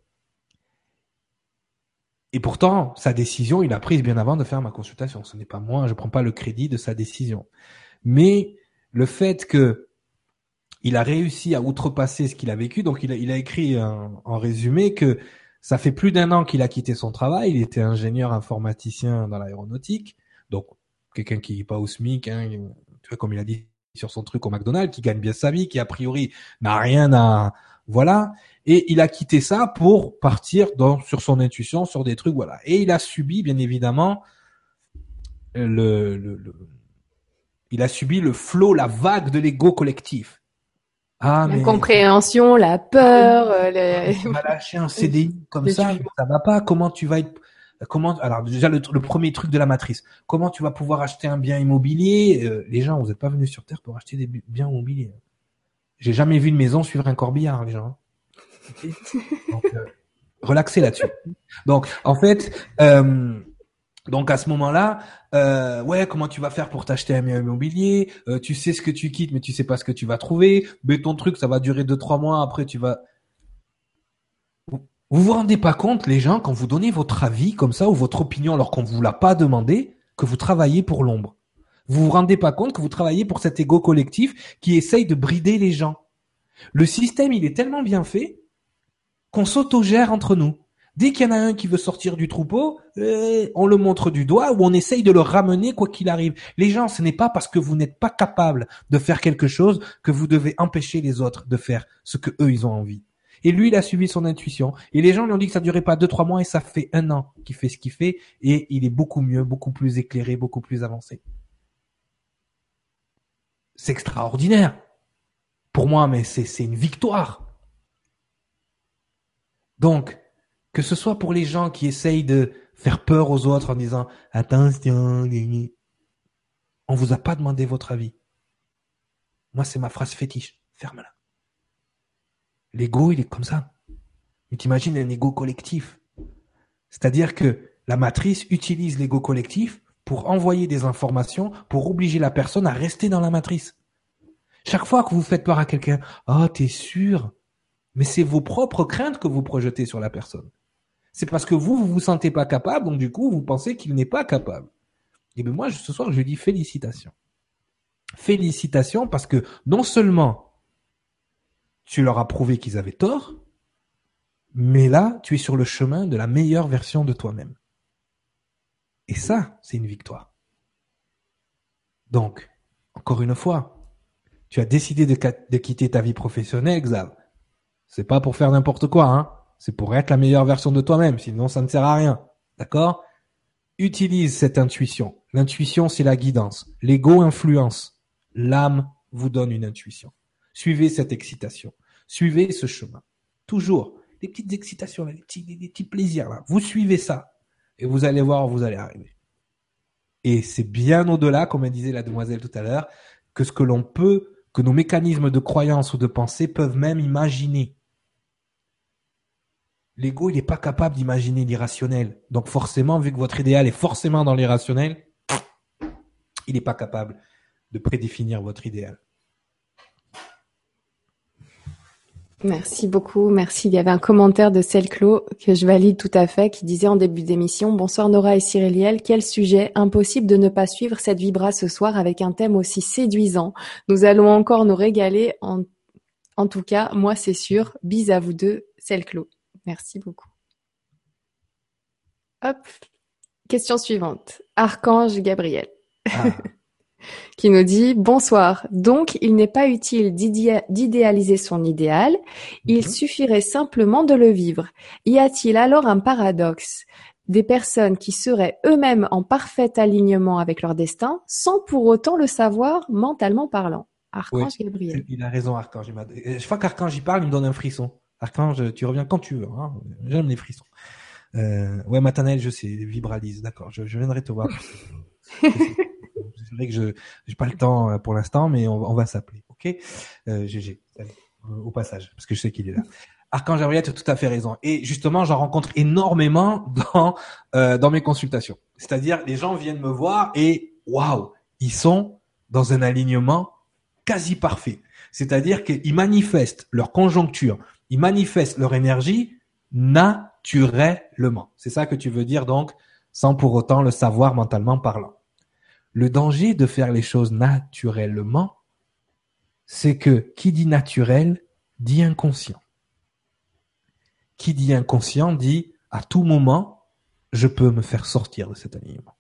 Et pourtant, sa décision, il a prise bien avant de faire ma consultation. Ce n'est pas moi, je prends pas le crédit de sa décision. Mais le fait que il a réussi à outrepasser ce qu'il a vécu. Donc, il a, il a écrit un- en résumé que ça fait plus d'un an qu'il a quitté son travail. Il était ingénieur informaticien dans l'aéronautique. Donc, quelqu'un qui n'est pas au SMIC, hein, tu vois, comme il a dit sur son truc au McDonald's, qui gagne bien sa vie, qui a priori n'a rien à, voilà. Et il a quitté ça pour partir dans, sur son intuition, sur des trucs, voilà. Et il a subi, bien évidemment, le, le, le il a subi le flot, la vague de l'ego collectif. Ah, mais L'incompréhension, la ah oui, peur, euh, les... tu vas lâcher un C D I comme les ça, jugements. ça va pas. Comment tu vas être, comment, alors déjà le, le premier truc de la matrice, comment tu vas pouvoir acheter un bien immobilier? Euh, les gens, vous n'êtes pas venus sur Terre pour acheter des bi- biens immobiliers. J'ai jamais vu une maison suivre un corbillard, les gens. Ok. Donc, euh, relaxez là-dessus. Donc, en fait, euh, donc à ce moment-là, euh, ouais, comment tu vas faire pour t'acheter un bien immobilier? Euh, tu sais ce que tu quittes, mais tu sais pas ce que tu vas trouver. Mais ton truc, ça va durer deux trois mois. Après, tu vas. Vous vous rendez pas compte, les gens, quand vous donnez votre avis comme ça ou votre opinion alors qu'on vous l'a pas demandé, que vous travaillez pour l'ombre. Vous vous rendez pas compte que vous travaillez pour cet ego collectif qui essaye de brider les gens. Le système, il est tellement bien fait qu'on s'autogère entre nous. Dès qu'il y en a un qui veut sortir du troupeau, euh, on le montre du doigt ou on essaye de le ramener quoi qu'il arrive. Les gens, ce n'est pas parce que vous n'êtes pas capable de faire quelque chose que vous devez empêcher les autres de faire ce que eux ils ont envie. Et lui, il a suivi son intuition. Et les gens lui ont dit que ça durait pas deux, trois mois et ça fait un an qu'il fait ce qu'il fait et il est beaucoup mieux, beaucoup plus éclairé, beaucoup plus avancé. C'est extraordinaire. Pour moi, mais c'est, c'est une victoire. Donc, que ce soit pour les gens qui essayent de faire peur aux autres en disant « Attention, on vous a pas demandé votre avis. » Moi, c'est ma phrase fétiche. Ferme-la. L'ego, il est comme ça. Mais t'imagines un ego collectif. C'est-à-dire que la matrice utilise l'ego collectif pour envoyer des informations, pour obliger la personne à rester dans la matrice. Chaque fois que vous faites peur à quelqu'un, « Oh, t'es sûr ?» Mais c'est vos propres craintes que vous projetez sur la personne. C'est parce que vous, vous vous sentez pas capable, donc du coup, vous pensez qu'il n'est pas capable. Et bien moi, ce soir, je dis félicitations. Félicitations parce que non seulement tu leur as prouvé qu'ils avaient tort, mais là, tu es sur le chemin de la meilleure version de toi-même. Et ça, c'est une victoire. Donc, encore une fois, tu as décidé de, de quitter ta vie professionnelle, Xav. C'est pas pour faire n'importe quoi, hein. C'est pour être la meilleure version de toi-même, sinon ça ne sert à rien. D'accord ? Utilise cette intuition. L'intuition, c'est la guidance. L'ego influence. L'âme vous donne une intuition. Suivez cette excitation. Suivez ce chemin. Toujours. Des petites excitations, des petits, des, des petits plaisirs, là. Vous suivez ça. Et vous allez voir où vous allez arriver. Et c'est bien au-delà, comme elle disait la demoiselle tout à l'heure, que ce que l'on peut, que nos mécanismes de croyance ou de pensée peuvent même imaginer. L'ego, il n'est pas capable d'imaginer l'irrationnel. Donc forcément, vu que votre idéal est forcément dans l'irrationnel, il n'est pas capable de prédéfinir votre idéal. Merci beaucoup, merci. Il y avait un commentaire de Selclo que je valide tout à fait, qui disait en début d'émission: bonsoir Nora et Cyrielle, quel sujet, impossible de ne pas suivre cette vibra ce soir avec un thème aussi séduisant. Nous allons encore nous régaler, en, en tout cas, moi c'est sûr. Bis à vous deux, Selclo. Merci beaucoup. Hop, question suivante. Archange Gabriel. Ah. Qui nous dit: bonsoir. Donc, il n'est pas utile d'idéa- d'idéaliser son idéal. Il mmh. suffirait simplement de le vivre. Y a-t-il alors un paradoxe? Des personnes qui seraient eux-mêmes en parfait alignement avec leur destin, sans pour autant le savoir mentalement parlant. Archange oui, Gabriel. Il a raison, Archange. Chaque fois qu'Archange y parle, il me donne un frisson. Archange, tu reviens quand tu veux. Hein. J'aime les frissons. Euh, ouais, Matanel, je sais, vibralise. D'accord, je, je viendrai te voir. C'est vrai que je j'ai pas le temps pour l'instant, mais on, on va s'appeler, ok euh, G G, allez, au passage, parce que je sais qu'il est là. Archange Gabriel, tu as tout à fait raison. Et justement, j'en rencontre énormément dans euh, dans mes consultations. C'est-à-dire, les gens viennent me voir et waouh, ils sont dans un alignement quasi parfait. C'est-à-dire qu'ils manifestent leur conjoncture, ils manifestent leur énergie naturellement. C'est ça que tu veux dire, donc, sans pour autant le savoir mentalement parlant. Le danger de faire les choses naturellement, c'est que qui dit naturel dit inconscient. Qui dit inconscient dit à tout moment, je peux me faire sortir de cet alignement.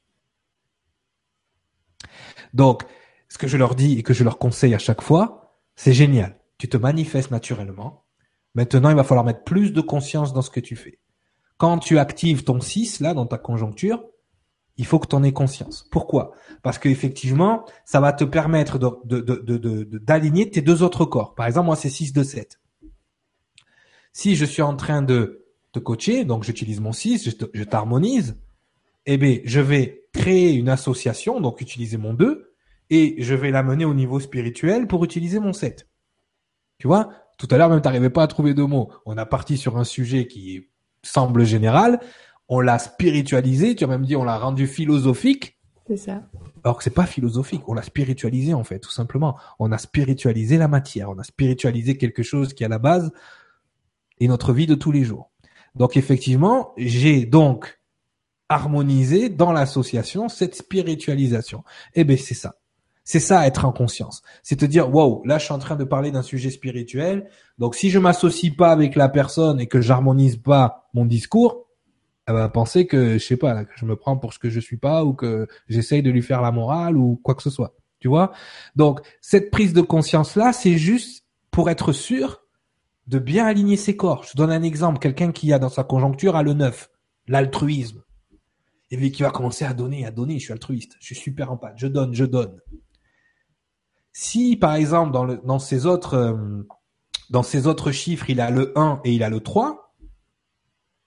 Donc, ce que je leur dis et que je leur conseille à chaque fois, c'est génial. Tu te manifestes naturellement. Maintenant, il va falloir mettre plus de conscience dans ce que tu fais. Quand tu actives ton six, là, dans ta conjoncture, il faut que tu en aies conscience. Pourquoi ? Parce qu'effectivement, ça va te permettre de, de, de, de, de, d'aligner tes deux autres corps. Par exemple, moi, c'est six deux sept. Si je suis en train de te coacher, donc j'utilise mon six, je, te, je t'harmonise, eh bien, je vais créer une association, donc utiliser mon deux, et je vais l'amener au niveau spirituel pour utiliser mon sept. Tu vois ? Tout à l'heure, même, tu n'arrivais pas à trouver deux mots. On a parti sur un sujet qui semble général. On l'a spiritualisé, tu as même dit on l'a rendu philosophique. C'est ça. Alors que c'est pas philosophique, on l'a spiritualisé en fait, tout simplement. On a spiritualisé la matière, on a spiritualisé quelque chose qui à la base est notre vie de tous les jours. Donc effectivement, j'ai donc harmonisé dans l'association cette spiritualisation. Eh ben c'est ça. C'est ça être en conscience. C'est te dire waouh, là je suis en train de parler d'un sujet spirituel. Donc si je m'associe pas avec la personne et que j'harmonise pas mon discours, elle va penser que, je sais pas, là, que je me prends pour ce que je suis pas ou que j'essaye de lui faire la morale ou quoi que ce soit. Tu vois ? Donc, cette prise de conscience-là, c'est juste pour être sûr de bien aligner ses corps. Je te donne un exemple. Quelqu'un qui a dans sa conjoncture a le neuf, l'altruisme. Et puis qui va commencer à donner, à donner. Je suis altruiste. Je suis super empathe. Je donne, je donne. Si, par exemple, dans, le, dans ces autres, euh, dans ces autres chiffres, il a le un et il a le trois,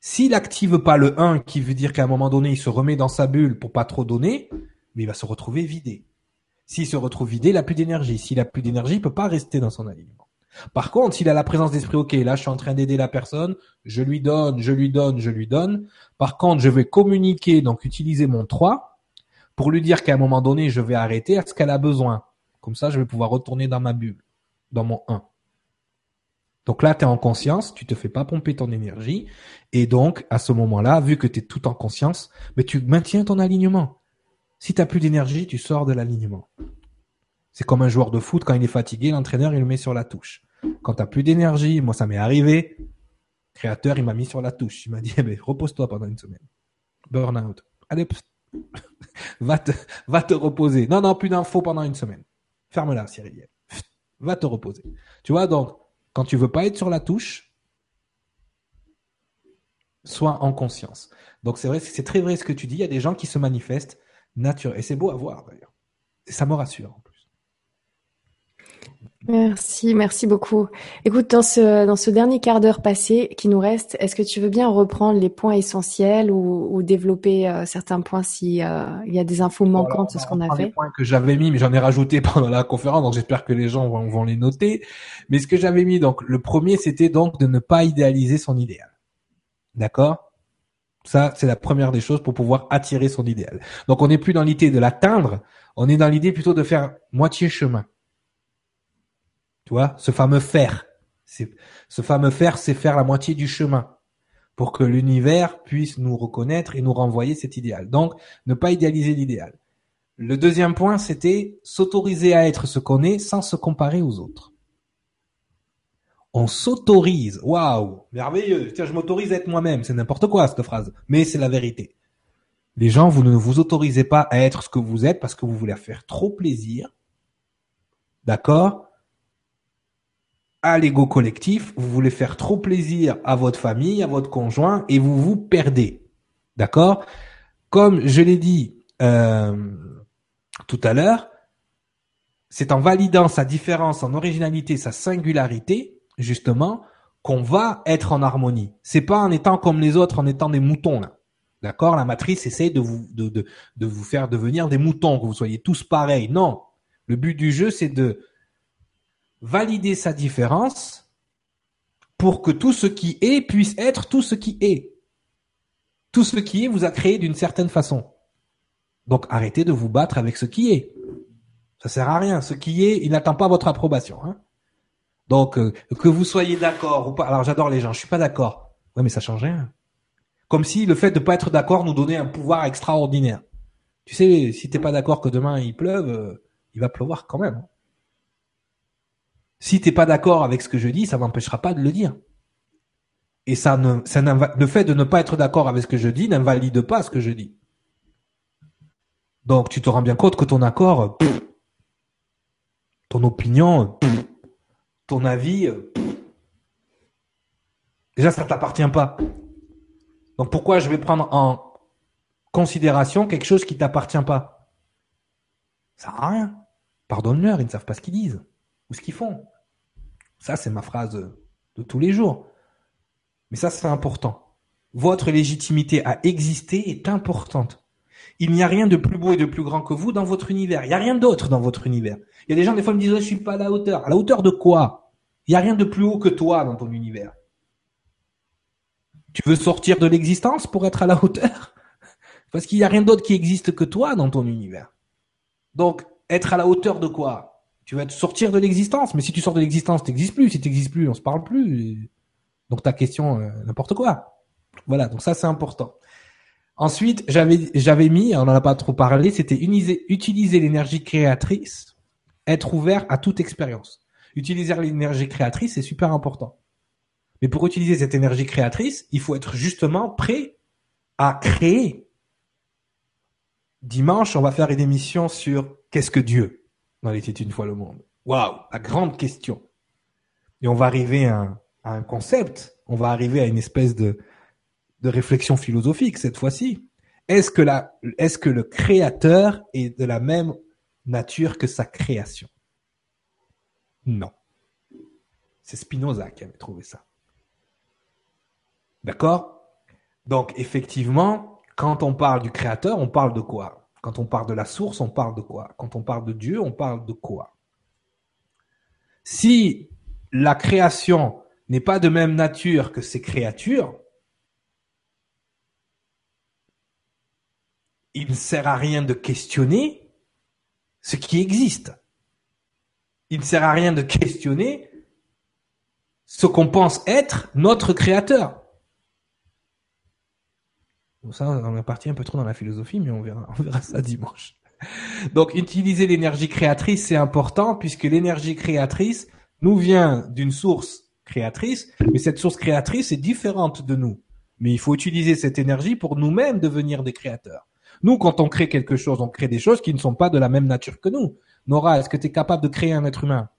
S'il active pas le un, qui veut dire qu'à un moment donné, il se remet dans sa bulle pour pas trop donner, mais il va se retrouver vidé. S'il se retrouve vidé, il a plus d'énergie. S'il a plus d'énergie, il peut pas rester dans son alignement. Par contre, s'il a la présence d'esprit, ok, là, je suis en train d'aider la personne, je lui donne, je lui donne, je lui donne. Par contre, je vais communiquer, donc utiliser mon trois pour lui dire qu'à un moment donné, je vais arrêter à ce qu'elle a besoin. Comme ça, je vais pouvoir retourner dans ma bulle, dans mon un. Donc là, tu es en conscience, tu te fais pas pomper ton énergie. Et donc, à ce moment-là, vu que tu es tout en conscience, mais tu maintiens ton alignement. Si tu n'as plus d'énergie, tu sors de l'alignement. C'est comme un joueur de foot, quand il est fatigué, l'entraîneur, il le met sur la touche. Quand tu n'as plus d'énergie, moi, ça m'est arrivé, le créateur, il m'a mis sur la touche. Il m'a dit, eh ben, repose-toi pendant une semaine. Burn-out. Allez, pff, va, te, va te reposer. Non, non, plus d'infos pendant une semaine. Ferme-la, Cyril. Va te reposer. Tu vois, donc, quand tu veux pas être sur la touche, sois en conscience. Donc, c'est vrai, c'est très vrai ce que tu dis. Il y a des gens qui se manifestent naturellement. Et c'est beau à voir, d'ailleurs. Et ça me rassure, en plus. Merci, merci beaucoup. Écoute, dans ce, dans ce dernier quart d'heure passé qui nous reste, est-ce que tu veux bien reprendre les points essentiels ou, ou développer euh, certains points si euh, il y a des infos Bon, manquantes alors, de on ce va qu'on a reprendre les fait? points que j'avais mis, mais j'en ai rajouté pendant la conférence, donc j'espère que les gens vont, vont les noter. Mais ce que j'avais mis, donc, le premier, c'était donc de ne pas idéaliser son idéal. D'accord? Ça, c'est la première des choses pour pouvoir attirer son idéal. Donc, on n'est plus dans l'idée de l'atteindre, on est dans l'idée plutôt de faire moitié chemin. Tu vois, ce fameux faire. C'est, ce fameux faire, c'est faire la moitié du chemin pour que l'univers puisse nous reconnaître et nous renvoyer cet idéal. Donc, ne pas idéaliser l'idéal. Le deuxième point, c'était s'autoriser à être ce qu'on est sans se comparer aux autres. On s'autorise. Waouh, merveilleux. Tiens, je m'autorise à être moi-même. C'est n'importe quoi, cette phrase. Mais c'est la vérité. Les gens, vous ne vous autorisez pas à être ce que vous êtes parce que vous voulez faire trop plaisir. D'accord? À l'ego collectif, vous voulez faire trop plaisir à votre famille, à votre conjoint, et vous vous perdez. D'accord? Comme je l'ai dit euh, tout à l'heure, c'est en validant sa différence, son originalité, sa singularité, justement, qu'on va être en harmonie. C'est pas en étant comme les autres, en étant des moutons, là. D'accord? La matrice essaie de vous, de, de, de vous faire devenir des moutons, que vous soyez tous pareils. Non. Le but du jeu, c'est de valider sa différence pour que tout ce qui est puisse être tout ce qui est. Tout ce qui est vous a créé d'une certaine façon. Donc, arrêtez de vous battre avec ce qui est. Ça sert à rien. Ce qui est, il n'attend pas votre approbation, hein. Donc, euh, que vous soyez d'accord ou pas. Alors, j'adore les gens. Je suis pas d'accord. Ouais, mais ça change rien. Comme si le fait de pas être d'accord nous donnait un pouvoir extraordinaire. Tu sais, si t'es pas d'accord que demain il pleuve, euh, il va pleuvoir quand même. Si t'es pas d'accord avec ce que je dis, ça m'empêchera pas de le dire. Et ça ne, ça le fait de ne pas être d'accord avec ce que je dis n'invalide pas ce que je dis. Donc, tu te rends bien compte que ton accord, pff, ton opinion, pff, ton avis, pff, déjà, ça t'appartient pas. Donc, pourquoi je vais prendre en considération quelque chose qui t'appartient pas? Ça sert à rien. Pardonne-leur, ils ne savent pas ce qu'ils disent ou ce qu'ils font. Ça, c'est ma phrase de tous les jours. Mais ça, c'est important. Votre légitimité à exister est importante. Il n'y a rien de plus beau et de plus grand que vous dans votre univers. Il n'y a rien d'autre dans votre univers. Il y a des gens, des fois, me disent, oh, je suis pas à la hauteur. À la hauteur de quoi? Il n'y a rien de plus haut que toi dans ton univers. Tu veux sortir de l'existence pour être à la hauteur? Parce qu'il n'y a rien d'autre qui existe que toi dans ton univers. Donc, être à la hauteur de quoi? Tu vas te sortir de l'existence. Mais si tu sors de l'existence, tu n'existes plus. Si tu n'existes plus, on se parle plus. Donc, ta question, euh, n'importe quoi. Voilà, donc ça, c'est important. Ensuite, j'avais, j'avais mis, on n'en a pas trop parlé, c'était utiliser, utiliser l'énergie créatrice, être ouvert à toute expérience. Utiliser l'énergie créatrice, c'est super important. Mais pour utiliser cette énergie créatrice, il faut être justement prêt à créer. Dimanche, on va faire une émission sur qu'est-ce que Dieu dans les Tétés une fois le monde. Waouh, la grande question. Et on va arriver à un, à un concept, on va arriver à une espèce de de réflexion philosophique cette fois-ci. Est-ce que la, est-ce que le créateur est de la même nature que sa création? Non. C'est Spinoza qui avait trouvé ça. D'accord? Donc, effectivement, quand on parle du créateur, on parle de quoi? Quand on parle de la source, on parle de quoi? Quand on parle de Dieu, on parle de quoi? Si la création n'est pas de même nature que ces créatures, il ne sert à rien de questionner ce qui existe. Il ne sert à rien de questionner ce qu'on pense être notre créateur. Bon, ça, on est parti un peu trop dans la philosophie, mais on verra, on verra ça dimanche. Donc, utiliser l'énergie créatrice, c'est important puisque l'énergie créatrice nous vient d'une source créatrice, mais cette source créatrice est différente de nous. Mais il faut utiliser cette énergie pour nous-mêmes devenir des créateurs. Nous, quand on crée quelque chose, on crée des choses qui ne sont pas de la même nature que nous. Nora, est-ce que tu es capable de créer un être humain?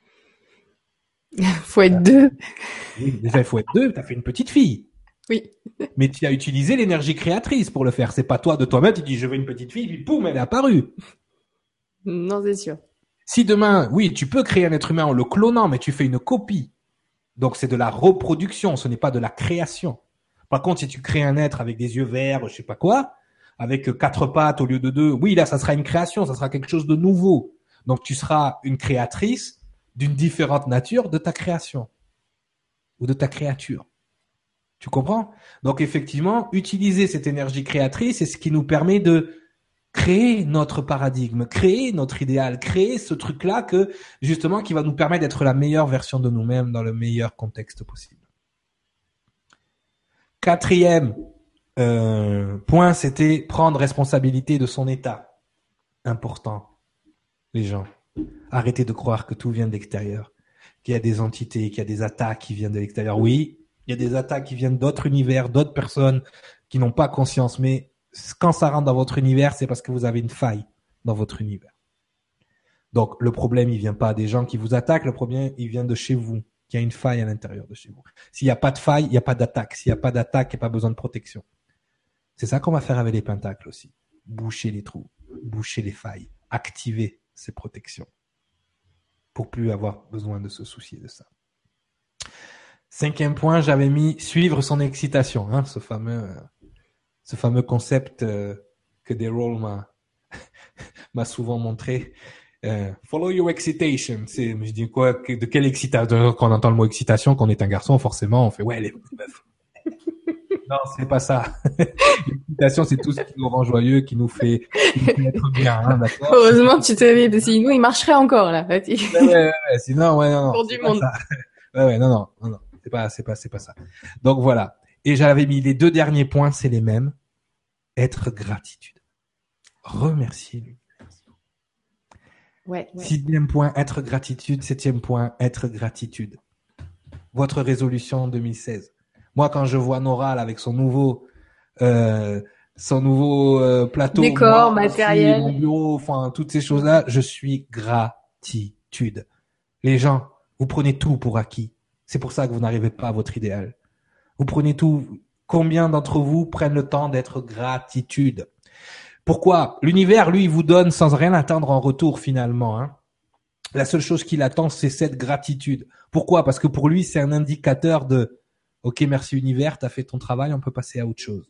Faut être deux. Oui, déjà, il faut être deux. Tu as fait une petite fille. Oui. Mais tu as utilisé l'énergie créatrice pour le faire. C'est pas toi de toi-même, tu dis je veux une petite fille, puis boum, elle est apparue. Non, c'est sûr. Si demain, oui, tu peux créer un être humain en le clonant, mais tu fais une copie. Donc c'est de la reproduction, ce n'est pas de la création. Par contre, si tu crées un être avec des yeux verts, je sais pas quoi, avec quatre pattes au lieu de deux, oui, là, ça sera une création, ça sera quelque chose de nouveau. Donc tu seras une créatrice d'une différente nature de ta création ou de ta créature. Tu comprends? Donc effectivement, utiliser cette énergie créatrice, c'est ce qui nous permet de créer notre paradigme, créer notre idéal, créer ce truc-là que justement qui va nous permettre d'être la meilleure version de nous-mêmes dans le meilleur contexte possible. Quatrième euh, point, c'était prendre responsabilité de son état. Important, les gens. Arrêtez de croire que tout vient de l'extérieur, qu'il y a des entités, qu'il y a des attaques qui viennent de l'extérieur. Oui, il y a des attaques qui viennent d'autres univers, d'autres personnes qui n'ont pas conscience. Mais quand ça rentre dans votre univers, c'est parce que vous avez une faille dans votre univers. Donc, le problème, il vient pas des gens qui vous attaquent. Le problème, il vient de chez vous. Il y a une faille à l'intérieur de chez vous. S'il n'y a pas de faille, il n'y a pas d'attaque. S'il n'y a pas d'attaque, il n'y a pas besoin de protection. C'est ça qu'on va faire avec les pentacles aussi. Boucher les trous, boucher les failles, activer ces protections pour plus avoir besoin de se soucier de ça. Cinquième point, j'avais mis suivre son excitation, hein, ce fameux, euh, ce fameux concept euh, que Daryl m'a m'a souvent montré. Euh, follow your excitation. C'est, je dis quoi, de quelle excitation? Quand on entend le mot excitation, qu'on est un garçon, forcément, on fait ouais les meufs. Non, c'est pas ça. L'excitation, c'est tout ce qui nous rend joyeux, qui nous fait, qui nous fait être bien, hein, d'accord? Heureusement que tu te réveilles, parce que sinon il marcherait encore là. Ouais, ouais, ouais, ouais, sinon, ouais, non, non. Pour du monde. Ça. Ouais, ouais, non, non, non, non. C'est pas, c'est pas, c'est pas ça. Donc voilà. Et j'avais mis les deux derniers points, c'est les mêmes. Être gratitude. Remercier lui. Ouais, ouais. Sixième point, être gratitude. Septième point, être gratitude. Votre résolution en deux mille seize. Moi, quand je vois Nora là, avec son nouveau, euh, son nouveau euh, plateau, décor, moi, matériel, mon bureau, enfin toutes ces choses-là, je suis gratitude. Les gens, vous prenez tout pour acquis. C'est pour ça que vous n'arrivez pas à votre idéal. Vous prenez tout. Combien d'entre vous prennent le temps d'être gratitude? Pourquoi? L'univers, lui, il vous donne sans rien attendre en retour finalement. Hein. La seule chose qu'il attend, c'est cette gratitude. Pourquoi? Parce que pour lui, c'est un indicateur de « Ok, merci univers, t'as fait ton travail, on peut passer à autre chose ».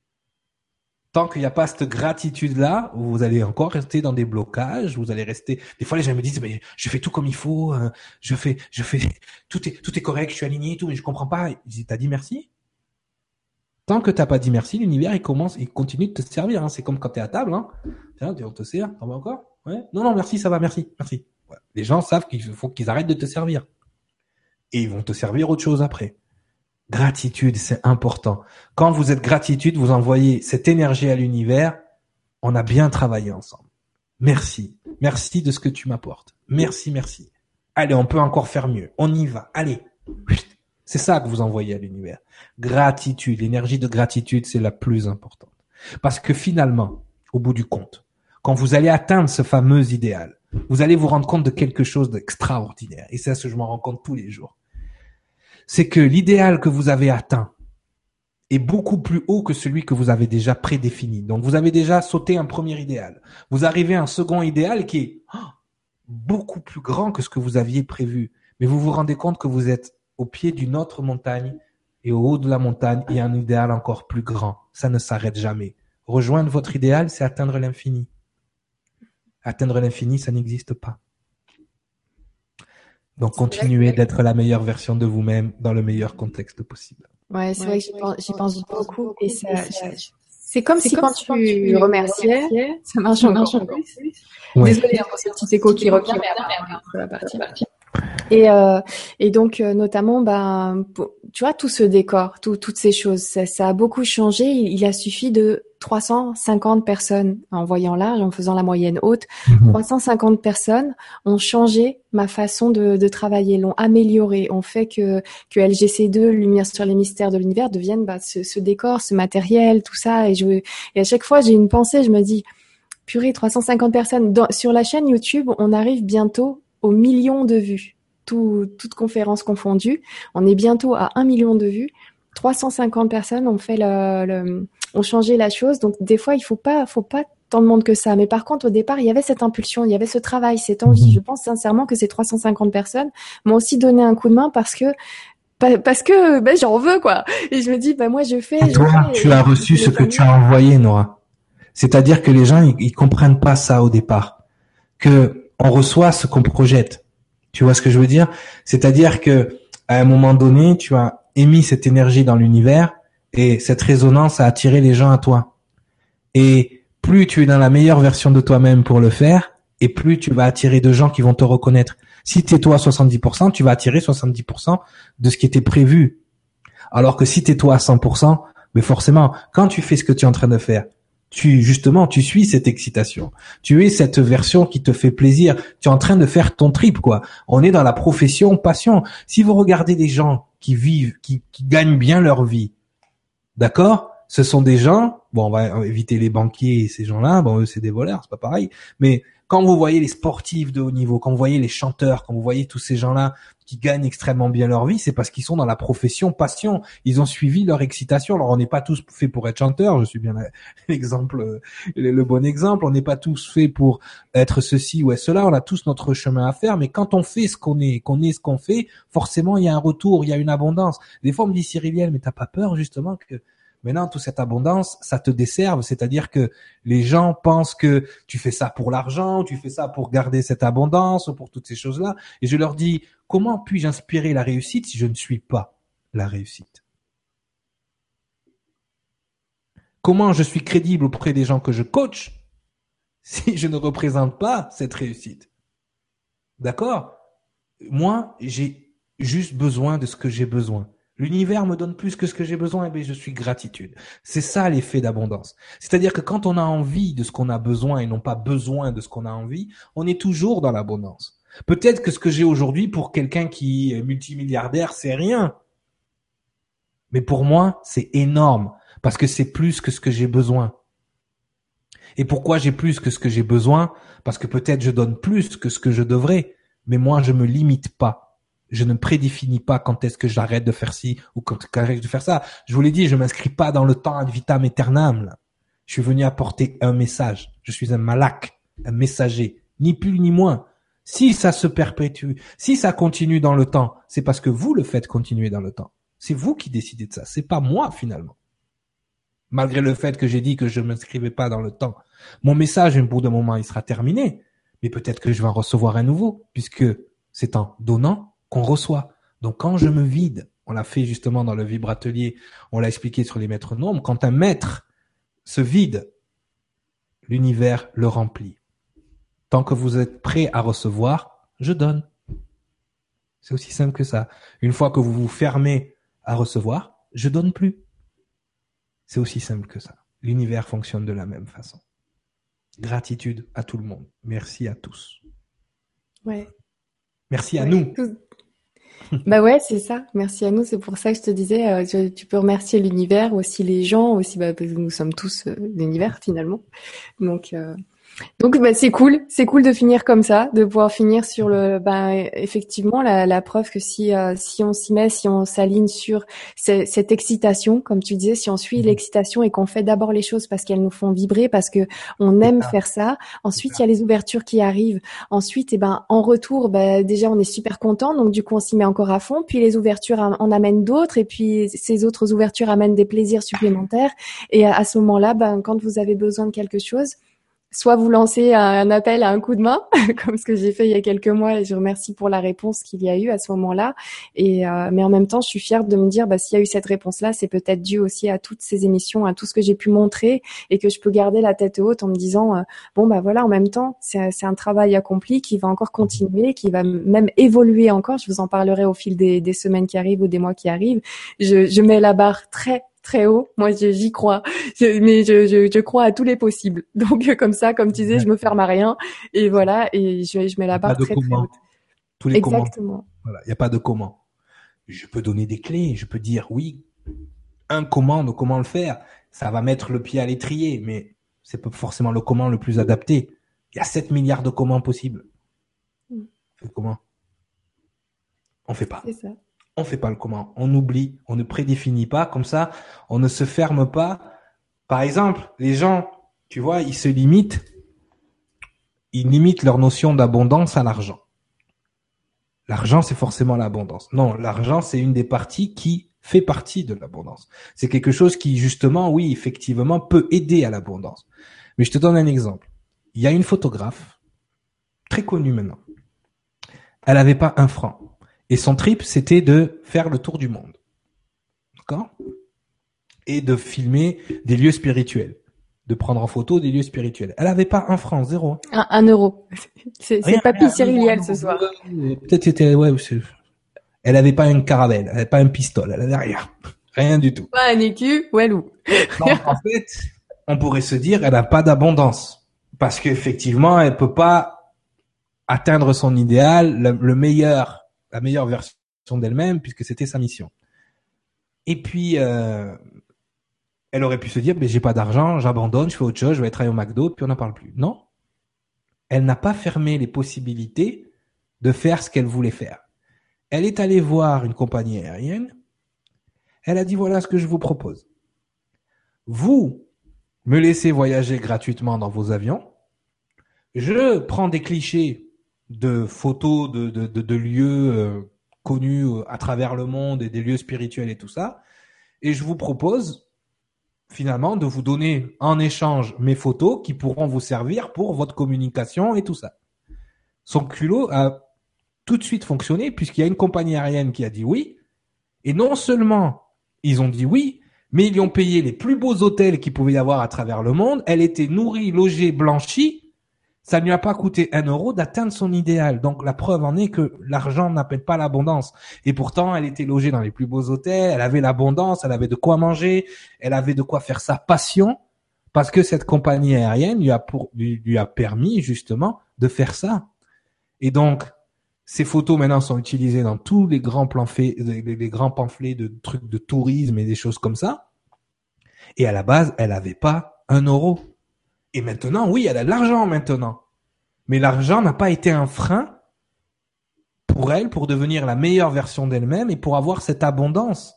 Tant qu'il n'y a pas cette gratitude-là, vous allez encore rester dans des blocages, vous allez rester... Des fois, les gens me disent mais « Je fais tout comme il faut, euh, je fais, je fais, tout est, tout est correct, je suis aligné, tout, mais je comprends pas. » Je dis « T'as dit merci ?» Tant que t'as pas dit merci, l'univers, il commence, il continue de te servir. Hein. C'est comme quand t'es à table. Hein. Tiens, on te sert, t'en veux encore? Ouais. Non, non, merci, ça va, merci, merci. Ouais. Les gens savent qu'il faut qu'ils arrêtent de te servir. Et ils vont te servir autre chose après. Gratitude, c'est important. Quand vous êtes gratitude, vous envoyez cette énergie à l'univers. On a bien travaillé ensemble. Merci. Merci de ce que tu m'apportes. Merci, merci. Allez, on peut encore faire mieux. On y va. Allez. C'est ça que vous envoyez à l'univers. Gratitude. L'énergie de gratitude, c'est la plus importante. Parce que finalement, au bout du compte, quand vous allez atteindre ce fameux idéal, vous allez vous rendre compte de quelque chose d'extraordinaire. Et c'est ça que je m'en rends compte tous les jours. C'est que l'idéal que vous avez atteint est beaucoup plus haut que celui que vous avez déjà prédéfini. Donc, vous avez déjà sauté un premier idéal. Vous arrivez à un second idéal qui est oh, beaucoup plus grand que ce que vous aviez prévu. Mais vous vous rendez compte que vous êtes au pied d'une autre montagne Et au haut de la montagne, il y a un idéal encore plus grand. Ça ne s'arrête jamais. Rejoindre votre idéal, c'est atteindre l'infini. Atteindre l'infini, ça n'existe pas. Donc, continuez d'être la meilleure version de vous-même dans le meilleur contexte possible. Ouais, c'est ouais, vrai que j'y pense, j'y pense beaucoup. Et ça, c'est comme si quand tu remerciais, ça marche encore plus. Ouais. Désolée hein, pour ce petit écho qui revient, mais la partie. Et, euh, et donc, euh, notamment, ben, tu vois, tout ce décor, tout, toutes ces choses, ça, ça a beaucoup changé. Il, il a suffi de trois cent cinquante personnes, en voyant large, en faisant la moyenne haute. Mmh. trois cent cinquante personnes ont changé ma façon de, de travailler, l'ont amélioré, ont fait que, que L G C deux, Lumière sur les mystères de l'univers, devienne bah, ce, ce décor, ce matériel, tout ça. Et, je, et à chaque fois, j'ai une pensée, je me dis, purée, trois cent cinquante personnes. Dans, sur la chaîne YouTube, on arrive bientôt aux millions de vues. Tout, toutes conférences confondues. On est bientôt à un million de vues. trois cent cinquante personnes ont fait le, le, ont changé la chose. Donc, des fois, il faut pas, faut pas tant de monde que ça. Mais par contre, au départ, il y avait cette impulsion, il y avait ce travail, cette envie. Je pense sincèrement que ces trois cent cinquante personnes m'ont aussi donné un coup de main parce que, parce que, ben, j'en veux, quoi. Et je me dis, ben, moi, je fais, et toi, je fais, tu et as reçu ce que tu as envoyé, Nora. C'est-à-dire que les gens, ils, ils comprennent pas ça au départ. Que on reçoit ce qu'on projette. Tu vois ce que je veux dire? C'est-à-dire que à un moment donné, tu as émis cette énergie dans l'univers et cette résonance a attiré les gens à toi. Et plus tu es dans la meilleure version de toi-même pour le faire, et plus tu vas attirer de gens qui vont te reconnaître. Si t'es toi à soixante-dix pour cent, tu vas attirer soixante-dix pour cent de ce qui était prévu. Alors que si t'es toi à cent pour cent, mais forcément, quand tu fais ce que tu es en train de faire, tu, justement, tu suis cette excitation. Tu es cette version qui te fait plaisir. Tu es en train de faire ton trip, quoi. On est dans la profession passion. Si vous regardez des gens qui vivent, qui, qui gagnent bien leur vie, d'accord? Ce sont des gens, bon, on va éviter les banquiers et ces gens-là, bon, eux, c'est des voleurs, c'est pas pareil. Mais quand vous voyez les sportifs de haut niveau, quand vous voyez les chanteurs, quand vous voyez tous ces gens-là qui gagnent extrêmement bien leur vie, c'est parce qu'ils sont dans la profession passion. Ils ont suivi leur excitation. Alors, on n'est pas tous faits pour être chanteurs. Je suis bien l'exemple, le bon exemple. On n'est pas tous faits pour être ceci ou être cela. On a tous notre chemin à faire. Mais quand on fait ce qu'on est, qu'on est ce qu'on fait, forcément, il y a un retour, il y a une abondance. Des fois, on me dit, Cyriliel, mais t'as pas peur, justement, que maintenant, toute cette abondance, ça te desserve, c'est-à-dire que les gens pensent que tu fais ça pour l'argent, tu fais ça pour garder cette abondance, pour toutes ces choses-là. Et je leur dis, comment puis-je inspirer la réussite si je ne suis pas la réussite? Comment je suis crédible auprès des gens que je coach si je ne représente pas cette réussite? D'accord? Moi, j'ai juste besoin de ce que j'ai besoin. L'univers me donne plus que ce que j'ai besoin, et bien je suis gratitude. C'est ça l'effet d'abondance. C'est-à-dire que quand on a envie de ce qu'on a besoin et non pas besoin de ce qu'on a envie, on est toujours dans l'abondance. Peut-être que ce que j'ai aujourd'hui pour quelqu'un qui est multimilliardaire, c'est rien. Mais pour moi, c'est énorme parce que c'est plus que ce que j'ai besoin. Et pourquoi j'ai plus que ce que j'ai besoin? Parce que peut-être je donne plus que ce que je devrais, mais moi je me limite pas. Je ne prédéfinis pas quand est-ce que j'arrête de faire ci ou quand j'arrête de faire ça. Je vous l'ai dit, je m'inscris pas dans le temps ad vitam aeternam. Là. Je suis venu apporter un message. Je suis un malak, un messager, ni plus ni moins. Si ça se perpétue, si ça continue dans le temps, c'est parce que vous le faites continuer dans le temps. C'est vous qui décidez de ça. C'est pas moi finalement. Malgré le fait que j'ai dit que je ne m'inscrivais pas dans le temps, mon message, au bout d'un moment, il sera terminé. Mais peut-être que je vais en recevoir un nouveau, puisque c'est en donnant qu'on reçoit. Donc quand je me vide, on l'a fait justement dans le vibratelier, on l'a expliqué sur les maîtres nombres, quand un maître se vide, l'univers le remplit. Tant que vous êtes prêt à recevoir, je donne. C'est aussi simple que ça. Une fois que vous vous fermez à recevoir, je donne plus. C'est aussi simple que ça. L'univers fonctionne de la même façon. Gratitude à tout le monde. Merci à tous. Ouais. Merci à ouais. nous. Bah ouais, c'est ça. Merci à nous. C'est pour ça que je te disais, euh, tu, tu peux remercier l'univers, aussi les gens, aussi bah, parce que nous sommes tous euh, l'univers finalement. Donc, euh, Donc bah, c'est cool, c'est cool de finir comme ça, de pouvoir finir sur le, ben effectivement la, la preuve que si euh, si on s'y met, si on s'aligne sur ce- cette excitation, comme tu disais, si on suit Mhm. l'excitation et qu'on fait d'abord les choses parce qu'elles nous font vibrer, parce que on C'est aime ça, faire ça. c'est Ensuite il y ça. a les ouvertures qui arrivent. Ensuite, et ben en retour, ben déjà on est super content, donc du coup on s'y met encore à fond. Puis les ouvertures am- en amènent d'autres, et puis ces autres ouvertures amènent des plaisirs supplémentaires. Et à, à ce moment-là, ben quand vous avez besoin de quelque chose, soit vous lancez un appel à un coup de main, comme ce que j'ai fait il y a quelques mois, et je remercie pour la réponse qu'il y a eu à ce moment-là. Et euh, mais en même temps, je suis fière de me dire, bah, s'il y a eu cette réponse-là, c'est peut-être dû aussi à toutes ces émissions, à tout ce que j'ai pu montrer, et que je peux garder la tête haute en me disant, euh, bon bah voilà, en même temps, c'est, c'est un travail accompli qui va encore continuer, qui va même évoluer encore. Je vous en parlerai au fil des, des semaines qui arrivent ou des mois qui arrivent. Je, je mets la barre très très haut. Moi, je- j'y crois. Je- mais je, je, je crois à tous les possibles. Donc, euh, comme ça, comme tu disais, je me ferme à rien. Et voilà, et je, je mets Il n'y la a pas barre de très, très haute. comment. Tous les comment. Exactement. Voilà, il n'y a pas de comment. Je peux donner des clés, je peux dire oui, un comment de comment le faire. Ça va mettre le pied à l'étrier, mais c'est pas forcément le comment le plus adapté. Il y a sept milliards de comment possibles. Mm. Fait comment? On fait pas. C'est ça. On fait pas le comment. On oublie, on ne prédéfinit pas. Comme ça, on ne se ferme pas. Par exemple, les gens, tu vois, ils se limitent, ils limitent leur notion d'abondance à l'argent. L'argent, c'est forcément l'abondance. Non, l'argent, c'est une des parties qui fait partie de l'abondance. C'est quelque chose qui, justement, oui, effectivement, peut aider à l'abondance. Mais je te donne un exemple. Il y a une photographe, très connue maintenant. Elle n'avait pas un franc. Et son trip, c'était de faire le tour du monde. D'accord? Et de filmer des lieux spirituels. De prendre en photo des lieux spirituels. Elle n'avait pas un franc, zéro. Un, un euro. C'est, c'est Rien, Papy rien, un euro, un Cyriliel ce euro. soir. Ouais, peut-être c'était, ouais, c'est- elle n'avait pas une caravelle, elle n'avait pas un pistolet, elle n'avait rien. Rien du tout. Pas un écu, walou. Donc, en fait, on pourrait se dire, elle n'a pas d'abondance. Parce qu'effectivement, elle peut pas atteindre son idéal, le, le meilleur, la meilleure version d'elle-même, puisque c'était sa mission. Et puis, euh, elle aurait pu se dire, mais j'ai pas d'argent, j'abandonne, je fais autre chose, je vais travailler au McDo, puis on n'en parle plus. Non. Elle n'a pas fermé les possibilités de faire ce qu'elle voulait faire. Elle est allée voir une compagnie aérienne. Elle a dit, voilà ce que je vous propose. Vous me laissez voyager gratuitement dans vos avions. Je prends des clichés de photos de, de, de, de lieux euh, connus à travers le monde et des lieux spirituels et tout ça. Et je vous propose finalement de vous donner en échange mes photos qui pourront vous servir pour votre communication et tout ça. Son culot a tout de suite fonctionné puisqu'il y a une compagnie aérienne qui a dit oui. Et non seulement ils ont dit oui, mais ils lui ont payé les plus beaux hôtels qu'il pouvait y avoir à travers le monde. Elle était nourrie, logée, blanchie. Ça ne lui a pas coûté un euro d'atteindre son idéal. Donc la preuve en est que l'argent n'appelle pas l'abondance. Et pourtant, elle était logée dans les plus beaux hôtels, elle avait l'abondance, elle avait de quoi manger, elle avait de quoi faire sa passion, parce que cette compagnie aérienne lui a, pour, lui, lui a permis justement de faire ça. Et donc, ces photos maintenant sont utilisées dans tous les grands pamphlets, les, les grands pamphlets de trucs de tourisme et des choses comme ça. Et à la base, elle n'avait pas un euro. Et maintenant, oui, elle a de l'argent maintenant. Mais l'argent n'a pas été un frein pour elle, pour devenir la meilleure version d'elle-même et pour avoir cette abondance.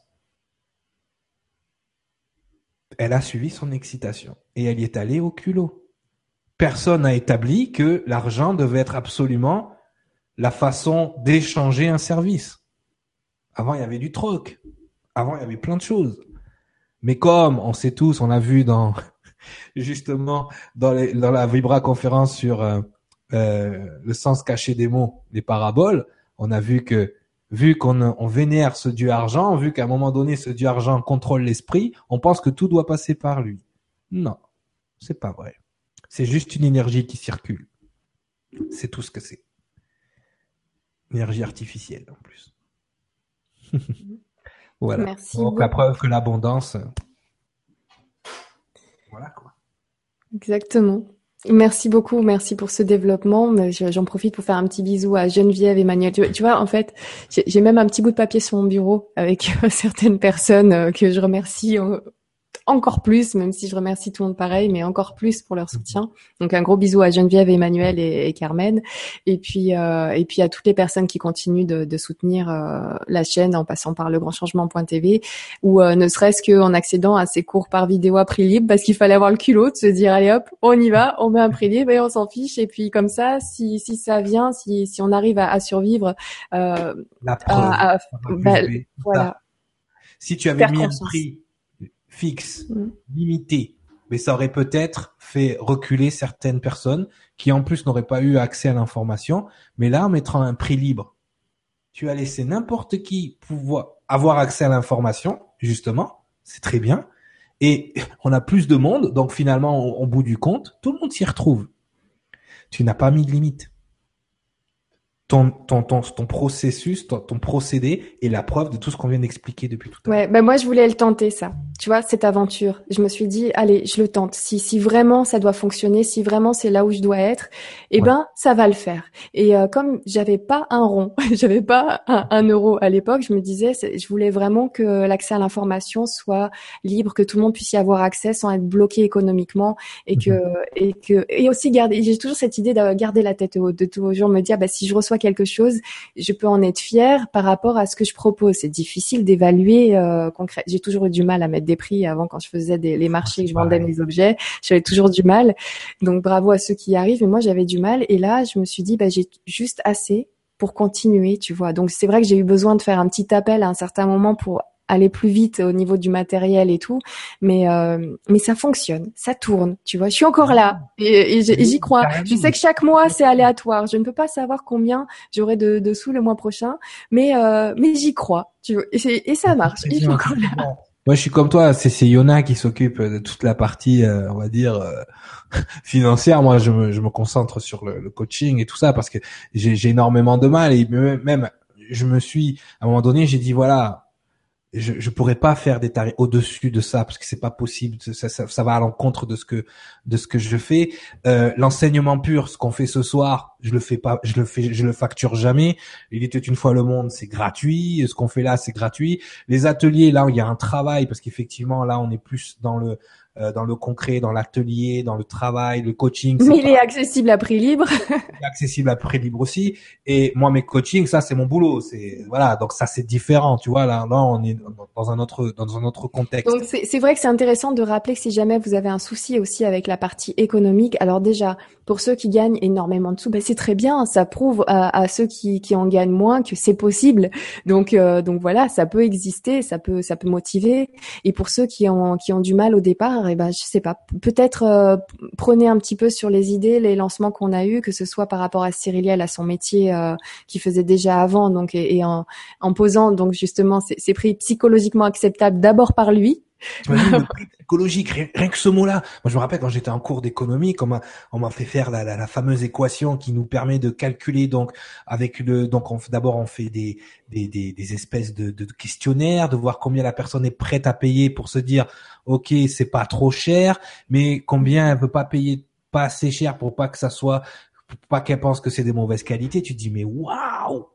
Elle a suivi son excitation et elle y est allée au culot. Personne n'a établi que l'argent devait être absolument la façon d'échanger un service. Avant, il y avait du troc. Avant, il y avait plein de choses. Mais comme on sait tous, on l'a vu dans justement dans, les, dans la Vibra conférence sur euh, euh, le sens caché des mots, les paraboles, on a vu que vu qu'on on vénère ce dieu argent, vu qu'à un moment donné ce dieu argent contrôle l'esprit, on pense que tout doit passer par lui. Non, c'est pas vrai. C'est juste une énergie qui circule. C'est tout ce que c'est. Énergie artificielle en plus. Voilà. Merci Donc beaucoup. la preuve que l'abondance, voilà quoi. Exactement. Merci beaucoup, merci pour ce développement. Mais je- J'en profite pour faire un petit bisou à Geneviève, Emmanuel. Tu, tu vois, en fait, j'ai j'ai même un petit bout de papier sur mon bureau avec euh, certaines personnes euh, que je remercie euh, encore plus, même si je remercie tout le monde pareil, mais encore plus pour leur soutien. Donc un gros bisou à Geneviève, Emmanuel et, et Carmen, et puis euh, et puis à toutes les personnes qui continuent de, de soutenir euh, la chaîne en passant par legrandchangement point t v ou euh, ne serait-ce qu'en accédant à ces cours par vidéo à prix libre, parce qu'il fallait avoir le culot de se dire allez hop, on y va, on met un prix libre et on s'en fiche, et puis comme ça, si si ça vient, si si on arrive à, à survivre, euh, La preuve, à, à, bah, voilà. Si tu avais Faire mis confiance. un prix fixe, Mm. limité, mais ça aurait peut-être fait reculer certaines personnes qui en plus n'auraient pas eu accès à l'information. Mais là, en mettant un prix libre, tu as laissé n'importe qui pouvoir avoir accès à l'information, justement, c'est très bien. Et on a plus de monde, donc finalement, au, au bout du compte, tout le monde s'y retrouve. Tu n'as pas mis de limite. Ton, ton, ton, ton processus, ton, ton procédé est la preuve de tout ce qu'on vient d'expliquer depuis tout à l'heure. Ouais, ben moi je voulais le tenter ça. Tu vois, cette aventure. Je me suis dit allez, je le tente. Si si vraiment ça doit fonctionner, si vraiment c'est là où je dois être, eh Ouais. ben ça va le faire. Et euh, comme j'avais pas un rond, j'avais pas un, un euro à l'époque, je me disais c'est- je voulais vraiment que l'accès à l'information soit libre, que tout le monde puisse y avoir accès sans être bloqué économiquement, et que Mhm. et que et aussi garder. J'ai toujours cette idée de garder la tête haute, de toujours me dire bah si je reçois quelque chose, je peux en être fière par rapport à ce que je propose. C'est difficile d'évaluer euh, concret. J'ai toujours eu du mal à mettre des prix avant quand je faisais des, les marchés, que je vendais Pareil. mes objets. J'avais toujours du mal. Donc bravo à ceux qui y arrivent. Mais moi, j'avais du mal. Et là, je me suis dit, bah, j'ai juste assez pour continuer, tu vois. Donc c'est vrai que j'ai eu besoin de faire un petit appel à un certain moment pour aller plus vite au niveau du matériel et tout, mais euh, mais ça fonctionne, ça tourne, tu vois. Je suis encore là et, et j'- et j'y crois. Je sais que chaque mois c'est aléatoire. Je ne peux pas savoir combien j'aurai de, de sous le mois prochain, mais euh, mais j'y crois, tu vois. Et, c'est- et ça marche. Et je suis encore là. Moi, je suis comme toi. C'est c'est Yona qui s'occupe de toute la partie, euh, on va dire, euh, financière. Moi, je me, je me concentre sur le, le coaching et tout ça parce que j'ai j'ai énormément de mal et me- même je me suis à un moment donné, j'ai dit voilà. Je, je pourrais pas faire des tarifs au-dessus de ça parce que c'est pas possible. Ça, ça, ça va à l'encontre de ce que de ce que je fais. Euh, l'enseignement pur, ce qu'on fait ce soir, je le fais pas, je le fais, je le facture jamais. Il était une fois le monde, c'est gratuit. Ce qu'on fait là, c'est gratuit. Les ateliers, là, il y a un travail parce qu'effectivement, là, on est plus dans le euh, dans le concret, dans l'atelier, dans le travail, le coaching. C'est Mais il pas est accessible à prix libre. accessible à prix libre aussi. Et moi, mes coachings, ça, c'est mon boulot. C'est, voilà. Donc ça, c'est différent. Tu vois, là, là, on est dans un autre, dans un autre Donc contexte. c'est c'est vrai que c'est intéressant de rappeler que si jamais vous avez un souci aussi avec la partie économique, alors déjà pour ceux qui gagnent énormément de sous, ben c'est très bien, ça prouve à, à ceux qui qui en gagnent moins que c'est possible. Donc euh, donc voilà, ça peut exister, ça peut ça peut motiver. Et pour ceux qui ont qui ont du mal au départ, et ben je sais pas, peut-être euh, prenez un petit peu sur les idées, les lancements qu'on a eus, que ce soit par rapport à Cyriliel, à son métier euh, qu'il faisait déjà avant, donc et, et en en posant donc justement ces, ces prix psychologiquement acceptables d'abord par lui. T'imagines le prix psychologique, rien, rien que ce mot-là. Moi, je me rappelle quand j'étais en cours d'économie, on m'a, on m'a fait faire la, la, la fameuse équation qui nous permet de calculer donc avec le, donc on, d'abord on fait des, des, des, des espèces de, de questionnaires, de voir combien la personne est prête à payer pour se dire, ok, c'est pas trop cher, mais combien elle veut pas payer pas assez cher pour pas que ça soit, pour pas qu'elle pense que c'est des mauvaises qualités. Tu te dis, mais waouh!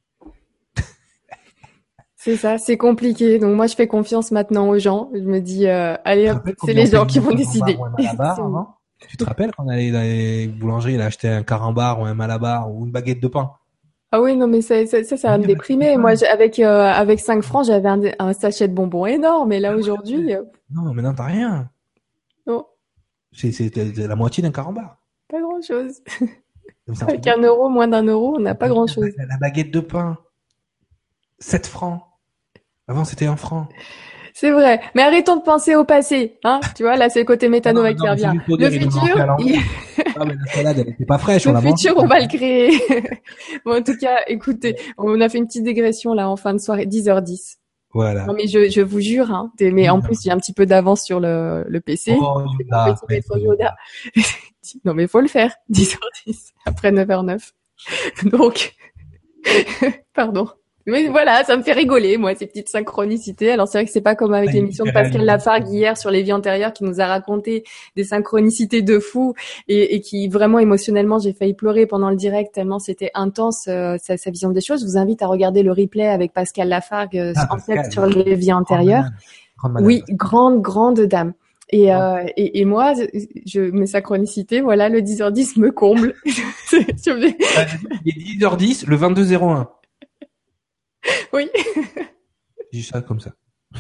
C'est ça, c'est compliqué. Donc moi, je fais confiance maintenant aux gens. Je me dis, euh, allez Tu te hop, rappelles c'est combien les on gens payait qui un vont carambar décider. ou un malabar C'est- avant? Tu te rappelles quand on allait dans les boulangeries, il a acheté un carambar ou un malabar ou une baguette de pain? Ah oui, non, mais ça, ça, ça, ça va me déprimer. Moi, j'ai- avec euh, avec cinq francs, j'avais un, un sachet de bonbons énorme. Et là, aujourd'hui, euh, Non, mais non, t'as rien. non, C'est, c'est c'est la moitié d'un carambar. pas grand-chose. Donc, c'est un truc Avec de un fou. euro, moins d'un euro, on n'a pas Imagine la, grand-chose. ba- la baguette de pain, sept francs. Avant, c'était un franc. C'est vrai. Mais arrêtons de penser au passé, hein. Tu vois, là, c'est le côté Non, métano non, qui non, mais c'est revient. juste pour Le dire, ils nous l'ont fait à futur, il- l'envers. Ah, mais la salade, elle était pas fraîche, on le l'a mangée. futur, on va le créer. Bon, en tout cas, écoutez, on a fait une petite dégression là en fin de soirée, dix heures dix. Non Voilà. mais je, je vous jure, hein, t'es- mais en plus j'ai un petit peu d'avance sur le, le P C. Oh, C'est mon Yoda, petit maître maître Yoda. Yoda. Non mais faut le faire, dix heures dix, après neuf heures neuf. Donc, pardon. Mais voilà, ça me fait rigoler, moi, ces petites synchronicités. Alors c'est vrai que c'est pas comme avec Ça y est, l'émission de c'est Pascal réalisé. Lafargue hier sur les vies antérieures qui nous a raconté des synchronicités de fou et, et qui vraiment émotionnellement j'ai failli pleurer pendant le direct tellement c'était intense euh, sa, sa vision des choses. Je vous invite à regarder le replay avec Pascal Lafargue euh, Ah, en fait Pascal, sur les vies grand antérieures. malade. Grande madame. Oui, grande, grande dame. Et, Grande. euh, et, et moi, je, je mes synchronicités, voilà, le dix heures dix me comble. Je me- Euh, Il est dix heures dix, le vingt-deux zéro un. oui. Je dis ça comme ça.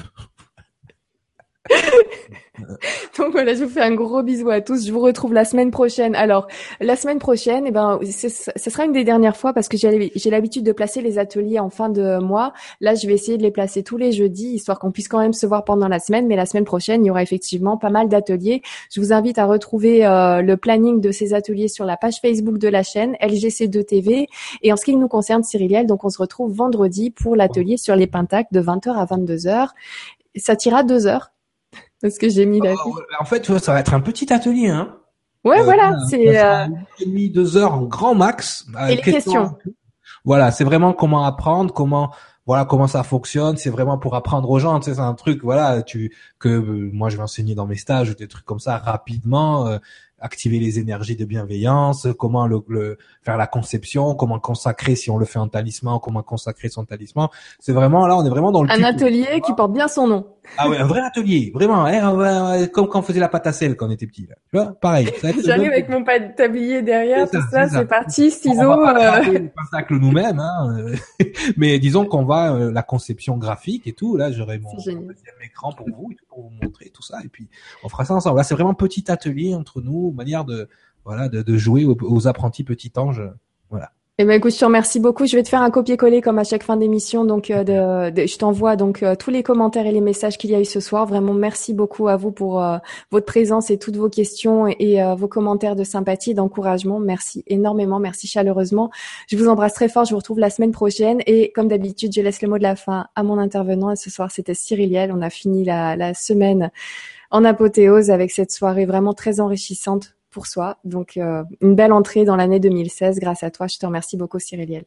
Donc voilà, je vous fais un gros bisou à tous. Je vous retrouve la semaine prochaine. Alors, la semaine prochaine, eh ben, ce ce sera une des dernières fois parce que j'ai j'ai l'habitude de placer les ateliers en fin de mois. Là, je vais essayer de les placer tous les jeudis, histoire qu'on puisse quand même se voir pendant la semaine. Mais la semaine prochaine, il y aura effectivement pas mal d'ateliers. Je vous invite à retrouver euh, le planning de ces ateliers sur la page Facebook de la chaîne L G C deux T V. Et en ce qui nous concerne, Cyriliel, donc on se retrouve vendredi pour l'atelier sur les pentacles de vingt heures à vingt-deux heures. Ça tirera deux heures parce que j'ai mis la fiche. En fait, tu vois, ça va être un petit atelier, hein. Ouais, Euh, voilà, ça c'est sera euh, une heure et demie, deux heures en grand max. et Euh, les question. questions. Voilà, c'est vraiment comment apprendre, comment voilà comment ça fonctionne. C'est vraiment pour apprendre aux gens. Tu sais, c'est un truc voilà tu que euh, moi je vais enseigner dans mes stages ou des trucs comme ça rapidement. Euh, activer les énergies de bienveillance, comment le, le faire la conception, comment consacrer si on le fait en talisman, comment consacrer son talisman. C'est vraiment là, on est vraiment dans le Un tuto. atelier qui porte bien son nom. Ah ouais, un vrai atelier, vraiment, hein, ouais, ouais, comme quand on faisait la pâte à sel quand on était petit. Là. Tu vois, pareil. Ça va être le J'arrive même avec délire. mon pa- tablier C'est derrière, tout ça, ça, c'est c'est ça. parti, Bon, on va ciseaux. pas euh. créer les pentacles nous-mêmes, hein, euh, mais disons qu'on va euh, la conception graphique et tout. Là, j'aurai mon, C'est mon génial. deuxième écran pour vous, et tout, pour vous montrer tout ça, et puis on fera ça ensemble. Là, c'est vraiment petit atelier entre nous, manière de voilà de, de jouer aux, aux apprentis petits anges. Voilà. Eh ben écoute, je te remercie beaucoup. Je vais te faire un copier-coller comme à chaque fin d'émission. Donc, euh, de, de- je t'envoie donc euh, tous les commentaires et les messages qu'il y a eu ce soir. Vraiment, merci beaucoup à vous pour euh, votre présence et toutes vos questions et, et, euh, vos commentaires de sympathie, d'encouragement. Merci énormément, merci chaleureusement. Je vous embrasse très fort. Je vous retrouve la semaine prochaine. Et comme d'habitude, je laisse le mot de la fin à mon intervenant. Et ce soir, c'était Cyriliel. On a fini la, la semaine en apothéose avec cette soirée vraiment très enrichissante pour soi. Donc, euh, une belle entrée dans l'année deux mille seize grâce à toi. Je te remercie beaucoup, Cyriliel.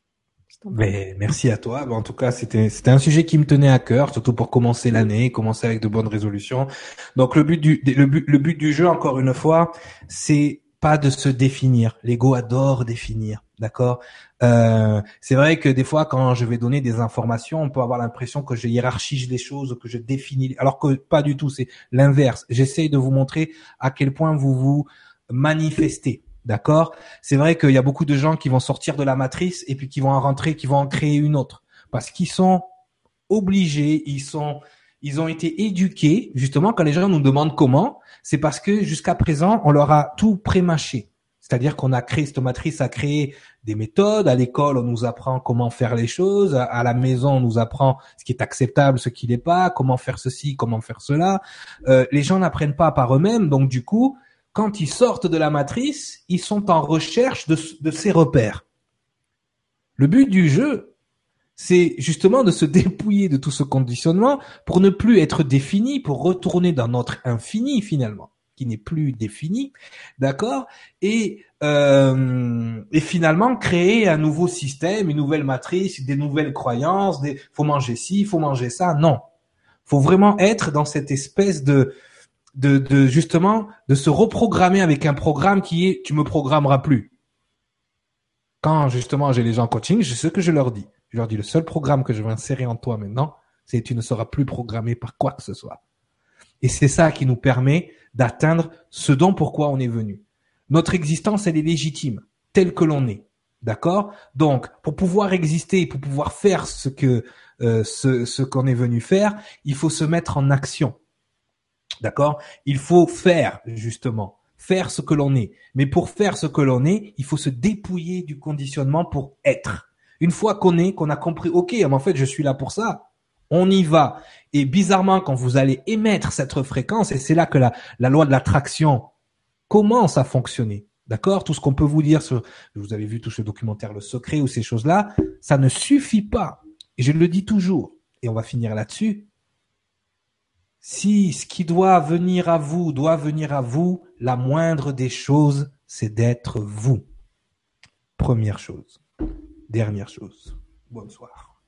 Je t'en prie. Mais merci à toi. Bon, en tout cas, c'était c'était un sujet qui me tenait à cœur, surtout pour commencer l'année, commencer avec de bonnes résolutions. Donc le but du le but le but du jeu, encore une fois, c'est pas de se définir. L'ego adore définir, d'accord. Euh, c'est vrai que des fois, quand je vais donner des informations, on peut avoir l'impression que je hiérarchise les choses, que je définis, alors que pas du tout. C'est l'inverse. J'essaye de vous montrer à quel point vous vous manifestez. D'accord? C'est vrai qu'il y a beaucoup de gens qui vont sortir de la matrice et puis qui vont en rentrer, qui vont en créer une autre. Parce qu'ils sont obligés, ils sont, ils ont été éduqués. Justement, quand les gens nous demandent comment, c'est parce que jusqu'à présent, on leur a tout prémâché. C'est-à-dire qu'on a créé, cette matrice a créé des méthodes. À l'école, on nous apprend comment faire les choses. À la maison, on nous apprend ce qui est acceptable, ce qui l'est pas, comment faire ceci, comment faire cela. Euh, les gens n'apprennent pas par eux-mêmes. Donc, du coup, quand ils sortent de la matrice, ils sont en recherche de, de ces repères. Le but du jeu, c'est justement de se dépouiller de tout ce conditionnement pour ne plus être défini, pour retourner dans notre infini finalement, qui n'est plus défini, d'accord, et euh, et finalement créer un nouveau système, une nouvelle matrice, des nouvelles croyances, des faut manger ci, faut manger ça. Non, faut vraiment être dans cette espèce de De, de justement de se reprogrammer avec un programme qui est tu me programmeras plus. Quand justement j'ai les gens en coaching, c'est ce que je leur dis. Je leur dis le seul programme que je vais insérer en toi maintenant, c'est tu ne seras plus programmé par quoi que ce soit. Et c'est ça qui nous permet d'atteindre ce dont pourquoi on est venu. Notre existence, elle est légitime, telle que l'on est. D'accord? Donc, pour pouvoir exister, pour pouvoir faire ce que euh, ce, ce qu'on est venu faire, il faut se mettre en action. D'accord? Il faut faire, justement, faire ce que l'on est. Mais pour faire ce que l'on est, il faut se dépouiller du conditionnement pour être. Une fois qu'on est, qu'on a compris, ok, mais en fait, je suis là pour ça, on y va. Et bizarrement, quand vous allez émettre cette fréquence, et c'est là que la, la loi de l'attraction commence à fonctionner. D'accord? Tout ce qu'on peut vous dire sur, vous avez vu tout ce documentaire Le Secret ou ces choses-là, ça ne suffit pas. Et je le dis toujours. Et on va finir là-dessus. Si ce qui doit venir à vous doit venir à vous, la moindre des choses, c'est d'être vous. Première chose. Dernière chose. Bonsoir.